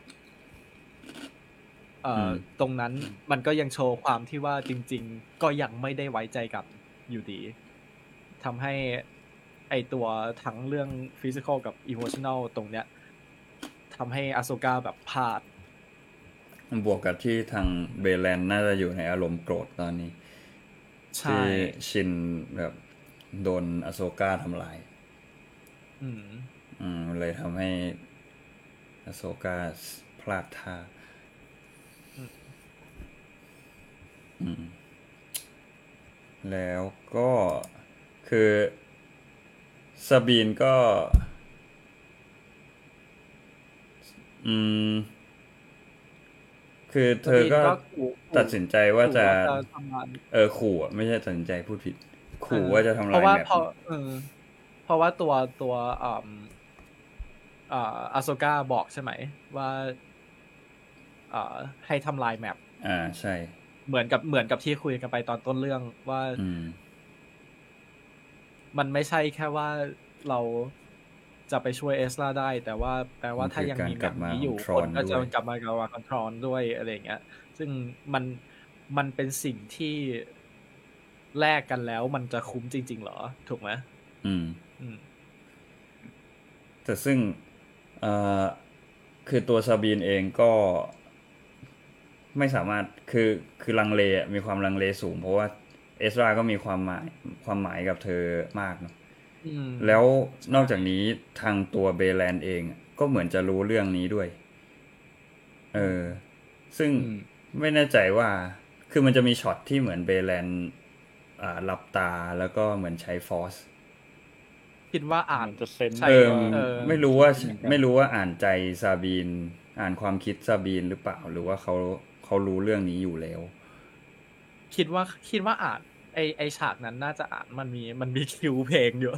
เอ่อตรงนั้นมันก็ยังโชว์ความที่ว่าจริงๆก็ยังไม่ได้ไว้ใจกันอยู่ดีทำให้ไอตัวทั้งเรื่องฟิสิกอลกับอิโมชัน a ลตรงเนี้ยทำให้อาโซกาแบบพลาดบวกกับที่ทางเบแลนน่าจะอยู่ในอารมณ์โกรธตอนนี้ที่ชินแบบโดนอาโซกาทำลายอืมอืมเลยทำให้อาโซกาพลาดท่าอืมแล้วก็คือซาบีนก็อืมคือเธอก็ตัดสินใจว่าจะเออขู่อ่ะไม่ใช่ตัดสินใจพูดผิดขู่ว่าจะทำลายแมปเพราะว่าพอเออเพราะว่าตัวตัวอ่าอ่าอาโซกาบอกใช่ไหมว่าอ่าให้ทำลายแมปอ่าใช่เหมือนกับเหมือนกับที่คุยกันไปตอนต้นเรื่องว่ามันไม่ใช่แค่ว่าเราจะไปช่วยเอสลาได้แต่ว่าแปลว่าถ้ายังมีแมปนี้อยู่คนก็จะกลับมากับว่าคอนโทรลด้วยอะไรอย่างเงี้ยซึ่งมันมันเป็นสิ่งที่แลกกันแล้วมันจะคุ้มจริงๆเหรอถูกไหมอืมอืมแต่ซึ่งเอ่อคือตัวซาบีนเองก็ไม่สามารถคือคือลังเลมีความลังเลสูงเพราะว่าเอสราก็มีความหมายความหมายกับเธอมากเนาะแล้วนอกจากนี้ทางตัวเบแลนเองก็เหมือนจะรู้เรื่องนี้ด้วยเออซึ่งไม่แน่ใจว่าคือมันจะมีช็อตที่เหมือนเบแลนอ่าหลับตาแล้วก็เหมือนใช้ฟอร์สคิดว่าอ่านจะเซนเออไม่รู้ว่าไม่รู้ว่าอ่านใจซาบีนอ่านความคิดซาบีนหรือเปล่าหรือว่าเขาเขารู้เรื่องนี้อยู่แล้วคิดว่าคิดว่าอ่านไอไอฉากนั้นน่าจะอ่านมันมีมันมีคิวเพลงอยู่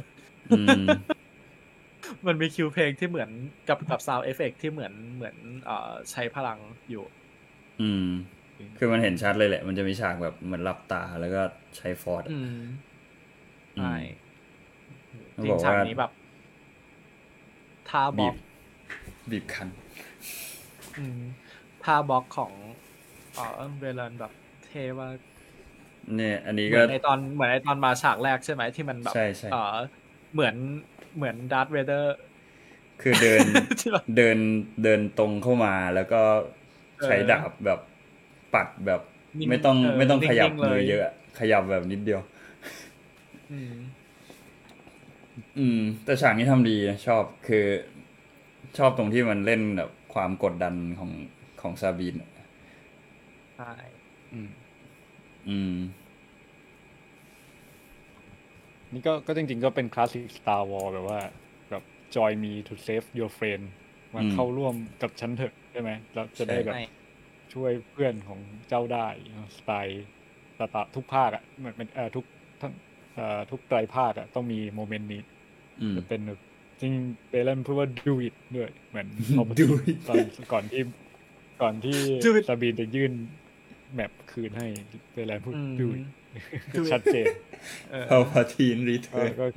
มันมีคิวเพลงที่เหมือนกับกับซาวด์เอฟเฟกต์ที่เหมือนเหมือนเอ่อใช้พลังอยู่อืมคือมันเห็นชัดเลยแหละมันจะมีฉากแบบเหมือนหลับตาแล้วก็ใช้ฟอร์ดอืมใช่จริงฉากนี้แบบท่าบล็อกบีบคันอืมท่าบล็อกของเอ่อเวลันแบบเท่ว่าเนี่ยอันนี้ก็เหมือนในตอนเหมือนในตอนมาฉากแรกใช่ไหมที่มันแบบเอ่อเหมือนเหมือนดาร์ธเวเดอร์คือเดินเดินเดินตรงเข้ามาแล้วก็ใช้ดาบแบบปัดแบบไม่ต้องไม่ต้องขยับมือเยอะขยับแบบนิดเดียวอืมอืมแต่ฉากนี้ทำดีชอบคือชอบตรงที่มันเล่นแบบความกดดันของของซาบีนใช่อืมอืมนี่ก็ก็จริงๆก็เป็นคลาสสิก Star Wars แบบว่าแบบ join me to save your friend มาเข้าร่วมกับฉันเถอะใช่ไหมเราจะได้แบบช่วยเพื่อนของเจ้าได้สไตล์สตาร์ทุกภาคอ่ะเหมือนเอ่อทุกทั้งเอ่อทุกไตรภาคอ่ะต้องมีโมเมนต์นี้จะเป็นจริงเบลเลนพูดว่า do it ด้วยเหมือนเอาไปตอนก่อนที่ก่อนที่ซาบีนจะยื่นแมปคืนให้เบลเลนพูด do it ชัดเจนพอพาทีนรีเทิร์นก็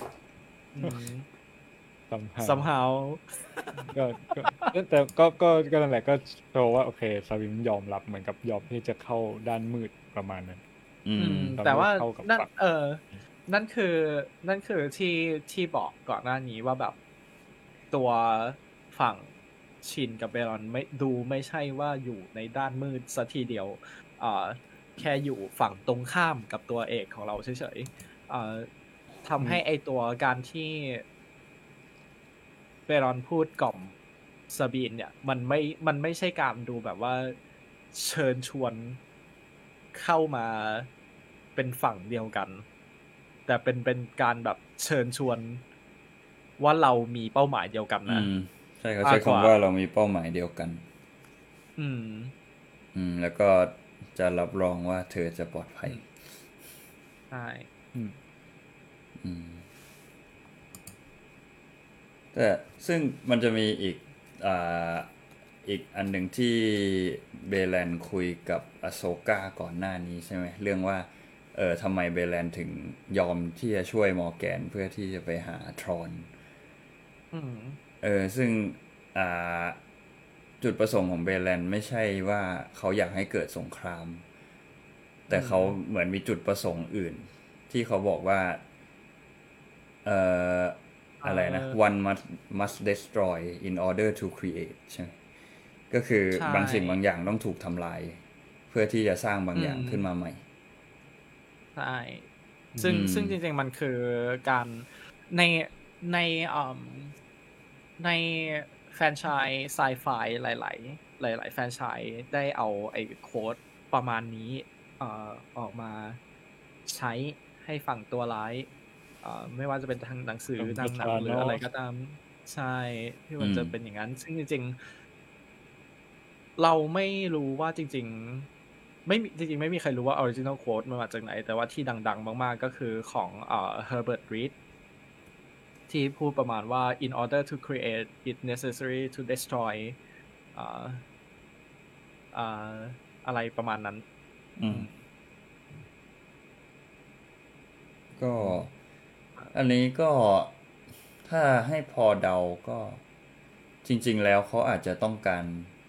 ซัมฮาวก็แต่ก็ก็ก็นั่นแหละก็โชว์ว่าโอเคซาบิมยอมรับเหมือนกับยอมที่จะเข้าด้านมืดประมาณนั้นแต่ว่านั่นเออนั่นคือนั่นคือที่ที่บอกก่อนหน้านี้ว่าแบบตัวฝั่งชินกับเบรอนไม่ดูไม่ใช่ว่าอยู่ในด้านมืดซะทีเดียวอ่าแค่อยู่ฝั่งตรงข้ามกับตัวเอกของเราเฉยๆอ่าทำให้ไอตัวการที่รอนพูดกล่อมซาบีนเนี่ยมันไม่มันไม่ใช่การดูแบบว่าเชิญชวนเข้ามาเป็นฝั่งเดียวกันแต่เป็นเป็นการแบบเชิญชวนว่าเรามีเป้าหมายเดียวกันอืนะมใช่เขาใช้คำว่าเรามีเป้าหมายเดียวกันอืมอืม แล้วก็จะรับรองว่าเธอจะปลอดภัยใช่อืมอืม แต่ซึ่งมันจะมีอีกอ่าอีกอันหนึ่งที่เบแลนคุยกับอโซกาก่อนหน้านี้ใช่ไหมเรื่องว่าเออทำไมเบแลนถึงยอมที่จะช่วยมอร์แกนเพื่อที่จะไปหาทรอนอืมเออซึ่งอ่าจุดประสงค์ของเบแลนไม่ใช่ว่าเขาอยากให้เกิดสงคราม แต่เขาเหมือนมีจุดประสงค์อื่น ที่เขาบอกว่าเอ่ออะไรนะ one must must destroy in order to create ใช่ไหมก็คือบางสิ่งบางอย่างต้องถูกทำลาย เพื่อที่จะสร้างบางอย่างขึ้นมาใหม่ใช่ ซึ่งซึ่งจริงๆมันคือการในในอ่าในแฟรนไชส์ไซไฟหลายๆหลายๆแฟรนไชส์ได้เอาไอ้โค้ดประมาณนี้เอ่อออกมาใช้ให้ฝั่งตัวร้ายเอ่อไม่ว่าจะเป็นทางหนังสือทางหนังหรืออะไรก็ตามใช่ที่มันจะเป็นอย่างนั้นซึ่งจริงๆเราไม่รู้ว่าจริงๆไม่จริงๆไม่มีใครรู้ว่า original quote มันมาจากไหนแต่ว่าที่ดังๆมากๆก็คือของเอ่อ Herbert Reed ที่พูดประมาณว่า in order to create it necessary to destroy อ่าอ่าอะไรประมาณนั้นอืมก็อันนี้ก็ถ้าให้พอเดาก็จริงๆแล้วเขาอาจจะต้องการ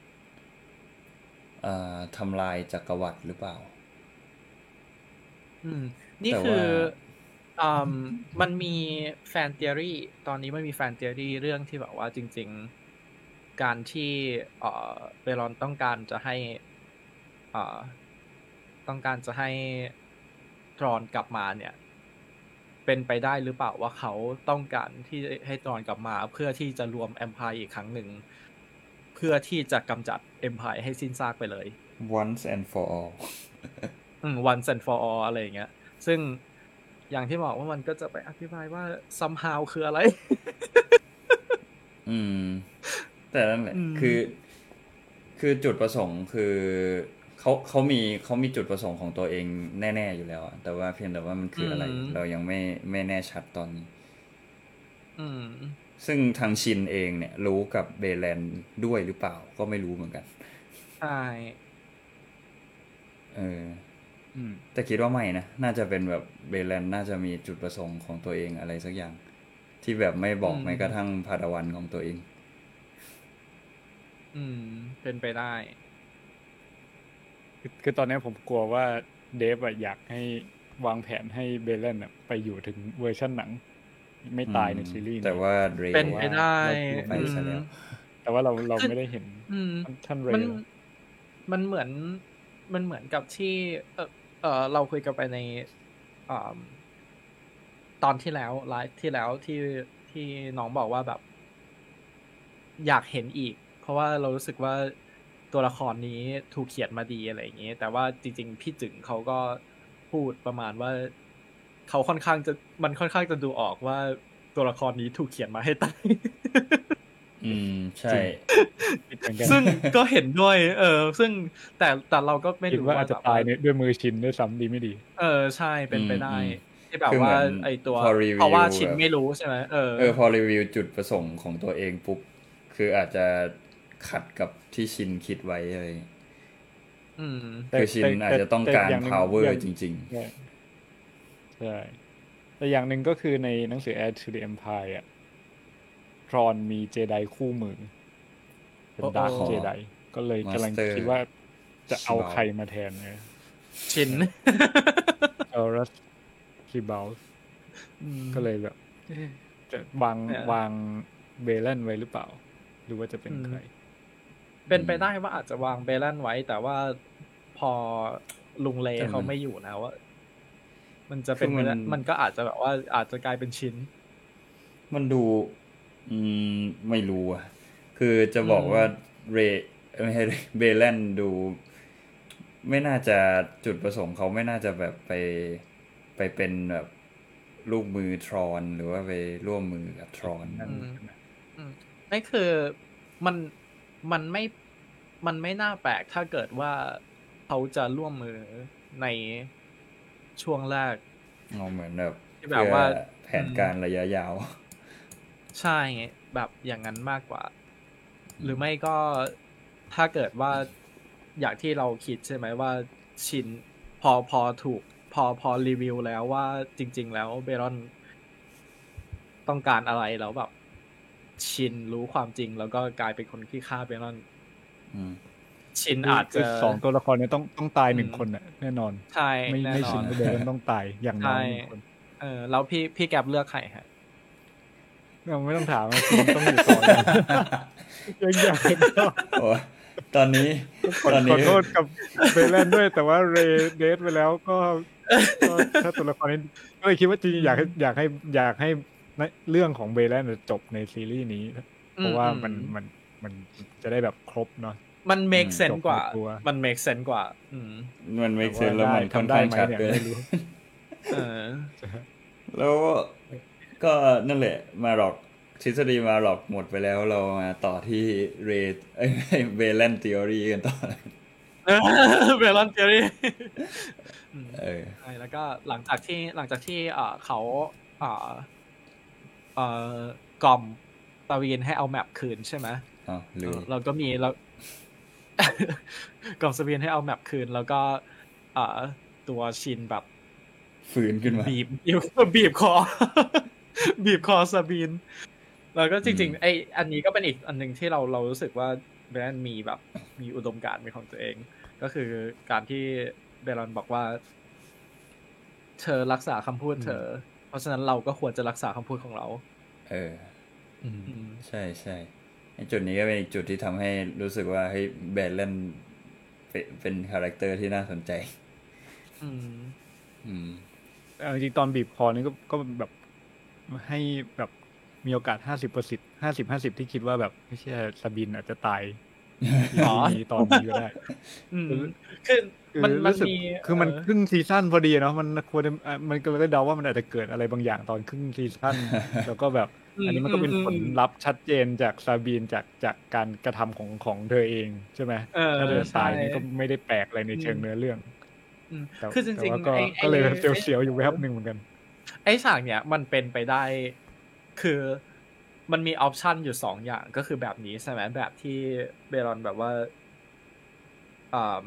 ทำลายจักรวรรดิหรือเปล่าอืมนี่คืออ่ามันมีแฟนเทอรี่ตอนนี้มันมีแฟนเทอรี่เรื่องที่แบบว่าจริงๆการที่เอ่อเบรอนต้องการจะให้อ่าต้องการจะให้ตรอนกลับมาเนี่ยเป็นไปได้หรือเปล่าว่าเขาต้องการที่ให้ตรอนกลับมาเพื่อที่จะรวม Empire อีกครั้งหนึ่งเพื่อที่จะกำจัด Empire ให้สิ้นซากไปเลย once and for all อืม once and for all อะไรอย่างเงี้ยซึ่งอย่างที่บอกว่ามันก็จะไปอธิบายว่า somehow คืออะไรอืมแต่นั่นแหละคือคือจุดประสงค์คือเขาเขามีเขามีจุดประสงค์ของตัวเองแน่ๆอยู่แล้วแต่ว่าเพียงแต่ว่ามันคืออะไรเรายังไม่ไม่แน่ชัดตอนนี้ซึ่งทางชินเองเนี่ยรู้กับเบแลนด้วยหรือเปล่าก็ไม่รู้เหมือนกันใช่เออแต่คิดว่าไม่นะน่าจะเป็นแบบเบแลนน่าจะมีจุดประสงค์ของตัวเองอะไรสักอย่างที่แบบไม่บอกแม้กระทั่งพาดาวันของตัวเองอืมเป็นไปได้คือคือตอนนี้ผมกลัวว่าเดฟอะอยากให้วางแผนให้เบลเลนไปอยู่ถึงเวอร์ชันหนังไม่ตายในซีรีส์แต่ว่าเรเป็นไปได้ไปซะแล้วแต่ว่าเราเราไม่ได้เห็นท่านเรมันมันเหมือนมันเหมือนกับที่เออเออเราคุยกันไปในอ่าตอนที่แล้วไลฟ์ที่แล้วที่ที่น้องบอกว่าแบบอยากเห็นอีกเพราะว่าเรารู้สึกว่าตัวละครนี้ถูกเขียนมาดีอะไรอย่างนี้แต่ว่าจริงๆพี่จึงเขาก็พูดประมาณว่าเขาค่อนข้างจะมันค่อนข้างจะดูออกว่าตัวละครนี้ถูกเขียนมาให้ตายอืมใช่ซึ่งก็เห็นด้วยเออซึ่งแต่แต่เราก็ไม่รู้ว่าอาจจะตายด้วยมือชินด้วยซ้ำดีไม่ดีเออใช่เป็นไปได้ที่แบบว่าไอตัวเพราะว่าชินไม่รู้ใช่ไหมเออเออพอรีวิวจุดประสงค์ของตัวเองปุ๊บคืออาจจะขัดกับที่ชินคิดไว้อะไรอืมคือชินอาจจะต้องการ power จริงๆใช่แต่อย่างหนึ่งก็คือในหนังสือ Heir to the Empire อ่ะทรอนมีเจไดคู่มือเป็นดาร์คเจไดก็เลยกำลังคิดว่าจะเอาใครมาแทนเนี่ยชินเออรัสคิบัลก็เลยแบบจะวางวางเบลเลนไว้หรือเปล่าหรือว่าจะเป็นใครเป็นไปได้ว่าอาจจะวางเบลเลนไว้แต่ว่าพอลุงเลเขาไม่อยู่นะว่ามันจะเป็นมันก็อาจจะแบบว่าอาจจะกลายเป็นชิ้นมันดูอืมไม่รู้อ่ะคือจะบอกว่าเรไม่ใช่เบแลนดูไม่น่าจะจุดประสงค์เขาไม่น่าจะแบบไปไปเป็นแบบลูกมือทรอนหรือว่าไปร่วมมือกับทรอนนั่นอืมใช่ไหมอืมนั่นคือมันมันไม่มันไม่น่าแปลกถ้าเกิดว่าเขาจะร่วมมือในช่วงแรกเอาเหมือนแบบที่แบเพื่บอว่าแผอืนมการระยะยาวใช่ไงแบบอย่างนั้นมากกว่า หรือไม่ก็ถ้าเกิดว่าอย่างที่เราคิดใช่ไหมว่าชินพอพอถูก พอพอรีวิวแล้วว่าจริง ๆ แล้วเบรอนต้องการอะไรแล้วแบบ ชินรู้ความจริง แล้วก็กลายเป็นคนที่ฆ่าเบรอนอืมชินคืออาจคืจะอสองตัวละครเนี้ต้องต้องตายหนึ่งอืมคนน่ะแน่นอนใช่ไม่แน่ไม่นอชินนก็เบรอนต้องตายอย่างน้ใช่อยหนึ่งคนเออแล้วพี่พี่แก๊ปเลือกใครฮะเราไม่ต้องถามว่าชินต้องอยู่ต่อยังอยากเห็นก็โอ้ตอนนี้ขอตอนขอนี้โทษกับเบแลนด้วยแต่ว่าเรเดทไปแล้วก็ก็ถ้าตัวละครนี้ก็เลยคิดว่าจริงๆอยากให้อยากให้อยากให้เรื่องของเบแลนจบในซีรีส์นี้ เพราะว่ามันมันมันจะได้แบบครบเนาะมัน make อืม sense กว่าจบในตัวมัน make sense กว่า อืมมันไม่แต่เซนแล้วมันค่อนทำได้ข้างไหมชัดเนี่ยด้วยไม่รู้เออแล้วก็นั่นแหละมาหลอกทฤษฎีมาหลอกหมดไปแล้วเรามาต่อที่เรดเอ้ยเบแลนทีออรีกันต่อเบลอนเทอรี่เออใช่แล้วก็หลังจากที่หลังจากที่เอ่อเขาเอ่อเอ่อกล่อมปาวีนให้เอาแมปคืนใช่ไหมอ๋อลืมเราก็มีเรา กล่อมสวีนให้เอาแมปคืน แล้วก็เอ่อตัวชินแบบฟื้นขึ้นมาบีบบีบบีบคอ บีบคอซาบีน แล้วก็จริงๆไออันนี้ก็เป็นอีกอันหนึ่งที่เราเรารู้สึกว่าเบรนมีแบบมีอุดมการณ์เป็นของตัวเอง ก็คือการที่เบรอนบอกว่า เธอรักษาคำพูดเธอ เพราะฉะนั้นเราก็ควรจะรักษาคำพูดของเราเอออืมใช่ใช่ไอจุดนี้ก็เป็นอีกจุดที่ทำให้รู้สึกว่าเฮ้ยเบลเลนเป็นเป็นคาแรคเตอร์ที่น่าสนใจอืมอืมเอาจริงๆตอนบีบคอนี่ก็ก็แบบให้แบบมีโอกาสห้าสิบเปอร์เซ็นต์ห้าสิบห้าสิบที่คิดว่าแบบไม่ใช่ซาบินอาจจะตายอ๋อนี้ตอนนี้ก็ได้อืมคือคือมันมันรู้สึกมีคือมันเครึ่งซีซั่นพอดีเนาะมันควรจะอ่ะมันก็เลยเดาว่ามันอาจจะเกิดอะไรบางอย่างตอนครึ่งซีซั่น แล้วก็แบบ อันนี้มันก็เป็นผลลัพธ์ชัดเจนจากซาบีนจากจากการกระทำของของเธอเองใช่ไหมเออถ้าเธอตายใช่นี่ก็ไม่ได้แปลกอะไรในเชิงอืมเนื้อเรื่องอืมแต่คือจริงแต่ว่าๆก็ไอ้ไอ้ก็เลยแบบไอ้เสียวๆอยู่แวบหนึ่งเหมือนกันไอ้ฉากเนี้ยมันเป็นไปได้ คือมันมีออปชันอยู่สองอย่างก็คือแบบนี้ใช่ไหมแบบที่เบรอนแบบว่าอ่า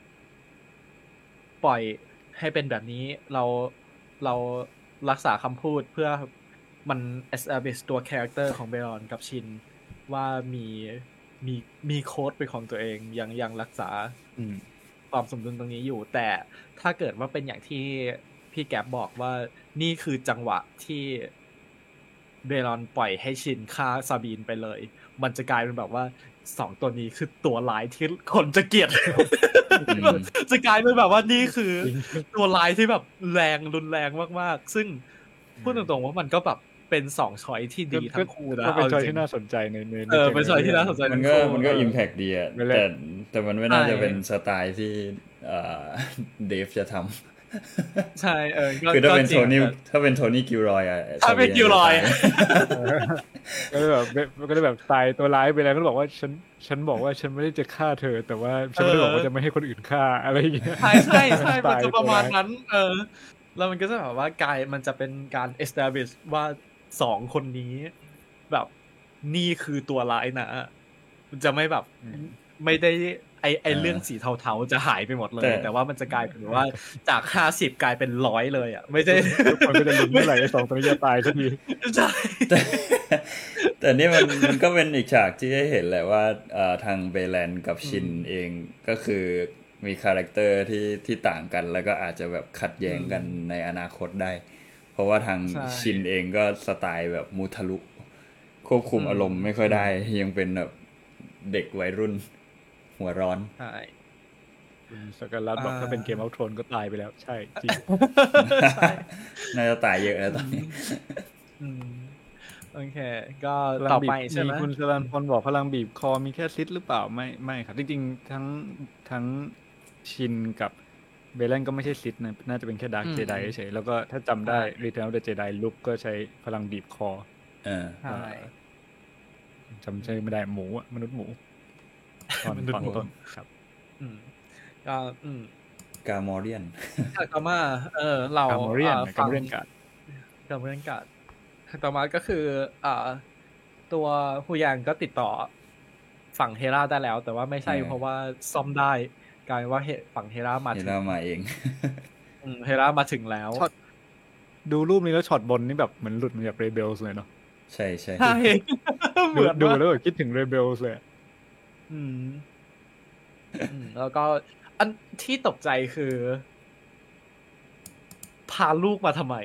ปล่อยให้เป็นแบบนี้เราเรารักษาคำพูดเพื่อมัน establish ตัว character ของเบรอนกับชินว่ามีมีมีโค้ดเป็นของตัวเองยังยังรักษาอืมความสมดุลตรงนี้อยู่ แต่ถ้าเกิดว่าเป็นอย่างที่พี่แก๊บบอกว่านี่คือจังหวะที่เบรอนปล่อยให้ชินฆ่าซาบีนไปเลย มันจะกลายเป็นแบบว่าสองตัวนี้คือตัวร้ายที่คนจะเกลียดอืมจะกลายเป็นแบบว่านี่คือตัวร้ายที่แบบแรงรุนแรงมากๆ ซึ่งพูดตรงๆว่ามันก็แบบเป็นสองช้อยที่ดีทั้งคู่นะก็เป็นเอาช้อยจริที่งน่าสนใจในในเออเป็นช้อยที่น่าสนใจมันทั้งก็คู่มันก็เอออิมแพคดีอะไม่เล่นแต่แต่มันไม่น่าใช่จะเป็นสไตล์ที่เอ่อเดฟจะทใช่เออำก็คือถ้าเป็นก็จโทริงนี่แต่ถ้าเป็นโทนี่กิลรอยอะถ้าเป็นกิลรอยอะก็เลยแบบก็เลยแบบตายตัวร้ายไปแล้วก็บอกว่าฉันฉันบอกว่าฉันไม่ได้จะฆ่าเธอ แต่ว่าฉันไม่ได้บอกว่าจะไม่ให้คนอื่นฆ่าอะไรอย่างเงี้ยใช่ใช่ใช่มันตายจะประมาณตัวร้ายนั้น เออ แล้วมันก็จะแบบว่ากายมันจะเป็นการ establish ว่าสองคนนี้ แบบนี่คือตัวร้ายนะมันจะไม่แบบไม่ได้ไอไอเรื่องสีเทาๆจะหายไปหมดเลย แต่ว่ามันจะกลายเป็นว่าจากห้าสิบกลายเป็นร้อยเลยอ่ะ ไม่ใช่ทุกคนก็จะลุ้นเมื่อไหร่ไอ้สองตัวนี้จะตายสักทีใช่แต่แต่นี่มันมันก็เป็นอีกฉากที่ให้เห็นแหละว่าเอ่อทางเบแลนกับชินเองก็คือมีคาแรคเตอร์ที่ที่ต่างกัน แล้วก็อาจจะแบบขัดแย้งกันในอนาคตได้ เพราะว่าทางใช่ชินเองก็สไตล์แบบมูทะลุ ควบคุมอารมณ์ไม่ค่อยได้ ยังเป็นแบบเด็กวัยรุ่น หัวร้อนใช่คุณสกรัตบอกอ่าถ้าเป็นเกมเอาโทรนก็ตายไปแล้ว ใช่จริงใช่น่าจะตายเยอะแล้วตอนนี้อืมโอเคก็ต่อไปใช่ไหมมีคุณสรันพลบอกพลังบีบคอมีแค่ซิดหรือเปล่าไม่ไม่ครับจริงๆทั้งทั้งชินกับเบลเลนก็ไม่ใช่ซิดนะน่าจะเป็นแค่ดาร์กเจไดเฉยแล้วก็ถ้าจำได้ Return of the Jedi ลุคก็ใช้พลังบีบคอเออใช่จำชื่อไม่ได้หมูอะมนุษย์หมูตอนตอนต้นครับอืมก็อืมกามอเรียนต่อมาเออเรากามอเรียนอ่กามอเรียนการ์ดกามอเรียนการ์ดต่อมาก็คืออ่าตัวฮูยางก็ติดต่อฝั่งเฮราได้แล้ว แต่ว่าไม่ใช่เออเพราะว่าซ่อมได้กลายว่าเฮฝั่งเฮรามาเฮถึงรามาเองอืมเฮรามาถึงแล้วช็อต ดูรูปนี้แล้วช็อตบนนี่แบบเหมือนหลุดมาจากเรเบลเลยเนาะใช่ใช่ใช่ เหดูมือนดูว่าแล้วแบบคิดถึงเรเบลเลยอืมอืมแล้วก็อันที่ตกใจคือ พาลูกมาทำไม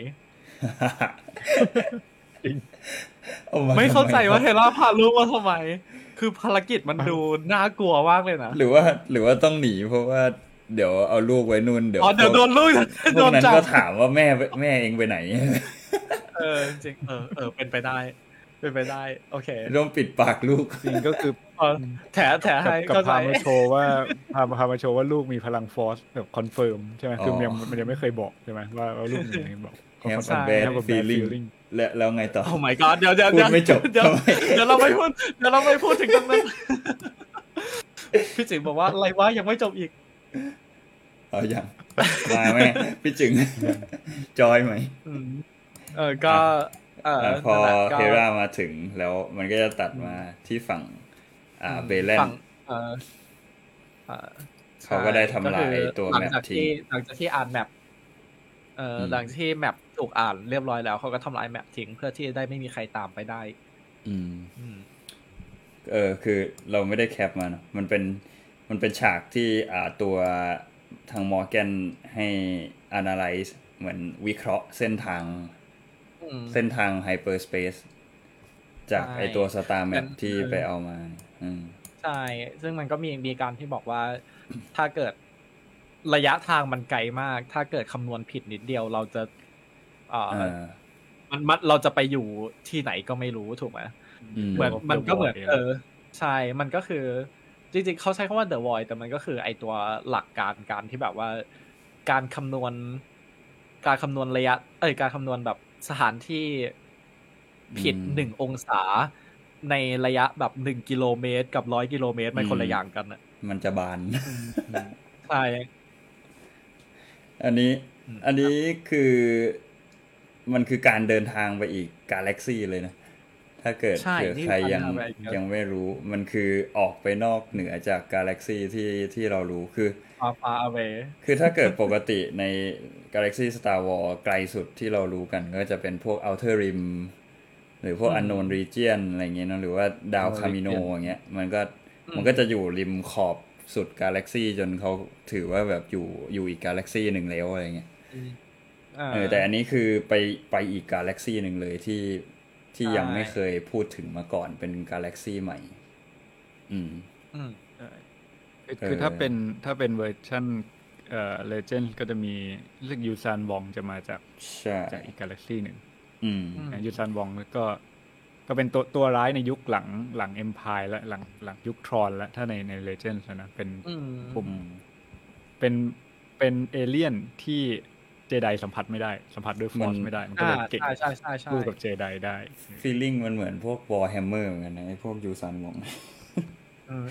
อมไม่เข้าใจทำว่าเฮราพาลูกมาทำไม คือภารกิจมันดูน่ากลัวมากเลยนะหรือว่า หรือว่าต้องหนีเพราะว่าเดี๋ยวเอาลูกไว้นู่นเดี๋ยวอ๋อเดี๋ยวโดนลูกพโดวกนนั้นจับก็ถามว่าแม่แม่เองไปไหนเออจริงเออเออเป็นไปได้ เป็นไปได้ โอเคต้องปิดปากลูกจริงก็คือเออแถแถกับให้กับเข้าใจพามาโชว์ว่าพาพามาโชว์ว่าลูกมีพลังฟอร์สแบบคอนเฟิร์มใช่ไหมคือมันยังมันยังไม่เคยบอกใช่ไหมว่าว่าลูกมีอะไรบอก have ใช่ a bad have a bad feeling feeling และแล้วไงต่อโอ้ my god เดี๋ยวเดี๋ยวพูดไม่จบเดี๋ยวทำไมเดี๋ยวเราไม่พูดเดี๋ยวเราไม่พูดถึงตรงนั้น พี่จิ๋งบอกว่าอะไรวะยังไม่จบอีกเอาอย่างมาไหมพี่จึง จอยไหมอืมเออก็เอออ่ะพอนั่นแหละก็เฮรามาถึงแล้วมันก็จะตัดมาที่ฝั่งอ่าเบลเลนฝั่งเออเออเขาก็ได้ทำลายก็คือตัวหลังแมปจากทิ้ที่งหลังจากที่อ่านแมปเอ่ออมหลังจากที่แมปถูกอ่านเรียบร้อยแล้วเขาก็ทำลายแมปทิ้งเพื่อที่จะได้ไม่มีใครตามไปได้อืมอืมเออคือเราไม่ได้แคปมาเนอะมันเป็นมันเป็นฉากที่อ่าตัวทางมอร์แกนให้ analyze เหมือนวิเคราะห์เส้นทางอืมเส้นทางไฮเปอร์สเปซจากใช่ไอตัวสตาร์แมเป็ปนที่ไปเอามา อืมใช่ ซึ่งมันก็มีมีการที่บอกว่า ถ้าเกิดระยะทางมันไกลมาก ถ้าเกิดคำนวณผิดนิดเดียวเราจะเอ่ออ่ามันมันเราจะไปอยู่ที่ไหนก็ไม่รู้ถูกไหมอืมเหมือน The มันก็เหมือน Void เออใช่มันก็คือจริงๆเขาใช้คำว่า the void แต่มันก็คือไอตัวหลักการการที่แบบว่าการคำนวณการคำนวณระยะ เอ้ยการคำนวณแบบสถานที่ผิดอืมหนึ่งองศาในระยะแบบหนึ่งกิโลเมตรกับร้อยกิโลเมตรมันอืมคนละอย่างกันอ่ะมันจะบานใช่อันนี้อืมอันนี้คือมันคือการเดินทางไปอีกกาแล็กซี่เลยนะ ถ้าเกิดใช่เผื่อนี่ใครยังอันนั้นอะไรเงี้ยยังไม่รู้ มันคือออกไปนอกเหนือจากกาแล็กซี่ที่ที่เรารู้คือ far far away คือถ้าเกิดปกติใน Galaxy Star Wars ไกลสุดที่เรารู้กันก็จะเป็นพวก Outer Rim หรือพวกอืม Unknown Region อะไรเงี้ยเนอะหรือว่าดาว Unknown คามิโน Region อย่างเงี้ยมันก็อืมมันก็จะอยู่ริมขอบสุดกาแล็กซี่จนเขาถือว่าแบบอยู่อยู่อีกกาแล็กซี่หนึ่งแล้วอะไรเงี้ยาเออแต่อันนี้คือไปไปอีกกาแล็กซี่หนึ่งเลยที่ที่ใช่ยังไม่เคยพูดถึงมาก่อนเป็นกาแล็กซี่ใหม่ อืมอืมคือคือเออถ้าเป็นถ้าเป็นเวอร์ชันเอ่อเลเจนด์ก็จะมีรู้สึกยูซานวองจะมาจากใช่จากอีกกาแล็กซี่หนึ่งอืมอืมยูซานวองก็ก็เป็นตัวตัวร้ายในยุคหลังหลังเอ็มพายและหลังหลังยุคทรอนแล้วถ้าในในเลเจนด์นะเป็นอืมผมอืมเป็นเป็นเอเลี่ยนที่เจไดสัมผัสไม่ได้สัมผัสด้วยฟอร์สมันไม่ได้ มันก็อ่าเลยเก่งใช่ใช่ใช่ใช่สู้กับเจไดได้ฟีลลิ่งมันเหมือนพวกวอร์แฮมเมอร์เหมือนกันนะไอ้พวกยูซันมองอืม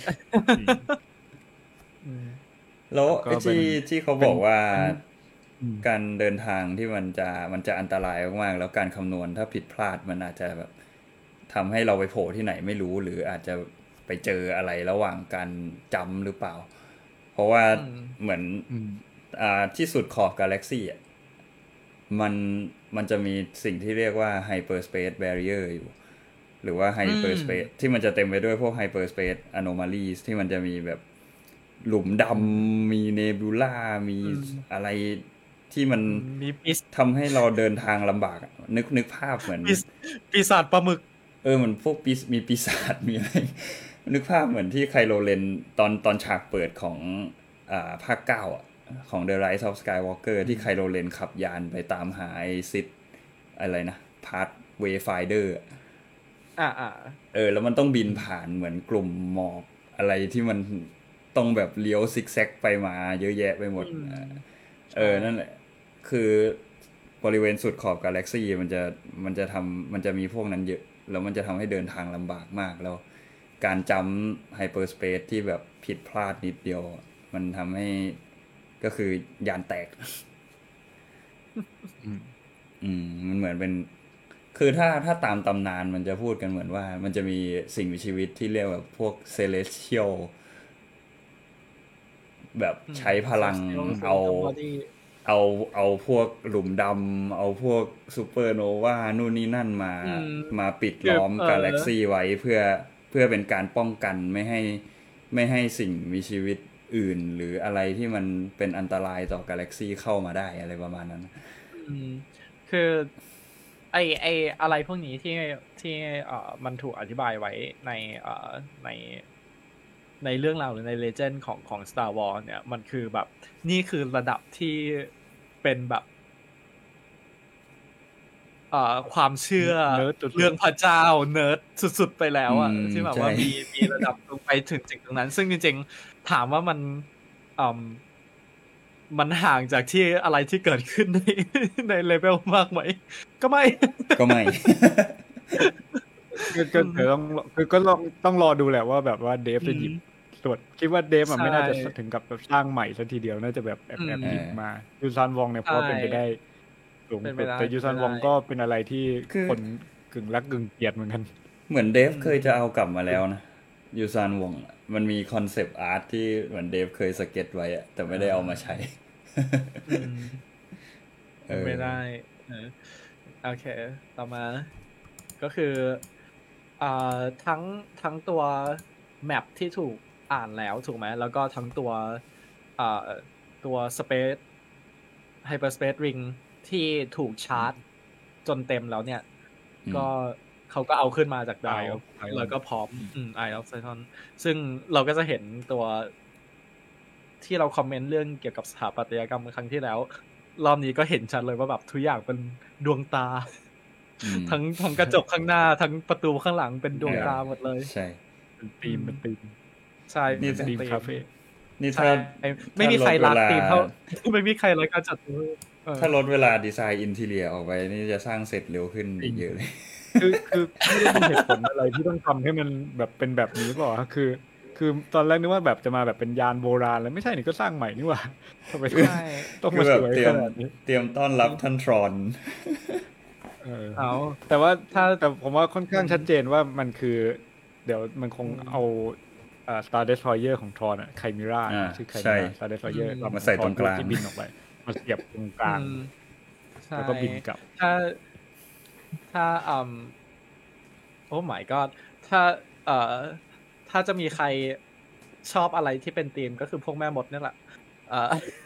อืมแล้วก็ไอ้เป็นที่ที่เขาบอกว่าอืมการเดินทางที่มันจะมันจะอันตรายมากๆแล้วการคำนวณถ้าผิดพลาดมันอาจจะแบบทำให้เราไปโผล่ที่ไหนไม่รู้ หรืออาจจะไปเจออะไรระหว่างการจำหรือเปล่า เพราะว่าอืมเหมือนอืมอ่าที่สุดขอบกาแล็กซี่อ่ะมันมันจะมีสิ่งที่เรียกว่า hyperspace barrier อยู่ หรือว่า hyperspace ที่มันจะเต็มไปด้วยพวก hyperspace anomalies ที่มันจะมีแบบหลุมดำมีเนบูล่ามีอืมอะไรที่มันมีปีศทำให้เราเดินทางลำบากอะนึกนึกภาพเหมือนปีศปีศาจปลาหมึกเออเหมือนพวกปีศมีปีศาจมีอะไร นึกภาพเหมือนที่ไคโลเรนตอนตอนฉากเปิดของอ่าภาคเก้าอ่ะของ The Rise of Skywalker ที่ไคโลเรนขับยานไปตามหาไอ้ซิดอะไรนะพาร์ทเวย์ไฟเดอร์อ่าอ่าเออแล้วมันต้องบินผ่านเหมือนกลุ่มหมอกอะไรที่มันต้องแบบเลี้ยวซิกแซกไปมาเยอะแยะไปหมดเออนั่นแหละคือบริเวณสุดขอบกาแล็กซี่มันจะมันจะทำมันจะมีพวกนั้นเยอะแล้วมันจะทำให้เดินทางลำบากมากแล้วการจัมป์ไฮเปอร์สเปซที่แบบผิดพลาดนิดเดียวมันทำให้ก็คือยานแตกอืมมันเหมือนเป็นคือถ้าถ้าตามตำนานมันจะพูดกันเหมือนว่ามันจะมีสิ่งมีชีวิตที่เรียกแบบพวกเซเลสเชียลแบบใช้พลังเอาเอาเอาพวกหลุมดำเอาพวกซูเปอร์โนวานู่นนี่นั่นมามาปิดล้อมกาแล็กซี่ไว้เพื่อเพื่อเป็นการป้องกันไม่ให้ไม่ให้สิ่งมีชีวิตอื่นหรืออะไรที่มันเป็นอันตรายต่อกาแล็กซี่เข้ามาได้อะไรประมาณนั้นคือไอไออะไรพวกนี้ที่ที่เอ่อมันถูกอธิบายไว้ในเอ่อในในเรื่องราวหรือในเลเจนด์ของของ Star Wars เนี่ยมันคือแบบนี่คือระดับที่เป็นแบบเอ่อความเชื่อเรื่องพระเจ้าเนิร์ดสุดๆไปแล้วอ่ะที่แบบว่ามีมีระดับลงไปถึงจุดตรงนั้นซึ่งจริงๆถามว่ามันอ่ามันห่างจากที่อะไรที่เกิดขึ้นในในเลเวลมากไหมก็ไม่ก็ไม่ก็ก็ต้องคือก็ต้องต้องรอดูแหละว่าแบบว่าเดฟจะหยิบส่วนคิดว่าเดฟมันไม่น่าจะถึงกับแบบสร้างใหม่ซะทีเดียวน่าจะแบบแอบแอบหยิบมายูซานวองเนี่ยเพราะเป็นไปได้สูงสุดแต่ยูซานวองก็เป็นอะไรที่คนกึ่งรักกึ่งเกลียดเหมือนกันเหมือนเดฟเคยจะเอากลับมาแล้วนะยูซานวองมันมีคอนเซปต์อาร์ตที่เหมือนเดฟเคยสเก็ตไว้อะแต่ไม่ได้เอามาใช้ไม่ได้โอเคต่อมาก็คืออ่าทั้งทั้งตัวแมปที่ถูกอ่านแล้วถูกไหมแล้วก็ทั้งตัวอ่าตัว Space Hyperspace Ring ที่ถูกชาร์จจนเต็มแล้วเนี่ยก็เขาก็เอาขึ้นมาจากดาวแล้วก็พร้อมอืม Eye of Titan ซึ่งเราก็จะเห็นตัวที่เราคอมเมนต์เรื่องเกี่ยวกับสถาปัตยกรรมครั้งที่แล้วรอบนี้ก็เห็นชัดเลยว่าแบบทุกอย่างเป็นดวงตาทั้งทั้งกระจกข้างหน้าทั้งประตูข้างหลังเป็นดวงตาหมดเลยใช่เป็นธีมเป็นธีมใช่นี่ธีมคาเฟ่นี่ถ้าไม่มีใครรักธีมเท่าไม่มีใครรักการจัดถ้าลดเวลาดีไซน์อินทีเรียออกไปนี่จะสร้างเสร็จเร็วขึ้นเยอะเลยคือคือไม่ได้มีเหตุผลอะไรที่ต้องทำให้มันแบบเป็นแบบนี้เปล่าคือคือตอนแรกนึกว่าแบบจะมาแบบเป็นยานโบราณแล้วไม่ใช่นี่ก็สร้างใหม่นี่หว่าทำไมต้องมาสวยขนาดนี้เตรียมต้อนรับท่านทรอนเออเอาแต่ว่าถ้าแต่ผมว่าค่อนข้างชัดเจนว่ามันคือเดี๋ยวมันคงเอาอ่า Star Destroyer ของทรอนอ่ะไคมิราชื่อไคมิรา Star Destroyer มาใส่ตรงกลางที่บินออกไปมาเสียบตรงกลางแล้วก็บินกลับถ้าถ้าอืมโอ้ my god ถ้าเอ่อถ้าจะมีใครชอบอะไรที่เป็นธีมก็คือพวกแม่มดนี่แหละอ่า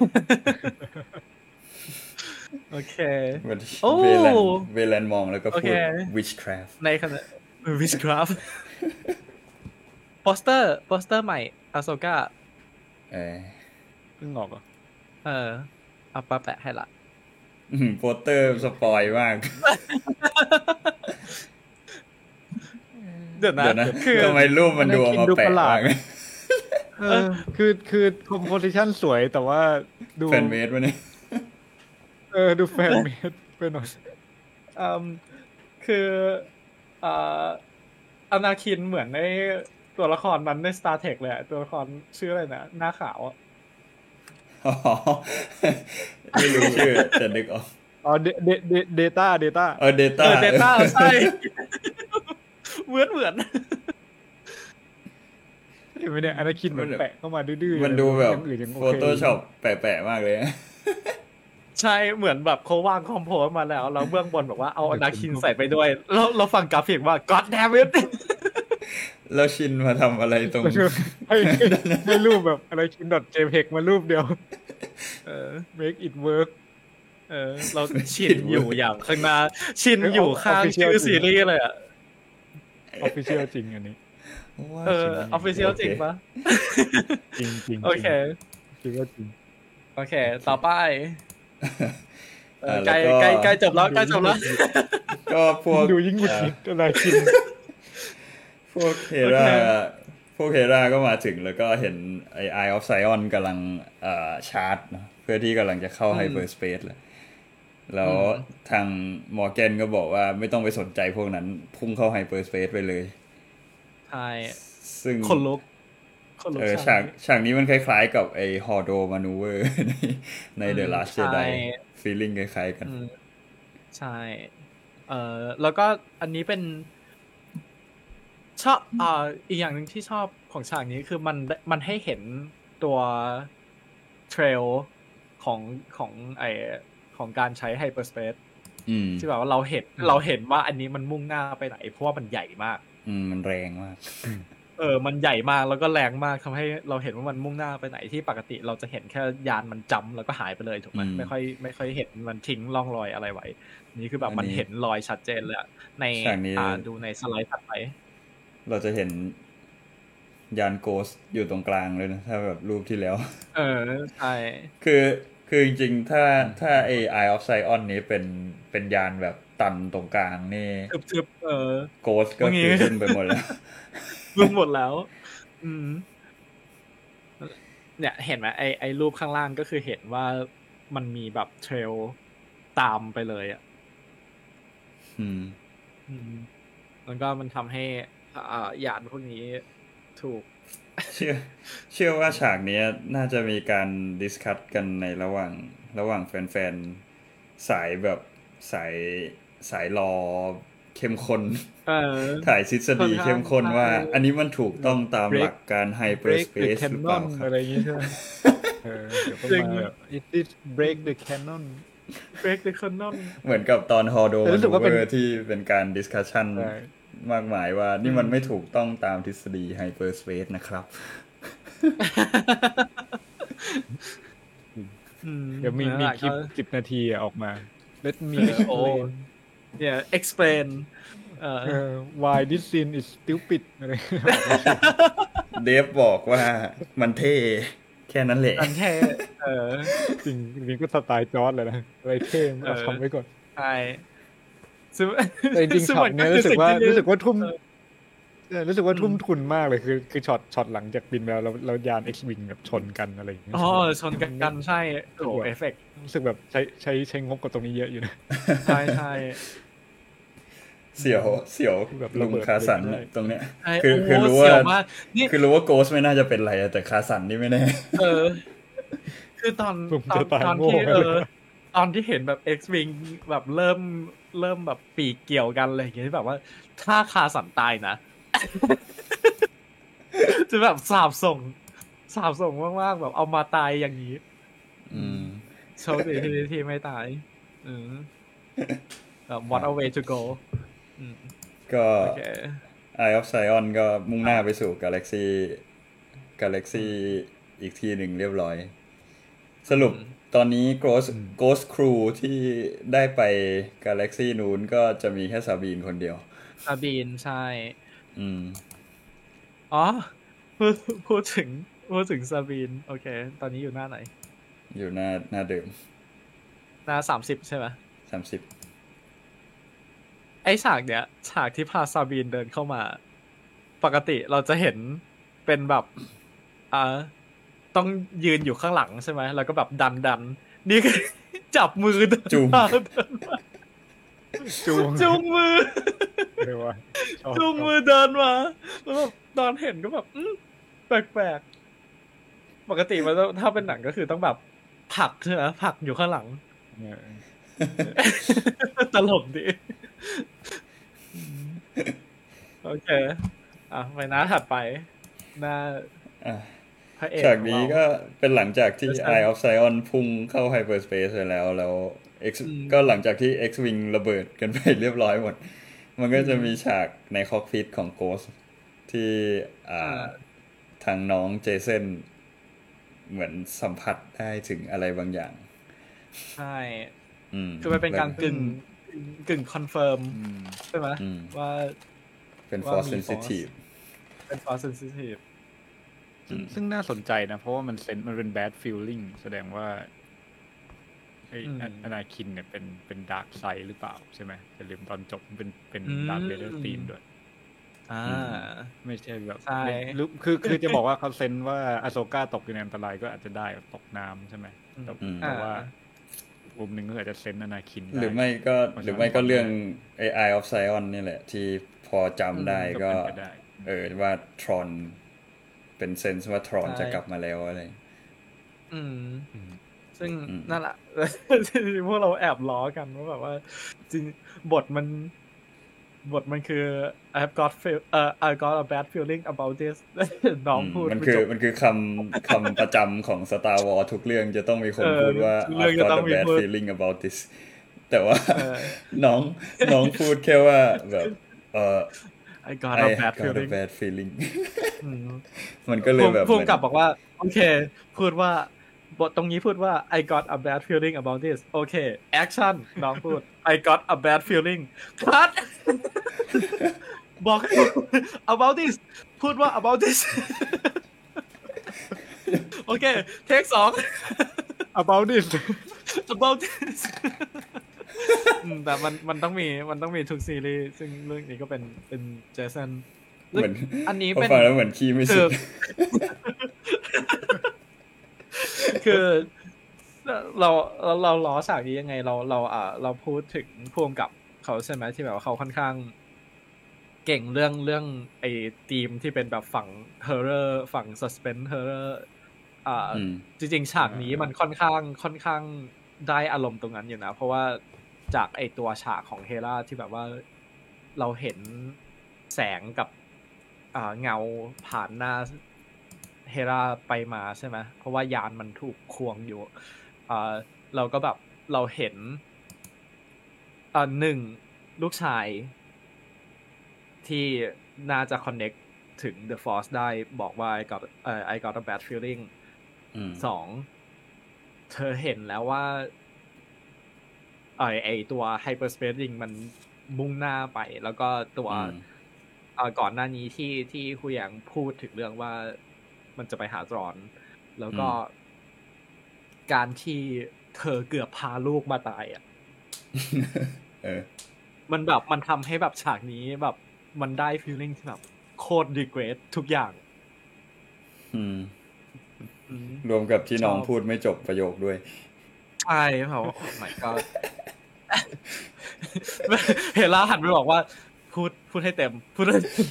โอเคโอ้เวแลนมองแล้วก็พูด witchcraft ในขณะ witchcraft โปสเตอร์โปสเตอร์ใหม่อาโซก้าเออเพิ่งออกเหรอเออเอาปะแปะให้ละโปสเตอร์สปอยมากเดี๋ยวนะคือทำไมรูปมันดูมาแปลกมากเออคือคือคอมโพสิชันสวยแต่ว่าดูแฟนเมดวะเนี่ยเออดูแฟนเมดไปหน่อยอืมคืออ่าอนาคินเหมือนในตัวละครมันใน Star Trek เลยตัวละครชื่ออะไรนะหน้าขาวอ่ะอ๋อไม่รู้ชื่อแต่นึกออกอ๋อเดเดเดเดต้าเดต้าเออเดต้าเออเดต้าใช่เหมือนเหมือนเห็นไหมเนี่ยอนาคินเหมือนแปะเข้ามาดื้อๆมันดูแบบโฟโต้ช็อปแปะๆมากเลยใช่เหมือนแบบเขาวางคอมโพสมาแล้วแล้วเบื้องบนบอกว่าเอาอนาคินใส่ไปด้วยแล้วเราฟังกราฟิกว่า God damn it แล้วชินมาทำอะไรตรงให้ให้รูปแบบอะไรชิน .jpg มารูปเดียวเออ make it work เออเราชินอยู่อย่างข้างหน้าชินอยู่ข้างชื่อซีรีส์เลยอ่ะ official จริงอันนี้เออ official จริงปะจริงจริงโอเคคิดว่าจริงโอเคต่อไปใกล้ใกล้ใกล้จบแล้วใกล้จบแล้วก็พวกดูยิ่งหงุดหงิดอะไรชินพวกเฮราพวกเฮราก็มาถึงแล้วก็เห็นไอ้ Eye of Sion กำลังเอ่อชาร์จเนาะเพื่อที่กำลังจะเข้า Hyperspace เลยแล้วทางมอร์แกนก็บอกว่าไม่ต้องไปสนใจพวกนั้นพุ่งเข้า Hyperspace ไปเลยใช่ซึ่งคนลุกคนลุกเออฉากฉากนี้มันคล้ายๆกับไอ้ Hordo Maneuver ในใน The Last Jedi feeling คล้ายๆกันใช่เอ่อแล้วก็อันนี้เป็นชอบอ่าอีกอย่างหนึ่งที่ชอบของฉากนี้คือมันมันให้เห็นตัวเทรลของของไอของการใช้ Hyperspace ที่แบบว่าเราเห็นเราเห็นว่าอันนี้มันมุ่งหน้าไปไหนเพราะว่ามันใหญ่มากอืมมันแรงมากเออมันใหญ่มากแล้วก็แรงมากทำให้เราเห็นว่ามันมุ่งหน้าไปไหนที่ปกติเราจะเห็นแค่ยานมันจำแล้วก็หายไปเลยถูกไหมไม่ค่อยไม่ค่อยเห็นมันทิ้งร่องรอยอะไรไว้นี่คือแบบมันเห็นรอยชัดเจนเลยในอ่าดูในสไลด์ถัดไปเราจะเห็นยานโกสอยู่ตรงกลางเลยนะถ้าแบบรูปที่แล้วเออใช่คือคือจริงๆถ้าถ้าไอ้ Eye of Sion นี้เป็นเป็นยานแบบตันตรงกลางนี่ทึบๆเออโกสก็คือขึ้นไปหมดแล้วขึ้นหมดแล้วอืมเนี่ยเห็นไหมไอ้ไอ้รูปข้างล่างก็คือเห็นว่ามันมีแบบเทรลตามไปเลยอ่ะอืมอืมแล้วก็มันทำให้อ่ายานพวกนี้ถูกเชื่อเชื่อว่าฉากนี้น่าจะมีการดิสคัสกันในระหว่างระหว่างแฟนๆสายแบบสายสายรอเข้มข้นถ่ายทฤษฎีเข้มข้นว่าอันนี้มันถูกต้องตามหลักการ Hyperspace หรือเปล่าครับอะไรอย่างงี้ใช่ไหมเออเดี๋ยวก็มาแบบ it is break the canon break the canon เหมือนกับตอน Hordo Maneuver ที่เป็นการ discussionมากมายว่านี่มันไม่ถูกต้องตามทฤษฎี Hyperspace นะครับเดี๋ยวมีมีคลิปสิบนาทีออกมา Let me explain yeah explain เอ่อ why this scene is stupid อะไรเดฟบอกว่ามันเท่แค่นั้นแหละมันเท่เออจริงจริงก็สไตล์จอร์จเลยนะอะไรเท่เอาทำไว้ก่อนใช่แต่จริงๆช็อตนี้รู้สึกว่ารู้สึกว่าทุ่มรู้สึกว่าทุ่มทุนมากเลยคือคือช็อตช็อตหลังจากบินแล้วแล้วแล้วยาน X-Wing แบบชนกันอะไรอย่างเงี้ยอ๋อชนกันกันใช่โอ้เอฟเฟครู้สึกแบบใช้ใช้ใช้งบกับตรงนี้เยอะอยู่นะใช่ใช่เสี่ยวเสี่ยวแบบลุงคาสันตรงเนี้ยคือคือรู้ว่าคือรู้ว่าโกสไม่น่าจะเป็นไรแต่คาสันนี่ไม่แน่เออคือตอนตอนตอนที่เออตอนที่เห็นแบบ X-Wing แบบเริ่มเริ่มแบบปีกเกี่ยวกันอะไรอย่างเงี้ยแบบว่าถ้าคาสันตายนะจะแบบสาบส่งสาบส่งมากๆแบบเอามาตายอย่างนี้อืมโชคดีที่ที่ไม่ตายอืมแบบ what a way to go ก็ Eye of Sion ก็มุ่งหน้าไปสู่ Galaxy Galaxy อีกทีหนึ่งเรียบร้อยสรุปตอนนี้ Ghost Ghost Crew ที่ได้ไป Galaxy นู้นก็จะมีแค่ซาบีนคนเดียวซาบีนใช่อืมอ๋อพูดพูดถึงพูดถึงซาบีนโอเคตอนนี้อยู่หน้าไหนอยู่หน้าหน้าเดิมหน้าสามสิบใช่ไหมสามสิบไอ้ฉากเนี้ยฉากที่พาซาบีนเดินเข้ามาปกติเราจะเห็นเป็นแบบอ่าต้องยืนอยู่ข้างหลังใช่ไหมแล้วก็แบบดันดันนี่คือจับมือจูงจูงจูงมือจูงมือเดินมาแล้วแบบตอนเห็นก็แบบแปลกๆปกติมันถ้าเป็นหนังก็คือต้องแบบผลักใช่ไหมผลักอยู่ข้างหลังตลกดีโอเคอ่ะไปหน้าถัดไปหน้าฉากนี้ก็เป็นหลังจากที่ Eye of Sion พุ่งเข้า Hyperspace ไปแล้วแล้ว X ก็หลังจากที่ X-Wing ระเบิดกันไปเรียบร้อยหมดมันก็จะมีฉากในคอกพิทของ Ghost ที่ทางน้องเจเซนเหมือนสัมผัสได้ถึงอะไรบางอย่างใช่คือมันเป็นการกึ่งกึ่งคอนเฟิร์มใช่ไหมว่าเป็น Force Sensitive เป็น Force Sensitive ซึ่งน่าสนใจนะเพราะว่ามันเซนมันเป็น bad feeling แสดงว่าไอ้อนาคินเนี่ยเป็นเป็นดาร์กไซด์หรือเปล่าใช่ไหมอย่าลืมตอนจบมันเป็นเป็นดาร์คเวเดอร์ธีมด้วยใอ่าไม่ใช่แบบใช่ไม่รู้คือคือจะบอกว่าเขาเซนว่าอโซก้าตกอยู่ในอันตรายก็อาจจะได้แบบตกน้ำใช่ไหมแต่อืมแต่ว่ามุมหนึ่งก็อาจจะเซนอนาคินได้หรือไม่ก็เพราะฉะนั้นหรือไม่ก็เรื่อง Eye of Sion นี่แหละ ที่พอจำได้อืมก็ก็เป็นไปได้เออว่าทรอนเป็นเซนส์ว่าทรอนใช่จะกลับมาแล้วอะไรอืมอืมซึ่งอืมนั่นแหละ พวกเราแอบล้อกันว่าแบบว่า จริงบทมัน บทมันคือ I've got feel เอ่อ I got a bad feeling about this น้องพูดมันไม่คือจบมันคือคำ คำประจำของ Star Wars ทุกเรื่องจะต้องมีคนเออพูดว่าทุกเรื่อง I've จะ got ต้อ a งมี bad พูด feeling about this แต่ว่าเออน้องน้องพูดแค่ว่าแบบเออ I got I a bad got a feeling bad feeling อืมมันก็เลยแบบพูดเหมือนกับบอกว่า โอเค พูดว่าบทตรงนี้พูดว่า I got a bad feeling about this โอเค action น้องพูด I got a bad feeling cut บอกให้ about this พูดว่า about this โอเค เทคสอง about this about this อืมแต่มันมันต้องมีมันต้องมีทุกซีรีส์ซึ่งเรื่องนี้ก็เป็นเป็นเจสันเหมือนอันนี้พอเป็นฟังแล้วเหมือนขี้ไม่สุดคือเราเราเราล้อฉากนี้ยังไงเราเราอ่าเราพูดถึงพ่วงกับเขาใช่ไหมที่แบบว่าเขาค่อนข้างเก่งเรื่องเรื่องไอ้ธีมที่เป็นแบบฝั่งเฮอร์เรอร์ฝั่งซัสเพนส์เฮอร์เรอร์อ่าอืมจริงๆฉากนี้มันค่อนข้างค่อนข้างได้อารมณ์ตรงนั้นอยู่นะ เพราะว่าจากไอ้ตัวฉากของเฮราที่แบบว่าเราเห็นแสงกับอ่าเงาผ่านหน้าเฮราไปมาใช่ไหมเพราะว่ายานมันถูกควงอยู่อ่าเราก็แบบเราเห็นอ่าหนึ่งลูกชายที่น่าจะ connect ถึง The Force ได้บอกว่า I got เอ่อ I got a bad feeling อืมสองเธอเห็นแล้วว่าไอไอตัว hyperspace ring มันมุ่งหน้าไป แล้วก็ตัวอืมอ่าก่อนหน้านี้ที่ที่คุยอย่างพูดถึงเรื่องว่ามันจะไปหาจรอนแล้วก็การที่เธอเกือบพาลูกมาตายอ่ะเออมันแบบมันทำให้แบบฉากนี้แบบมันได้ feeling ที่แบบโคตร regret ทุกอย่างอืมอืมรวมกับที่น้องชอบพูดไม่จบประโยคด้วยใช่เขา oh my god เฮล่าหันไปบอกว่าพูดพูดให้เต็มพูดให้เต็ม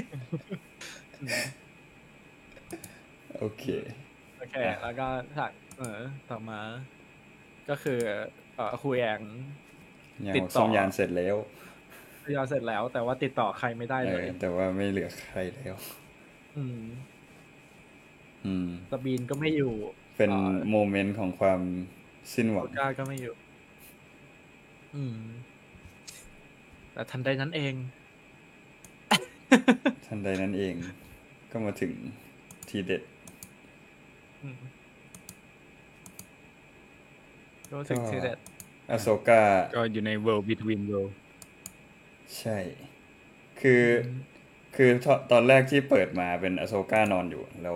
โอเคโอเค แล้วก็ฉากเออต่อมา ก็คือเอ่อคุยแองยังติดต่อซ่อมยานเสร็จแล้วยาเสร็จแล้ว แต่ว่าติดต่อใครไม่ได้เอเลอย แต่ว่าไม่เหลือใครแล้วอืมอืมสบีนก็ไม่อยู่เป็นอ่าโมเมนต์ของความสิ้นหวังก้าก็ไม่อยู่ อืม แต่ทันใดนั้นเองทันใดนั้นเอง ก็มาถึงทีเด็ดอืมก็ถึงทีเด็ดอโซก้าก็อยู่ใน world between world ใช่ คือ คือตตอนแรกที่เปิดมาเป็นอโซก้านอนอยู่ แล้ว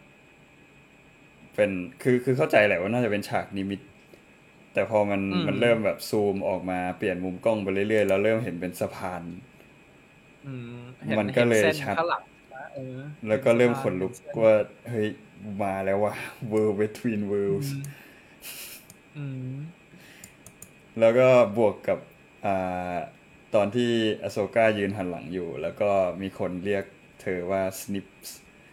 เป็น คือ คือเข้าใจแหละว่าน่าจะเป็นฉากนิมิต แต่พอมันอืมมันเริ่มแบบซูมออกมาเปลี่ยนมุมกล้องไปเรื่อยๆ แล้วเริ่มเห็นเป็นสะพานอืมห็มันก็เลยห็ส้ชัดข้างหลังนะเออแล้วก็เริ่มขนลุกเห็เส้นว่า เฮ้ย มาแล้วว่ะ world between อื worlds มอืมแล้วก็บวกกับอ่าตอนที่อโซก้ายืนหันหลังอยู่ แล้วก็มีคนเรียกเธอว่า Snips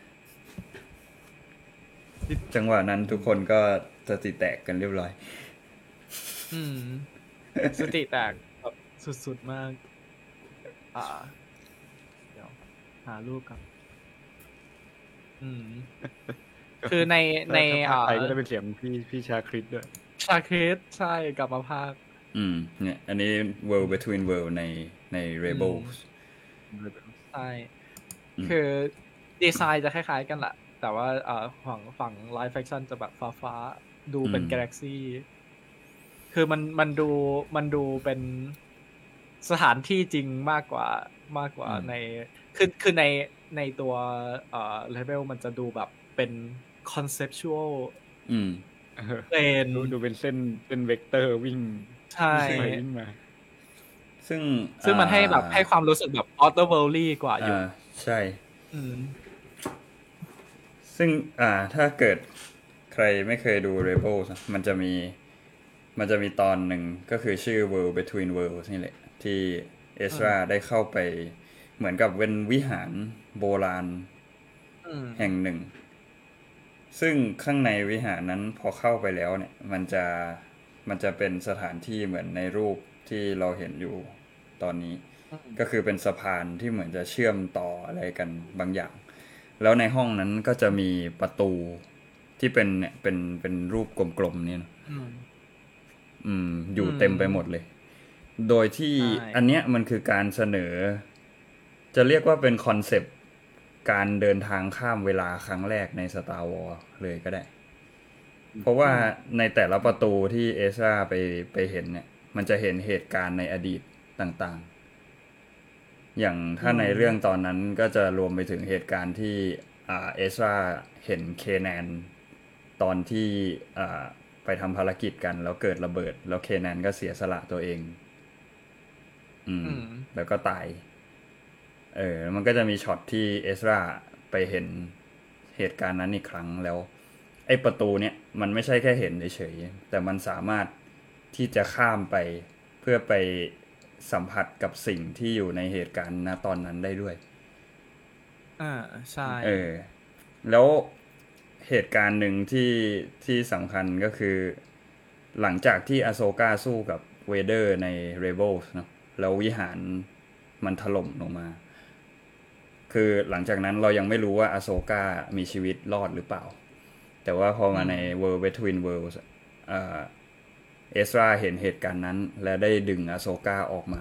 จังหวะนั้นทุกคนก็สติแตกกันเรียบร้อยอืม สติแตกแบบสุดๆมาก อ่า เดี๋ยว หารูปครับ อืม คือในในถ้าอ่าภาคไทยก็ได้เป็นเสียงพี่พี่ชาคริสด้วยชาคริสใช่กลับมาภาคอืม เนี่ย อันนี้ world between world ในใน Rebels ใช่อืมคือดีไซน์จะคล้ายๆกันแหละ แต่ว่าเอ่อฝั่งฝั่ง Live Action จะแบบฟ้าๆ ดูเป็นอืม Galaxy คือมันมันดูมันดูเป็นสถานที่จริงมากกว่ามากกว่าใน คือคือในในตัวเอ่อ Rebel มันจะดูแบบเป็น conceptual อืมเป็นดูดูเป็นเส้นเป็นเวกเตอร์วิ่งใช่วิ่งไปวิ่งมาซึ่งซึ่งมันให้แบบให้ความรู้สึกแบบ otherworldly กว่าอยู่อ่าใช่อืมซึ่งอ่าถ้าเกิดใครไม่เคยดู Rebels นะมันจะมีมันจะมีตอนหนึ่งก็คือชื่อ World Between Worlds นี่แหละที่เอสราได้เข้าไปเหมือนกับเป็นวิหารโบราณแห่งหนึ่งซึ่งข้างในวิหารนั้นพอเข้าไปแล้วเนี่ยมันจะมันจะเป็นสถานที่เหมือนในรูปที่เราเห็นอยู่ตอนนี้ก็คือเป็นสะพานที่เหมือนจะเชื่อมต่ออะไรกันบางอย่างแล้วในห้องนั้นก็จะมีประตูที่เป็นเนี่ยเป็นเป็นรูปกลมๆเนี่ยนะอืมอยู่เต็มไปหมดเลยโดยที่อันเนี้ยมันคือการเสนอจะเรียกว่าเป็นคอนเซปต์การเดินทางข้ามเวลาครั้งแรกใน Star Wars เลยก็ได้เพราะว่าในแต่ละประตูที่เอซราไปไปเห็นเนี่ยมันจะเห็นเหตุการณ์ในอดีตต่างๆอย่างถ้าในเรื่องตอนนั้นก็จะรวมไปถึงเหตุการณ์ที่อ่าเอซราเห็นเคแนนตอนที่อ่าไปทำภารกิจกันแล้วเกิดระเบิดแล้วเคแนนก็เสียสละตัวเองอืมแล้วก็ตายเออมันก็จะมีช็อตที่เอซราไปเห็นเหตุการณ์นั้นอีกครั้งแล้วไอ้ประตูเนี่ยมันไม่ใช่แค่เห็นเฉยๆแต่มันสามารถที่จะข้ามไปเพื่อไปสัมผัสกับสิ่งที่อยู่ในเหตุการณ์ณตอนนั้นได้ด้วยอ่าใช่เออแล้วเหตุการณ์หนึ่งที่ที่สำคัญก็คือหลังจากที่อโซกาสู้กับเวเดอร์ใน Rebels เนาะแล้ววิหารมันถล่มลงมาคือหลังจากนั้นเรายังไม่รู้ว่าอโซกามีชีวิตรอดหรือเปล่าแต่ว่าพอมาใน World Between Worlds เอ่อเอซราเห็นเหตุการณ์นั้นและได้ดึงอโซกาออกมา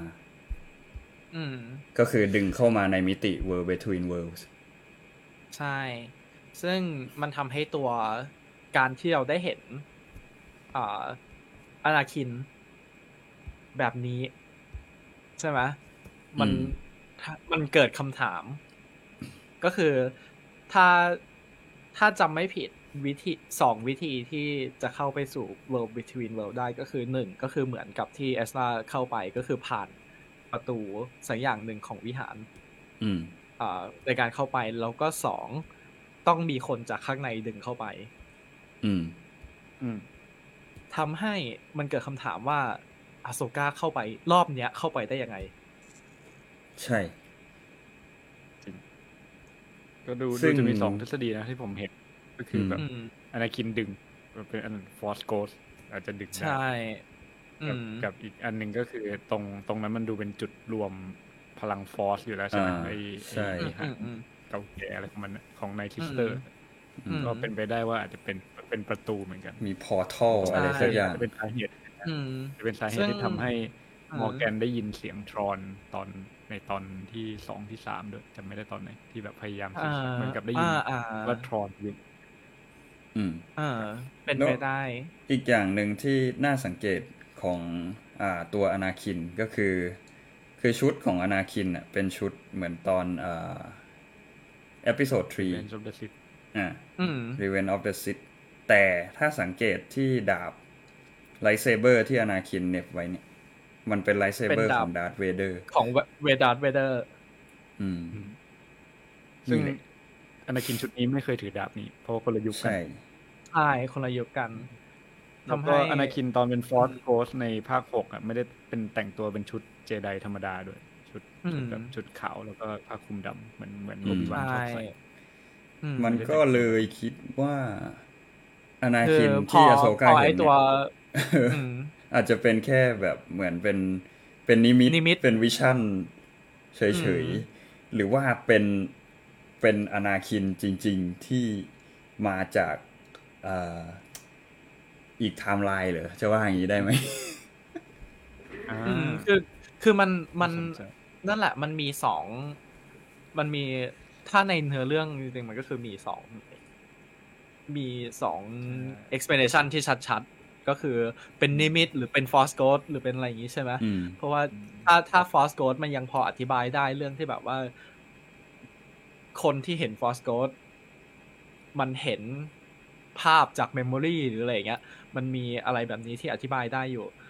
ก็คือดึงเข้ามาในมิติ World Between Worlds ใช่ซึ่งมันทำให้ตัวการที่เราได้เห็นอ่าอนาคินแบบนี้ใช่ไหมมันมันเกิดคำถามก็คือถ้าถ้าจำไม่ผิดวิธีสองวิธีที่จะเข้าไปสู่ World Between World ได้ก็คือหนึ่งก็คือเหมือนกับที่เอสราเข้าไปก็คือผ่านประตูสักอย่างหนึ่งของวิหารอ่าในการเข้าไปแล้วก็สองต้องมีคนจากข้างในดึงเข้าไปอืมอืมทำให้มันเกิดคำถามว่าอาโซกาเข้าไปรอบเนี้ยเข้าไปได้ยังไงใช่จริงก็ดูดูจะมีสองทฤษฎีนะที่ผมเห็นก็คือแบบอนาคินดึงเป็นอันฟอร์สโกสอาจจะดึงใช่กับอีกอันหนึ่งก็คือตรงตรงนั้นมันดูเป็นจุดรวมพลังฟอร์สอยู่แล้วใช่ไหมไอ้ใช่เก่าแก่อะไรของมันของไนทิสเตอร์ก็เป็นไปได้ว่าอาจจะเป็นเป็นประตูเหมือนกันมีพอร์ทัลอะไรสักอย่างเป็นสาเหตุจะเป็นสาเหตุที่ทำให้มอร์แกนได้ยินเสียงทรอนตอนในตอนที่สองที่สามด้วยจำไม่ได้ตอนไหนที่แบบพยายามเหมือนกับได้ยินว่าทรอนอยู่อืมอ่าเป็นไปได้อีกอย่างหนึ่งที่น่าสังเกตของอ่าตัวอนาคินก็คือคือชุดของอนาคินอ่ะเป็นชุดเหมือนตอนอ่าเอพิโซดสาม Revenge of the Sith อ่า Revenge of the Sith แต่ถ้าสังเกตที่ดาบไลท์เซเบอร์ที่อนาคินเหน็บไว้เนี่ยมันเป็นไลท์เซเบอร์ของดาร์ธเวเดอร์ของเวดาร์ธเวเดอร์อืมซึ่งอนาคินชุดนี้ไม่เคยถือดาบนี้เพราะว่าคนละยุคกันใช่ใช่คนละยุคกันทำให้อนาคินตอนเป็นฟอร์สโกสในภาคหกอ่ะไม่ได้เป็นแต่งตัวเป็นชุดเจไดธรรมดาด้วยชุดแบบชุดขาวแล้วก็ผ้าคลุมดำเหมือนเหมือนโอบิวานชอบใส่มันก็เลยคิดว่าอนาคินที่อโซกาเห็นอาจจะเป็นแค่แบบเหมือนเป็นเป็นนิมิตเป็นวิชั่นเฉยๆหรือว่าเป็นเป็นอนาคินจริงๆที่มาจากอ่าอีกไทม์ไลน์เหรอจะว่าอย่างนี้ได้ไหมอืมคือคือมันมันนั่นแหละมันมีสองมันมีถ้าในเนื้อเรื่องจริงๆมันก็คือมีสองมีสอง explanation ที่ชัดๆก็คือเป็นนิมิตหรือเป็น force ghost หรือเป็นอะไรอย่างนี้ใช่ไหมเพราะว่าถ้าถ้า force ghost มันยังพออธิบายได้เรื่องที่แบบว่าคนที่เห็น force ghost มันเห็นภาพจาก memory หรืออะไรอย่างเงี้ยมันมีอะไรแบบนี้ที่อธิบายได้อยู่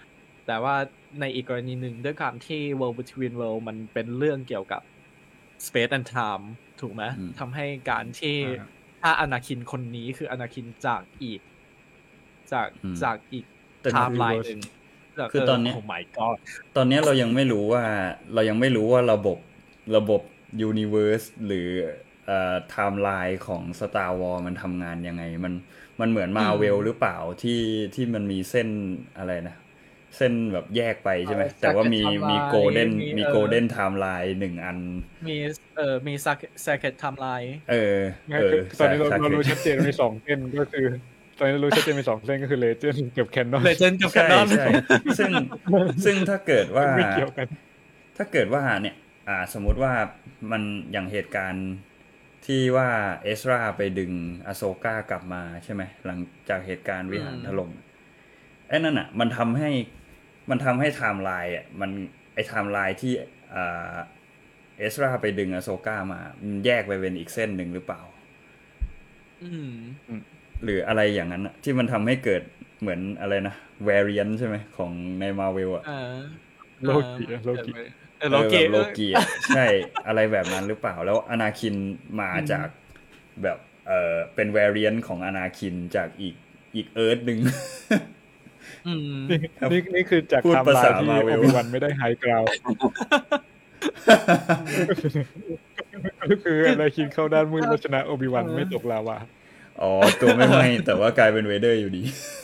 แต่ว่าในอีกกรณีหนึ่งด้วยการที่ World Between World มันเป็นเรื่องเกี่ยวกับ Space and Time ถูกไหมทำให้การที่ถ้าอนาคินคนนี้คืออนาคินจากอีกจากจากอีกไทม์ไลน์หนึ่งคือตอนนี้ oh my god ตอนนี้เรายังไม่รู้ว่าเรายังไม่รู้ว่าระบบระบบ Universe หรือเอ่อไทม์ไลน์ของ Star Wars มันทำงานยังไงมันมันเหมือน Marvel หรือเปล่าที่ที่มันมีเส้นอะไรนะเส้นแบบแยกไปใช่ไหมแต่ว่ามีมีโกลเด้นมีโกลเด้นไทม์ไลน์หนึ่งอันมีเอ่อมี Sacred Timeline เออเออตอนนี้เราเรารู้ชัดเจนมีสองเส้นก็คือตอนนี้รู้ชัดเจนมีสองเส้นก็คือ Legend กับ Canon Legend กับ Canon ใช่ซึ่งซึ่งถ้าเกิดว่าไม่เกี่ยวกันถ้าเกิดว่าเนี่ยอ่าสมมุติว่ามันอย่างเหตุการณ์ที่ว่าเอสราไปดึงอโซก้ากลับมาใช่ไหมหลังจากเหตุการณ์วิหารถล่มไอ้นั่นอ่ะมันทำให้มันทำให้ไทม์ไลน์อ่ะมันไอ้ไทม์ไลน์ที่อ่าเอสราไปดึงอโซก้ามามันแยกไปเป็นอีกเส้นหนึ่งหรือเปล่าอืมหรืออะไรอย่างนั้นที่มันทำให้เกิดเหมือนอะไรนะ variant ใช่ไหมของใน Marvel อ่ะโลกิโลกิเออโลกิโลกิใช่อะไรแบบนั้นหรือเปล่าแล้วอนาคินมาจากแบบเออเป็น variant ของอนาคินจากอีกอีกเอิร์ธนึงนี่นี่คือจากไทม์ไลน์ที่โอบิวันไม่ได้ไฮกราวด์ก็คืออนาคินเข้าด้านมืดแล้วชนะโอบิวันไม่ตกลาวาอ๋อตัวไม่ไหม้แต่ว่ากลายเป็นเวเดอร์อยู่ดี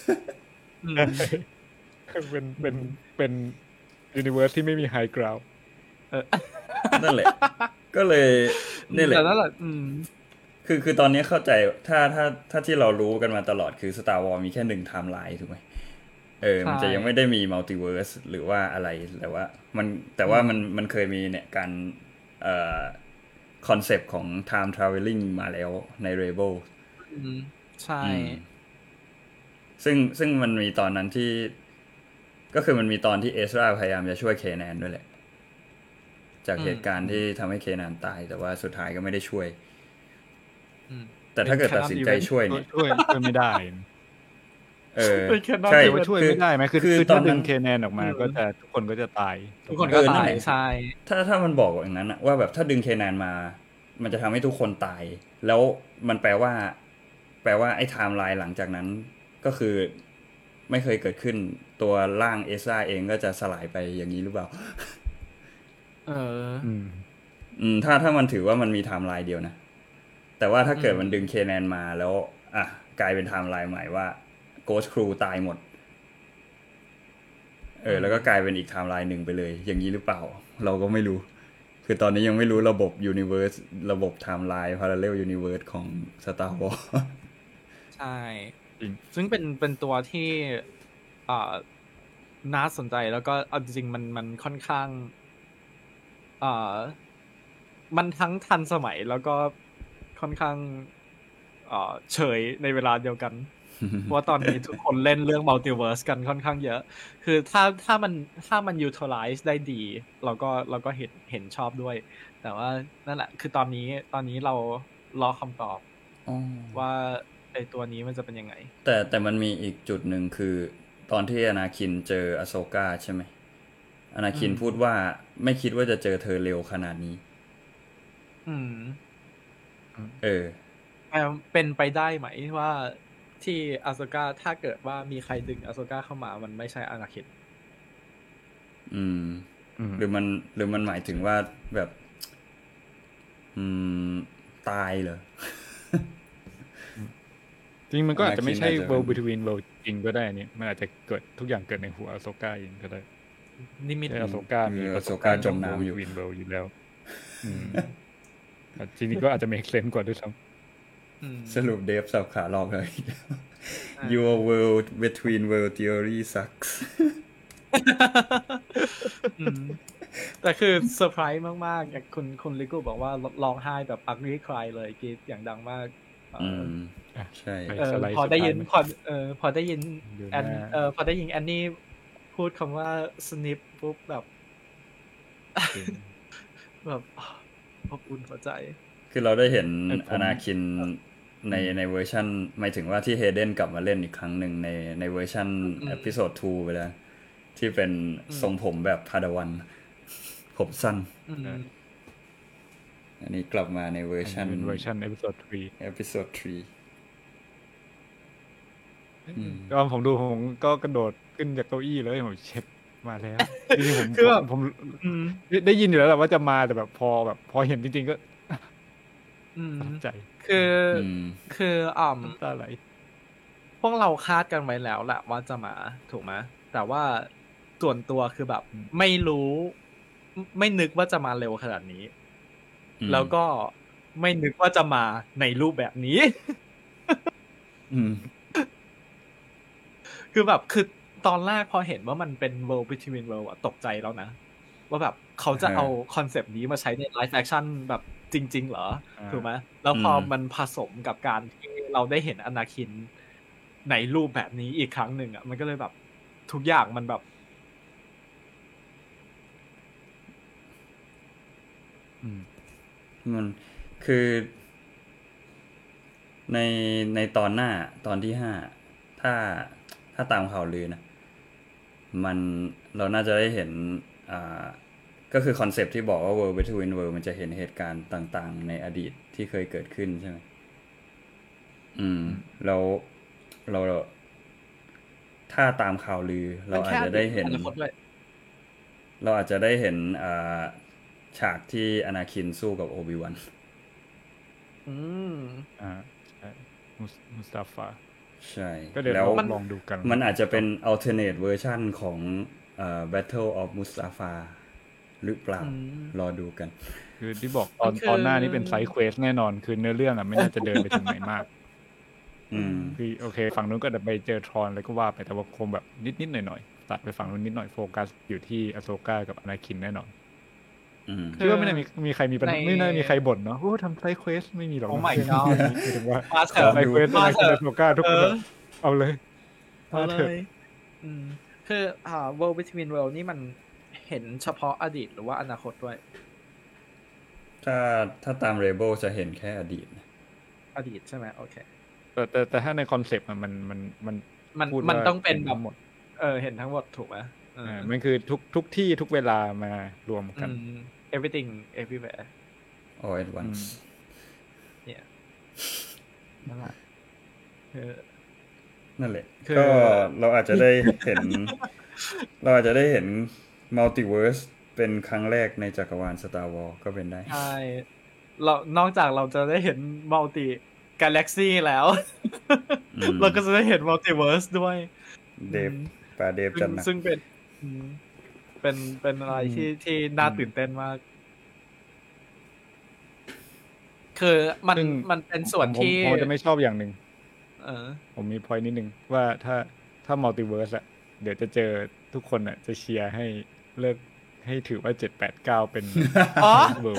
เป็นเป็นเป็นยูนิเวิร์สที่ไม่มีไฮกราวด์นั่นแหละก็เลยนี่แหละนั่นแหละคือคือตอนนี้เข้าใจถ้าถ้าถ้าที่เรารู้กันมาตลอดคือ Star Wars มีแค่หนึ่งไทม์ไลน์ถูกไหมเออมันจะยังไม่ได้มีมัลติเวิร์สหรือว่าอะไรแต่ว่ามันแต่ว่ามันมันเคยมีเนี่ยการเอ่อคอนเซปต์ของ time traveling มาแล้วใน Rebel ใช่ซึ่งซึ่งมันมีตอนนั้นที่ก็คือมันมีตอนที่เอสราพยายามจะช่วยเคแนนด้วยแหละจากเหตุการณ์ที่ทำให้เคแนนตายแต่ว่าสุดท้ายก็ไม่ได้ช่วยแต่ถ้าเกิดตัดสินใจช่วยเนี่ยช่วยไม่ได้เออใช่ว่าช่วยไม่ได้ไหมคือคือถ้าดึงเคแนนออกมาก็จะทุกคนก็จะตายทุกคนก็ตายใช่ถ้าถ้ามันบอกอย่างนั้นว่าแบบถ้าดึงเคแนนมามันจะทำให้ทุกคนตายแล้วมันแปลว่าแปลว่าไอ้ไทม์ไลน์หลังจากนั้นก็คือไม่เคยเกิดขึ้นตัวร่างเอซ่าเองก็จะสลายไปอย่างนี้หรือเปล่าเอออืมอืมถ้าถ้ามันถือว่ามันมีไทม์ไลน์เดียวนะแต่ว่าถ้าเกิดมันดึงเคแนนมาแล้วอ่ะกลายเป็นไทม์ไลน์ใหม่ว่าGhost Crew ตายหมดเออแล้วก็กลายเป็นอีกไทม์ไลน์หนึ่งไปเลยอย่างนี้หรือเปล่าเราก็ไม่รู้คือตอนนี้ยังไม่รู้ระบบ Universe ระบบไทม์ไลน์ Parallel Universe ของ Star Wars ใช่ซึ่งเป็นเป็นตัวที่อ่าน่าสนใจแล้วก็เอาจริงๆมันมันค่อนข้างอ่ามันทั้งทันสมัยแล้วก็ค่อนข้างอ่าเฉยในเวลาเดียวกันเพราะว่าตอนนี้ทุกคนเล่นเรื่องมัลติเวิร์สกันค่อนข้างเยอะคือถ้าถ้ามันถ้ามัน utilize ได้ดีเราก็เราก็เห็นเห็นชอบด้วยแต่ว่านั่นแหละคือตอนนี้ตอนนี้เรารอคำตอบว่าไอตัวนี้มันจะเป็นยังไงแต่แต่มันมีอีกจุดหนึ่งคือตอนที่อนาคินเจออโซก้าใช่ไหมอนาคินพูดว่าไม่คิดว่าจะเจอเธอเร็วขนาดนี้อืมเออเป็นไปได้ไหมว่าที่อาโซก้าถ้าเกิดว่ามีใครดึงอาโซก้าเข้ามามันไม่ใช่อนาคินอืมหรือมันหรือมันหมายถึงว่าแบบอืมตายเหรอจริงมันก็อาจจะไม่ใช่ World Between World จริงก็ได้เนี่ยมันอาจจะเกิดทุกอย่างเกิดในหัวอาโซก้าเองก็ได้นิมิตอาโซก้ามีอาโซก้าจมน้ำอยู่ Between World อยู่แล้วอืมจริงๆก็อาจจะ make sense กว่าด้วยซ้ำสรุปเดฟสับขาหลอกเลย Your world between world theory sucks แต่คือเซอร์ไพรส์มากๆอย่างคุณคุณลิโก้บอกว่าร้องไห้แบบ ugly cry เลยกรี๊ดอย่างดังมากอืมใช่พอได้ยินพอเออพอได้ยินแอนเออพอได้ยินแอนนี่พูดคำว่าสนิปปุ๊บแบบแบบอบอุ่นหัวใจคือเราได้เห็นอนาคินในในเวอร์ชันหมายถึงว่าที่เฮเดนกลับมาเล่นอีกครั้งหนึ่งในในเวอร์ชันเอพิโซดสองไปแล้วที่เป็นทรงผมแบบพาดาวันผมสั้นอันนี้กลับมาในเวอร์ชันเป็นเวอร์ชันเอพิโซดสามเอพิโซดสามตอนผมดูผมก็กระโดดขึ้นจากเก้าอี้เลยผมเช็คมาแล้วจริงๆผมผมได้ยินอยู่แล้วแหละว่าจะมาแต่แบบพอแบบพอเห็นจริงๆก็ประทับใจคือคืออ่อมตาไหลพวกเราคาดกันไว้แล้วแหละว่าจะมาถูกไหมแต่ว่าส่วนตัวคือแบบไม่รู้ไม่นึกว่าจะมาเร็วขนาดนี้แล้วก็ไม่นึกว่าจะมาในรูปแบบนี้คือแบบคือตอนแรกพอเห็นว่ามันเป็น World Between World อะตกใจแล้วนะว่าแบบเขาจะเอาคอนเซปต์นี้มาใช้ในไลฟ์แอคชั่นแบบจริงๆเหรอถูกไหมแล้วพอมันผสมกับการที่เราได้เห็นอนาคินในรูปแบบนี้อีกครั้งหนึ่งอ่ะมันก็เลยแบบทุกอย่างมันแบบมันคือในในตอนหน้าตอนที่ห้าถ้าถ้าตามข่าวลือนะมันเราน่าจะได้เห็นอ่าก็คือคอนเซปต์ที่บอกว่า World Between World มันจะเห็นเหตุการณ์ต่างๆในอดีตที่เคยเกิดขึ้นใช่ไหมอืมแล้วเราถ้าตามข่าวลือเราอาจจะได้เห็นเราอาจจะได้เห็นอ่าฉากที่อนาคินสู้กับโอบิวันอืมอ่าใช่มุสตาฟาใช่ก็เดี๋ยวลองดูกันมันอาจจะเป็น alternate version ของเอ่อ Battle of Mustafa หรือเปล่ารอดูกันคือที่บอกตอนตอนหน้านี้เป็นไซด์เควสแน่นอนคือเนื้อเรื่องอ่ะไม่น่าจะเดินไปถึงไหนมากอืมคือโอเคฝั่งนู้นก็จะไปเจอทรอนอะไรก็ว่าไปแต่ว่าคงแบบนิดๆหน่อยๆตัดไปฝั่งนู้นนิดหน่อยโฟกัสอยู่ที่อโซก้ากับอนาคินแน่นอนคิดว่าไม่น่ามีมีใครมีปัญหาไม่น่ามีใครบ่นเนาะโอ้ทำไซด์เควสไม่มีหรอกโอ้ my god คือถึงว่าไซด์เควสอนาคินอโซก้าทุกคนเอาเลยเอาเลยอืมคืออ่า World Between World นี่มันเห็นเฉพาะอดีตหรือว่าอนาคตด้วยถ้าถ้าตาม Rebel จะเห็นแค่อดีตอดีตใช่ไหมโอเคแต่แต่แต่ถ้าในคอนเซปต์มันมันมันมันมันต้องเป็นแบบหมดเออเห็นทั้งหมดถูกไหมอ่ามันคือทุกทุกที่ทุกเวลามารวมกัน everything everywhere all at once เนี่ยนั่นแหละนั่นแหละก็เราอาจจะได้เห็นเราอาจจะได้เห็นมัลติเวิร์สเป็นครั้งแรกในจักรวาล Star Wars ก็เป็นได้ใช่เรานอกจากเราจะได้เห็นมัลติกาแล็กซี่แล้วเราก็จะได้เห็นมัลติเวิร์สด้วยเดฟปาเดฟจันนะซึ่งเป็นเป็นเป็นอะไรที่ที่น่าตื่นเต้นมากคือมันมันเป็นส่วนที่ผมจะไม่ชอบอย่างหนึ่งเออผมมีพอยต์นิดนึงว่าถ้าถ้ามัลติเวิร์สอะเดี๋ยวจะเจอทุกคนอะจะเชียร์ให้เลิกให้ถือว่าเจ็ดแปดเก้าเป็นอ๋อ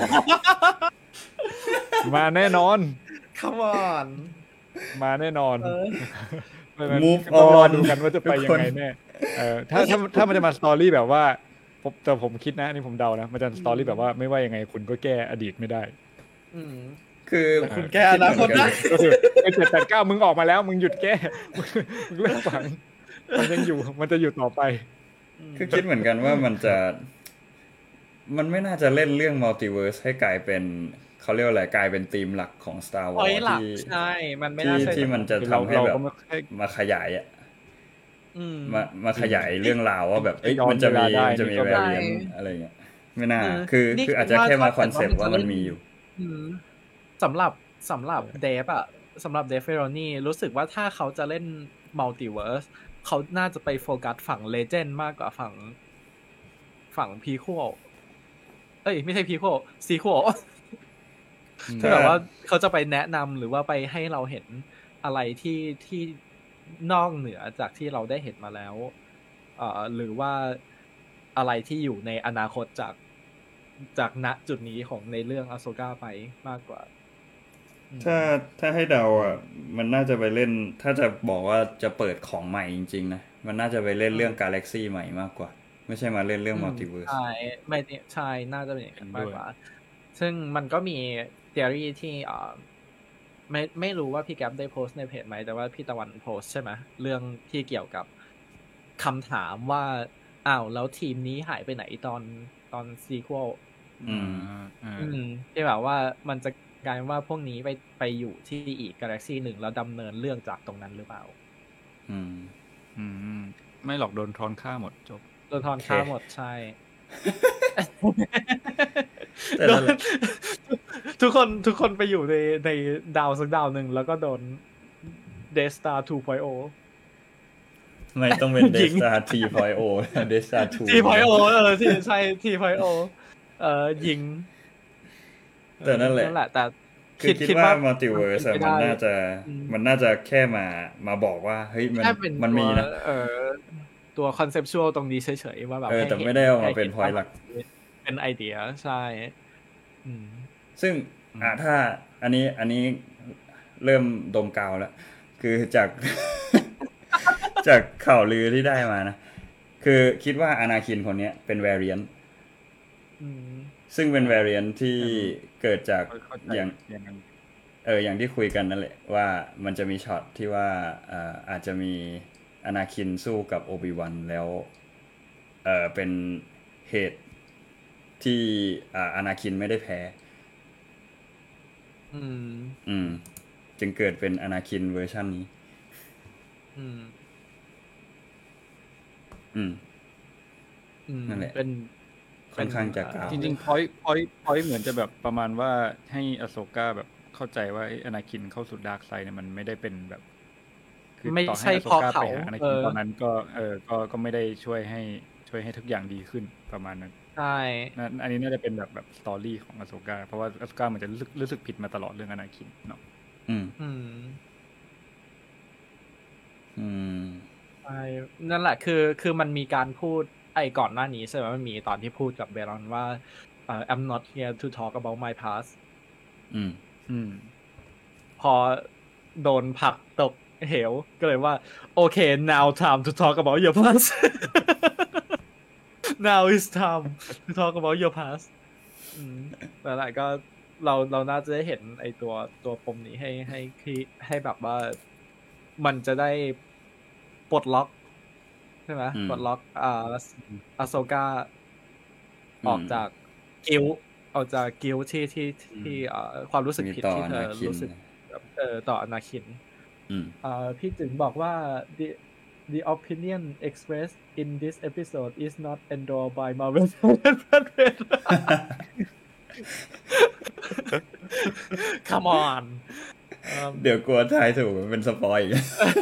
มาแน่นอน Come on มาแน่นอน Move ต้องรอดูกันว่าจะไปยังไงแน่เออถ้าถ้าถ้ามันจะมาสตอรี่แบบว่าแต่ผมคิดนะนี่ผมเดานะมันจะสตอรี่แบบว่าไม่ว่ายังไงคุณก็แก้อดีตไม่ได้คือคุณแก้อนาคตได้ก็คือไอ้เจ็ดแปดเก้ามึงออกมาแล้วมึงหยุดแก้มึงเลิกฝังมันยังอยู่มันจะอยู่ต่อไปคือคิดเหมือนกันว่ามันจะมันไม่น่าจะเล่นเรื่องมัลติเวิร์สให้กลายเป็นเขาเรียกว่าอะไรกลายเป็นธีมหลักของ Star Wars ที่ใช่มันไม่น่าใช่ที่มันจะทำให้แบบมาขยายอ่ะมามาขยายเรื่องราวว่าแบบเอ้ยมันจะมีมันจะมีแวร์เรียนอะไรเงี้ยไม่น่าคือคืออาจจะแค่มาคอนเซ็ปต์ว่ามันมีอยู่สำหรับสำหรับเดฟอะสำหรับเดฟเฟโรนี่รู้สึกว่าถ้าเขาจะเล่นมัลติเวิร์สเขาน่าจะไปโฟกัสฝั่งเลเจนด์มากกว่าฝั่งฝั่งพีควลเอ้ยไม่ใช่พีควลซีควลคือแบบว่าเขาจะไปแนะนำหรือว่าไปให้เราเห็นอะไรที่ที่นอกเหนือจากที่เราได้เห็นมาแล้วเอ่อหรือว่าอะไรที่อยู่ในอนาคตจากจากณจุดนี้ของในเรื่องอโซก้าไปมากกว่าถ้าถ้าให้เดาอ่ะมันน่าจะไปเล่นถ้าจะบอกว่าจะเปิดของใหม่จริงๆนะมันน่าจะไปเล่นเรื่องกาแล็กซี่ใหม่มากกว่าไม่ใช่มาเล่นเรื่องมัลติเวิร์สใช่ไม่ใช่น่าจะเป็นอย่างนั้นมากกว่าซึ่งมันก็มีทฤษฎีที่อ่าไม่ไม่รู้ว่าพี่แก๊ปได้โพสต์ในเพจไหมแต่ว่าพี่ตะวันโพสต์ใช่ไหมเรื่องที่เกี่ยวกับคำถามว่าอ้าวแล้วทีมนี้หายไปไหนตอนตอนซีควอลอืมอ่าอืมที่แบบว่ามันจะกลายว่าพวกนี้ไปไปอยู่ที่อีกกาแล็กซี่หนึ่งแล้วดำเนินเรื่องจากตรงนั้นหรือเปล่าอืมอืมไม่หรอกโดนทรอนฆ่าหมดจบโดนทอนฆ่าหมดใช่แต่โดนั่นนแหละทุกคนทุกคนไปอยู่ในในดาวสักดาวหนึ่งแล้วก็โดน Death Star ทู พอยต์ โอไม่ต้องเป็นเดยิงสตาทีพอยโอเดสตาทูที พอยต์ โอ เออที่ใช่ ที พอยต์ โอ เออยิงแต่นั่นแหละนั่นแหละ แต่คือคิดว่ามัลติเวิร์สมันเป็นไปมันได้น่าจะอืมมันน่าจะแค่มามาบอกว่าเฮ้ยมันแค่เป็นมันตัวมีนะเออตัวคอนเซปชวลตรงนี้เฉยๆว่าแบบเออให้แต่ห็นไม่ได้เอามาให้เป็นห็ point หลักเป็นไอเดียใช่ อืมซึ่งอ่ะถ้าอันนี้อันนี้เริ่มดมกาวแล้ว คือจาก จากข่าวลือที่ได้มานะ คือคิดว่าอนาคินคนเนี้ยเป็น variant อืมซึ่งเป็น variant ที่เกิดจากเข้าใจอย่างอย่างนั้นเอออย่างที่คุยกันนั่นแหละว่ามันจะมีช็อตที่ว่าอ่าอาจจะมีอนาคินสู้กับโอบิวันแล้วเออเป็นเหตุที่อ่าอนาคินไม่ได้แพ้อืมอืม จึงเกิดเป็นอนาคินเวอร์ชันนี้อืมอืมอืมนั่นแหละเป็นค่อนข้างจะกาวจริงๆพอยพอยพอยเหมือนจะแบบประมาณว่าให้อโศก้าแบบเข้าใจว่าอนาคินเข้าสู่ดาร์กไซด์เนี่ยมันไม่ได้เป็นแบบ คือไม่ต่อใช่ให้อโศเพราะก้าเขาไปหาอนาเอคินอตอนนั้นก็เออก็ก็ไม่ได้ช่วยให้ช่วยให้ทุกอย่างดีขึ้นประมาณนั้นใช่นั่นอันนี้น่าจะเป็นแบบแบบสตอรี่ของอโศก้าเพราะว่าอโศก้ามันจะรู้สึกรู้สึกผิดมาตลอดเรื่องอนาคินเนาะอืมอืมอืมใช่นั่นแหละคือคือมันมีการพูดไอ้ก่อนหน้านี้ใช่ไหมมันมีตอนที่พูดกับเบรอนว่าเอ่อ I'm not here to talk about my past อืมอืมพอโดนผลักตกเหวก็เลยว่าโอเค now time to talk about your past now is time to talk about your past อืมนั่นแหละก็เราเราน่าจะได้เห็นไอ้ตัวตัวปมนี้ให้ให้ให้ให้แบบว่ามันจะได้ปลดล็อกใช่ไหมอืมปลดล็อกอ่าอาโซกาออกจากกิลออกจากกิลที่ที่ที่อ่าความรู้สึกมีผิดต่อที่อเธนาอคินรู้สึกแบบเออต่ออนาคินอืมอ่าพี่จึงบอกว่า the the opinion expressed in this episode is not endorsed by Marvel Come on อืมเดี๋ยวกลัวทายถูกมันเป็นสปอยอีก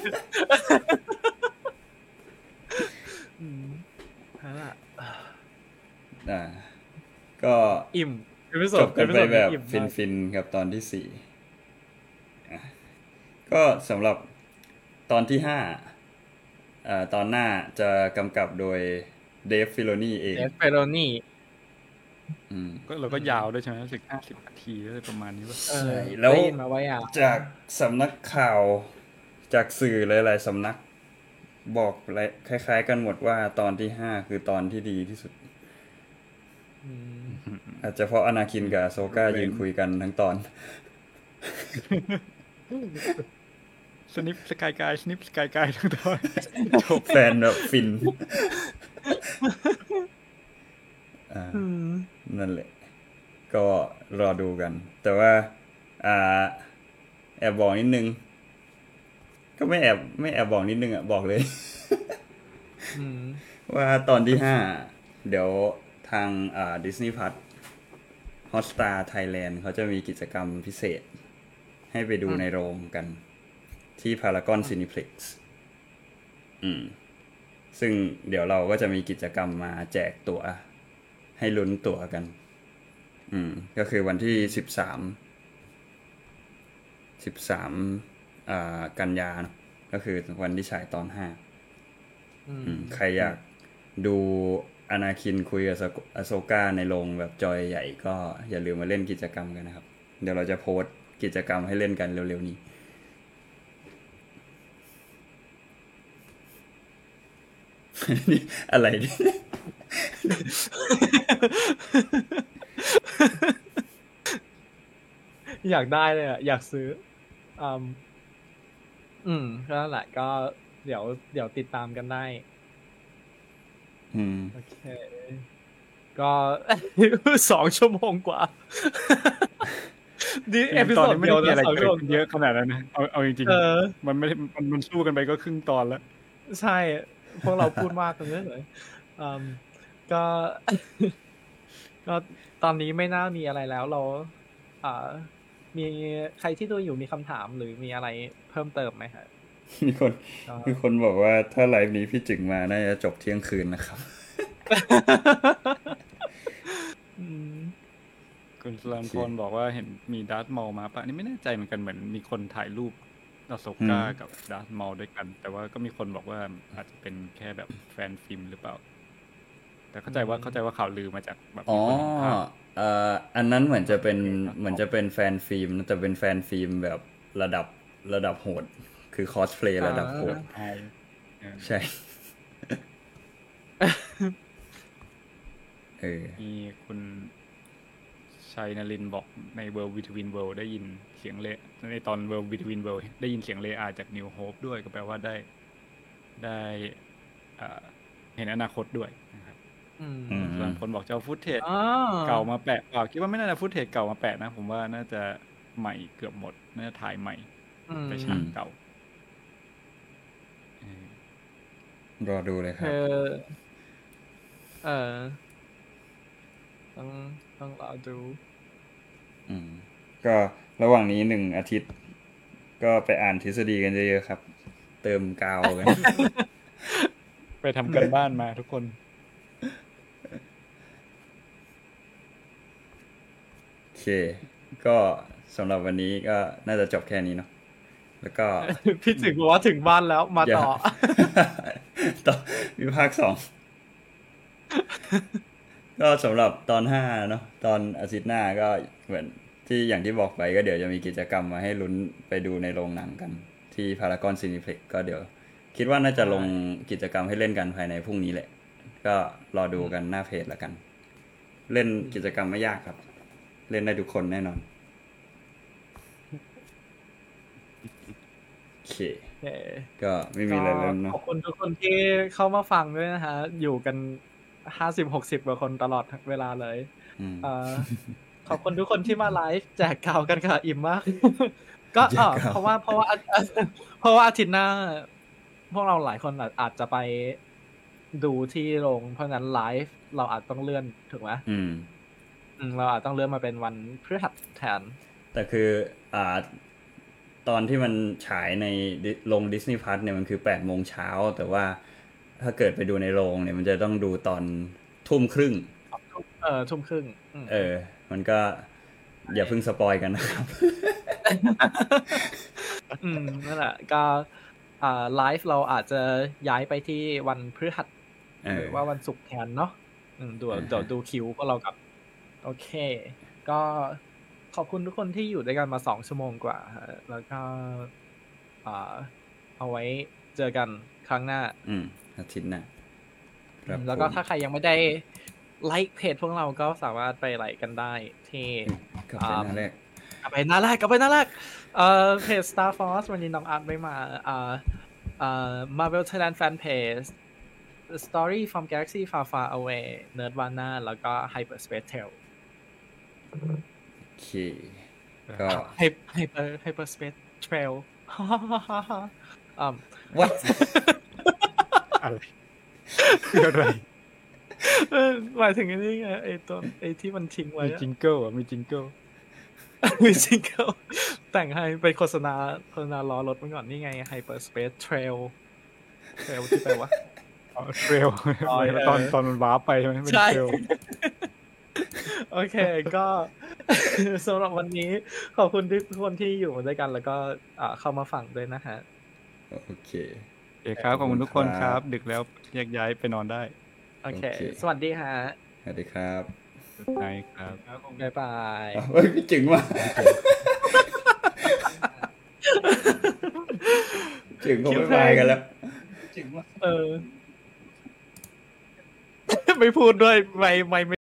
อืมนั่นแหละอ่า ก็อิ่มจ episode บกันไป episode แบบอิ่มฟินมากฟินๆกับตอนที่สี่อ่ะก็สำหรับตอนที่ห้าอ่าตอนหน้าจะกำกับโดยเดฟฟิโลนีเองเดฟเฟโรนี่อืมก็เราก็ยาวด้วยใช่ไหมรู้สึกห้าสิบนาทีอะไรประมาณนี้ว่าเออใช่แล้วได้ยินมาว่าอย่างจากสำนักข่าวจากสื่อหลายๆสำนักบอกคล้ายๆกันหมดว่าตอนที่ห้าคือตอนที่ดีที่สุดอืมอาจจะเพราะอนาคินกับโซก้ายืนคุยกันทั้งตอนสนิปสกายกายสนิปสกายกายทั้งตอนจบแฟนแบบฟิน อ่าอืมนั่นแหละ ก็รอดูกัน แต่ว่า อ่า แอบบอกนิดนึง ก็ไม่แอบไม่แอบบอกนิดนึงอ่ะ บอกเลยอืมว่าตอนที่ห้าเดี๋ยวทางอ่า Disney Plus Hotstar Thailand เขาจะมีกิจกรรมพิเศษ ให้ไปดูในโรงกัน ที่ Paragon Cineplex อืม ซึ่งเดี๋ยวเราก็จะมีกิจกรรมมาแจกตั๋วให้ลุ้นตั๋วกัน อืม ก็คือวันที่สิบสาม สิบสามอ่ากันยาเนอะก็คือวันที่ฉายตอนห้าอืมอืมใครอยากดูอนาคินคุยกับอโซก้าในโรงแบบจอยใหญ่ก็อย่าลืมมาเล่นกิจกรรมกันนะครับ เดี๋ยวเราจะโพสต์กิจกรรมให้เล่นกันเร็วๆนี้ นี่อะไรเนี่ยอยากได้เลยอ่ะ อยากซื้ออืมอืมก็นั่นแหละก็เดี๋ยวเดี๋ยวติดตามกันได้อืมโอเค ก็ สองชั่วโมงกว่านี่เอพิตโซอนดนี้ไม่เดียได้วมีนะอะไรสองเกิชั่วดโมงขึ้นกเยว่าอะขนาดนั้นนะเอาเอาจริงเออๆมันไม่ได้มันมันสู้กันไปก็ครึ่งตอนแล้วใช่ พวกเราพูดมากกันเยอะเลยอืมก็ ก็ตอนนี้ไม่น่ามีอะไรแล้วเราอ่ามีใครที่ดูอยู่มีคำถามหรือมีอะไรเพิ่มเติมไหมครับมีคนก็มีคนบอกว่าถ้าไลฟ์นี้พี่จึงมาน่าจะจบเที่ยงคืนนะครับอืมคุณสลามพรบอกว่าเห็นมีดาร์ธมอลมาปะนี่ไม่แน่ใจเหมือนกันเหมือนมีคนถ่ายรูปอโซก้าอืมกับดาร์ธมอลด้วยกัน แต่ว่าก็มีคนบอกว่าอาจจะเป็นแค่แบบแฟนฟิล์มหรือเปล่า แต่เข้าใจว่าเข้าใจว่าข่าวลือมาจากแบบอ๋มีอคนเห็นภาพเอ่ออันนั้นเหมือนจะเป็นโอเคครับเหมือนจะเป็นแฟนฟิล์มนะแต่เป็นแฟนฟิล์มแบบระดับระดับโหด คือคอสเพลย์ระดับโหดใช่เออใช่ เออมีคุณชัยนรินทร์บอกใน World Between World ได้ยินเสียงเลในตอน World Between World ได้ยินเสียงเลอาจาก New Hope ด้วยก็แปลว่าได้ได้เอ่อเห็นอนาคตด้วยนะครับอืมอืมส่วนคนบอกจะเอาฟุตเทจอ๋อเก่ามาแปะเปล่าคิดว่าไม่น่าจะฟุตเทจเก่ามาแปะนะ ผมว่าน่าจะใหม่เกือบหมดน่าจะถ่ายใหม่อืมแต่ฉากเก่าเออรอดูเลยคเอรับอเออต้องต้องรอดูอืม ก็ระหว่างนี้หนึ่งอาทิตย์ ก็ไปอ่านทฤษฎีกันเยอะๆครับ เติมกาวกันไปทำกันบ้านมาทุกคนโอเค ก็สำหรับวันนี้ก็น่าจะจบแค่นี้เนาะ แล้วก็พี่ถึงบอกว่าถึงบ้านแล้วมาต่อต่อมีภาคสอง ก็สำหรับตอนห้าเนาะตอนอาทิตย์หน้าก็เหมือนที่อย่างที่บอกไปก็เดี๋ยวจะมีกิจกรรมมาให้ลุ้นไปดูในโรงหนังกัน ที่พารากอนซีนิเพล็กก็เดี๋ยว คิดว่าน่าจะลงกิจกรรมให้เล่นกันภายในพรุ่งนี้แหละ ก็รอดูกันหน้าเพจแล้วกัน เล่นกิจกรรมไม่ยากครับ เล่นได้ทุกคนแน่นอนโอเคโอเคก็ไม่มีอะไรเริ่มเนาะขอบคุณทุกคนที่เข้ามาฟังด้วยนะฮะ อยู่กันห้าสิบหกสิบกว่าคนตลอดเวลาเลยอืมเอ่อขอบคุณทุกคนที่มาไลฟ์แจกกาวกันค่ะอิ่มมาก ก็เออแจกกาวเพราะว่าเพราะว่าเพราะว่าอาทิตย์หน้า พวกเราหลายคนอาจจะไปดูที่โรงเพราะฉะนั้นไลฟ์เราอาจต้องเลื่อนถูกไหมอืมอืมเราอาจต้องเลื่อนมาเป็นวันพฤหัสแทนแต่คืออ่าตอนที่มันฉายในดิลง Disney Plus เนี่ยมันคือแปดโมงเช้าแต่ว่าถ้าเกิดไปดูในโรงเนี่ยมันจะต้องดูตอนทุ่มครึ่งเออทุ่มครึ่งอืมเออ มันก็อย่าเพิ่งสปอยกันนะครับอืมนั่นแหละก็อ่าไลฟ์เราอาจจะย้ายไปที่วันพฤหัสเออหรือว่าวันศุกร์แทนเนาะอืมดูอ่าฮะเดี๋ยวดูคิวพวกเรากับ โอเค ก็ขอบคุณทุกคนที่อยู่ด้วยกันมาสองชั่วโมงกว่าฮะแล้วก็อ่าเอาไว้เจอกันครั้งหน้าอืมอาทิตย์หน้าครับแล้วก็ผมถ้าใครยังไม่ได้ไลค์เพจพวกเราก็สามารถไปไลค์กันได้ที่กลับไปหน้าแรกกลับไปหน้าแรกกลับไปหน้าแรกเอ่อเพจ Star Force วันนี้น้องอาร์ตไม่มาอ่าอ่า Marvel Thailand Fan Page Story from Galaxy Far Far Away Nerdvana แล้วก็ Hyperspace Trail โอเค ก็ Hy- Hyper Hyperspace Trail อืม what อะไรคืออะไรเออหมายถึงไอ้นี่ไงไอ้ตัวไอ้ที่มันทิ้งไว้มีอะจิงเกิลอ่ะมีจิงเกิลมีซิงเกิลแต่งให้เป็นโฆษณาโฆษณาล้อรถมันก่อนนี่ไง Hyperspace Trail Trail ที่แปลว่าเทรลอ๋อเออตอนตอนมันวาร์ปไปใช่ไหมเป็นใช่เทรลโอเคก็ สำหรับวันนี้ขอบคุณทุกคนที่อยู่ด้วยกัน แล้วก็อ่าเข้ามาฟังด้วยนะฮะโอเคโอเคครับขอบคุณทุกคนขอบคุณคครัรับ บ ดึกแล้วแยกย้ายไปนอนได้โอเคโอเคสวัสดีฮะสวัสดีครับใช่ครับบ๊ายบายอ้าวเฮ้ยพี่จึงมาจึงก็ไม่ไปกันแล้วเออ ไม่พูดด้วยไม่ไม่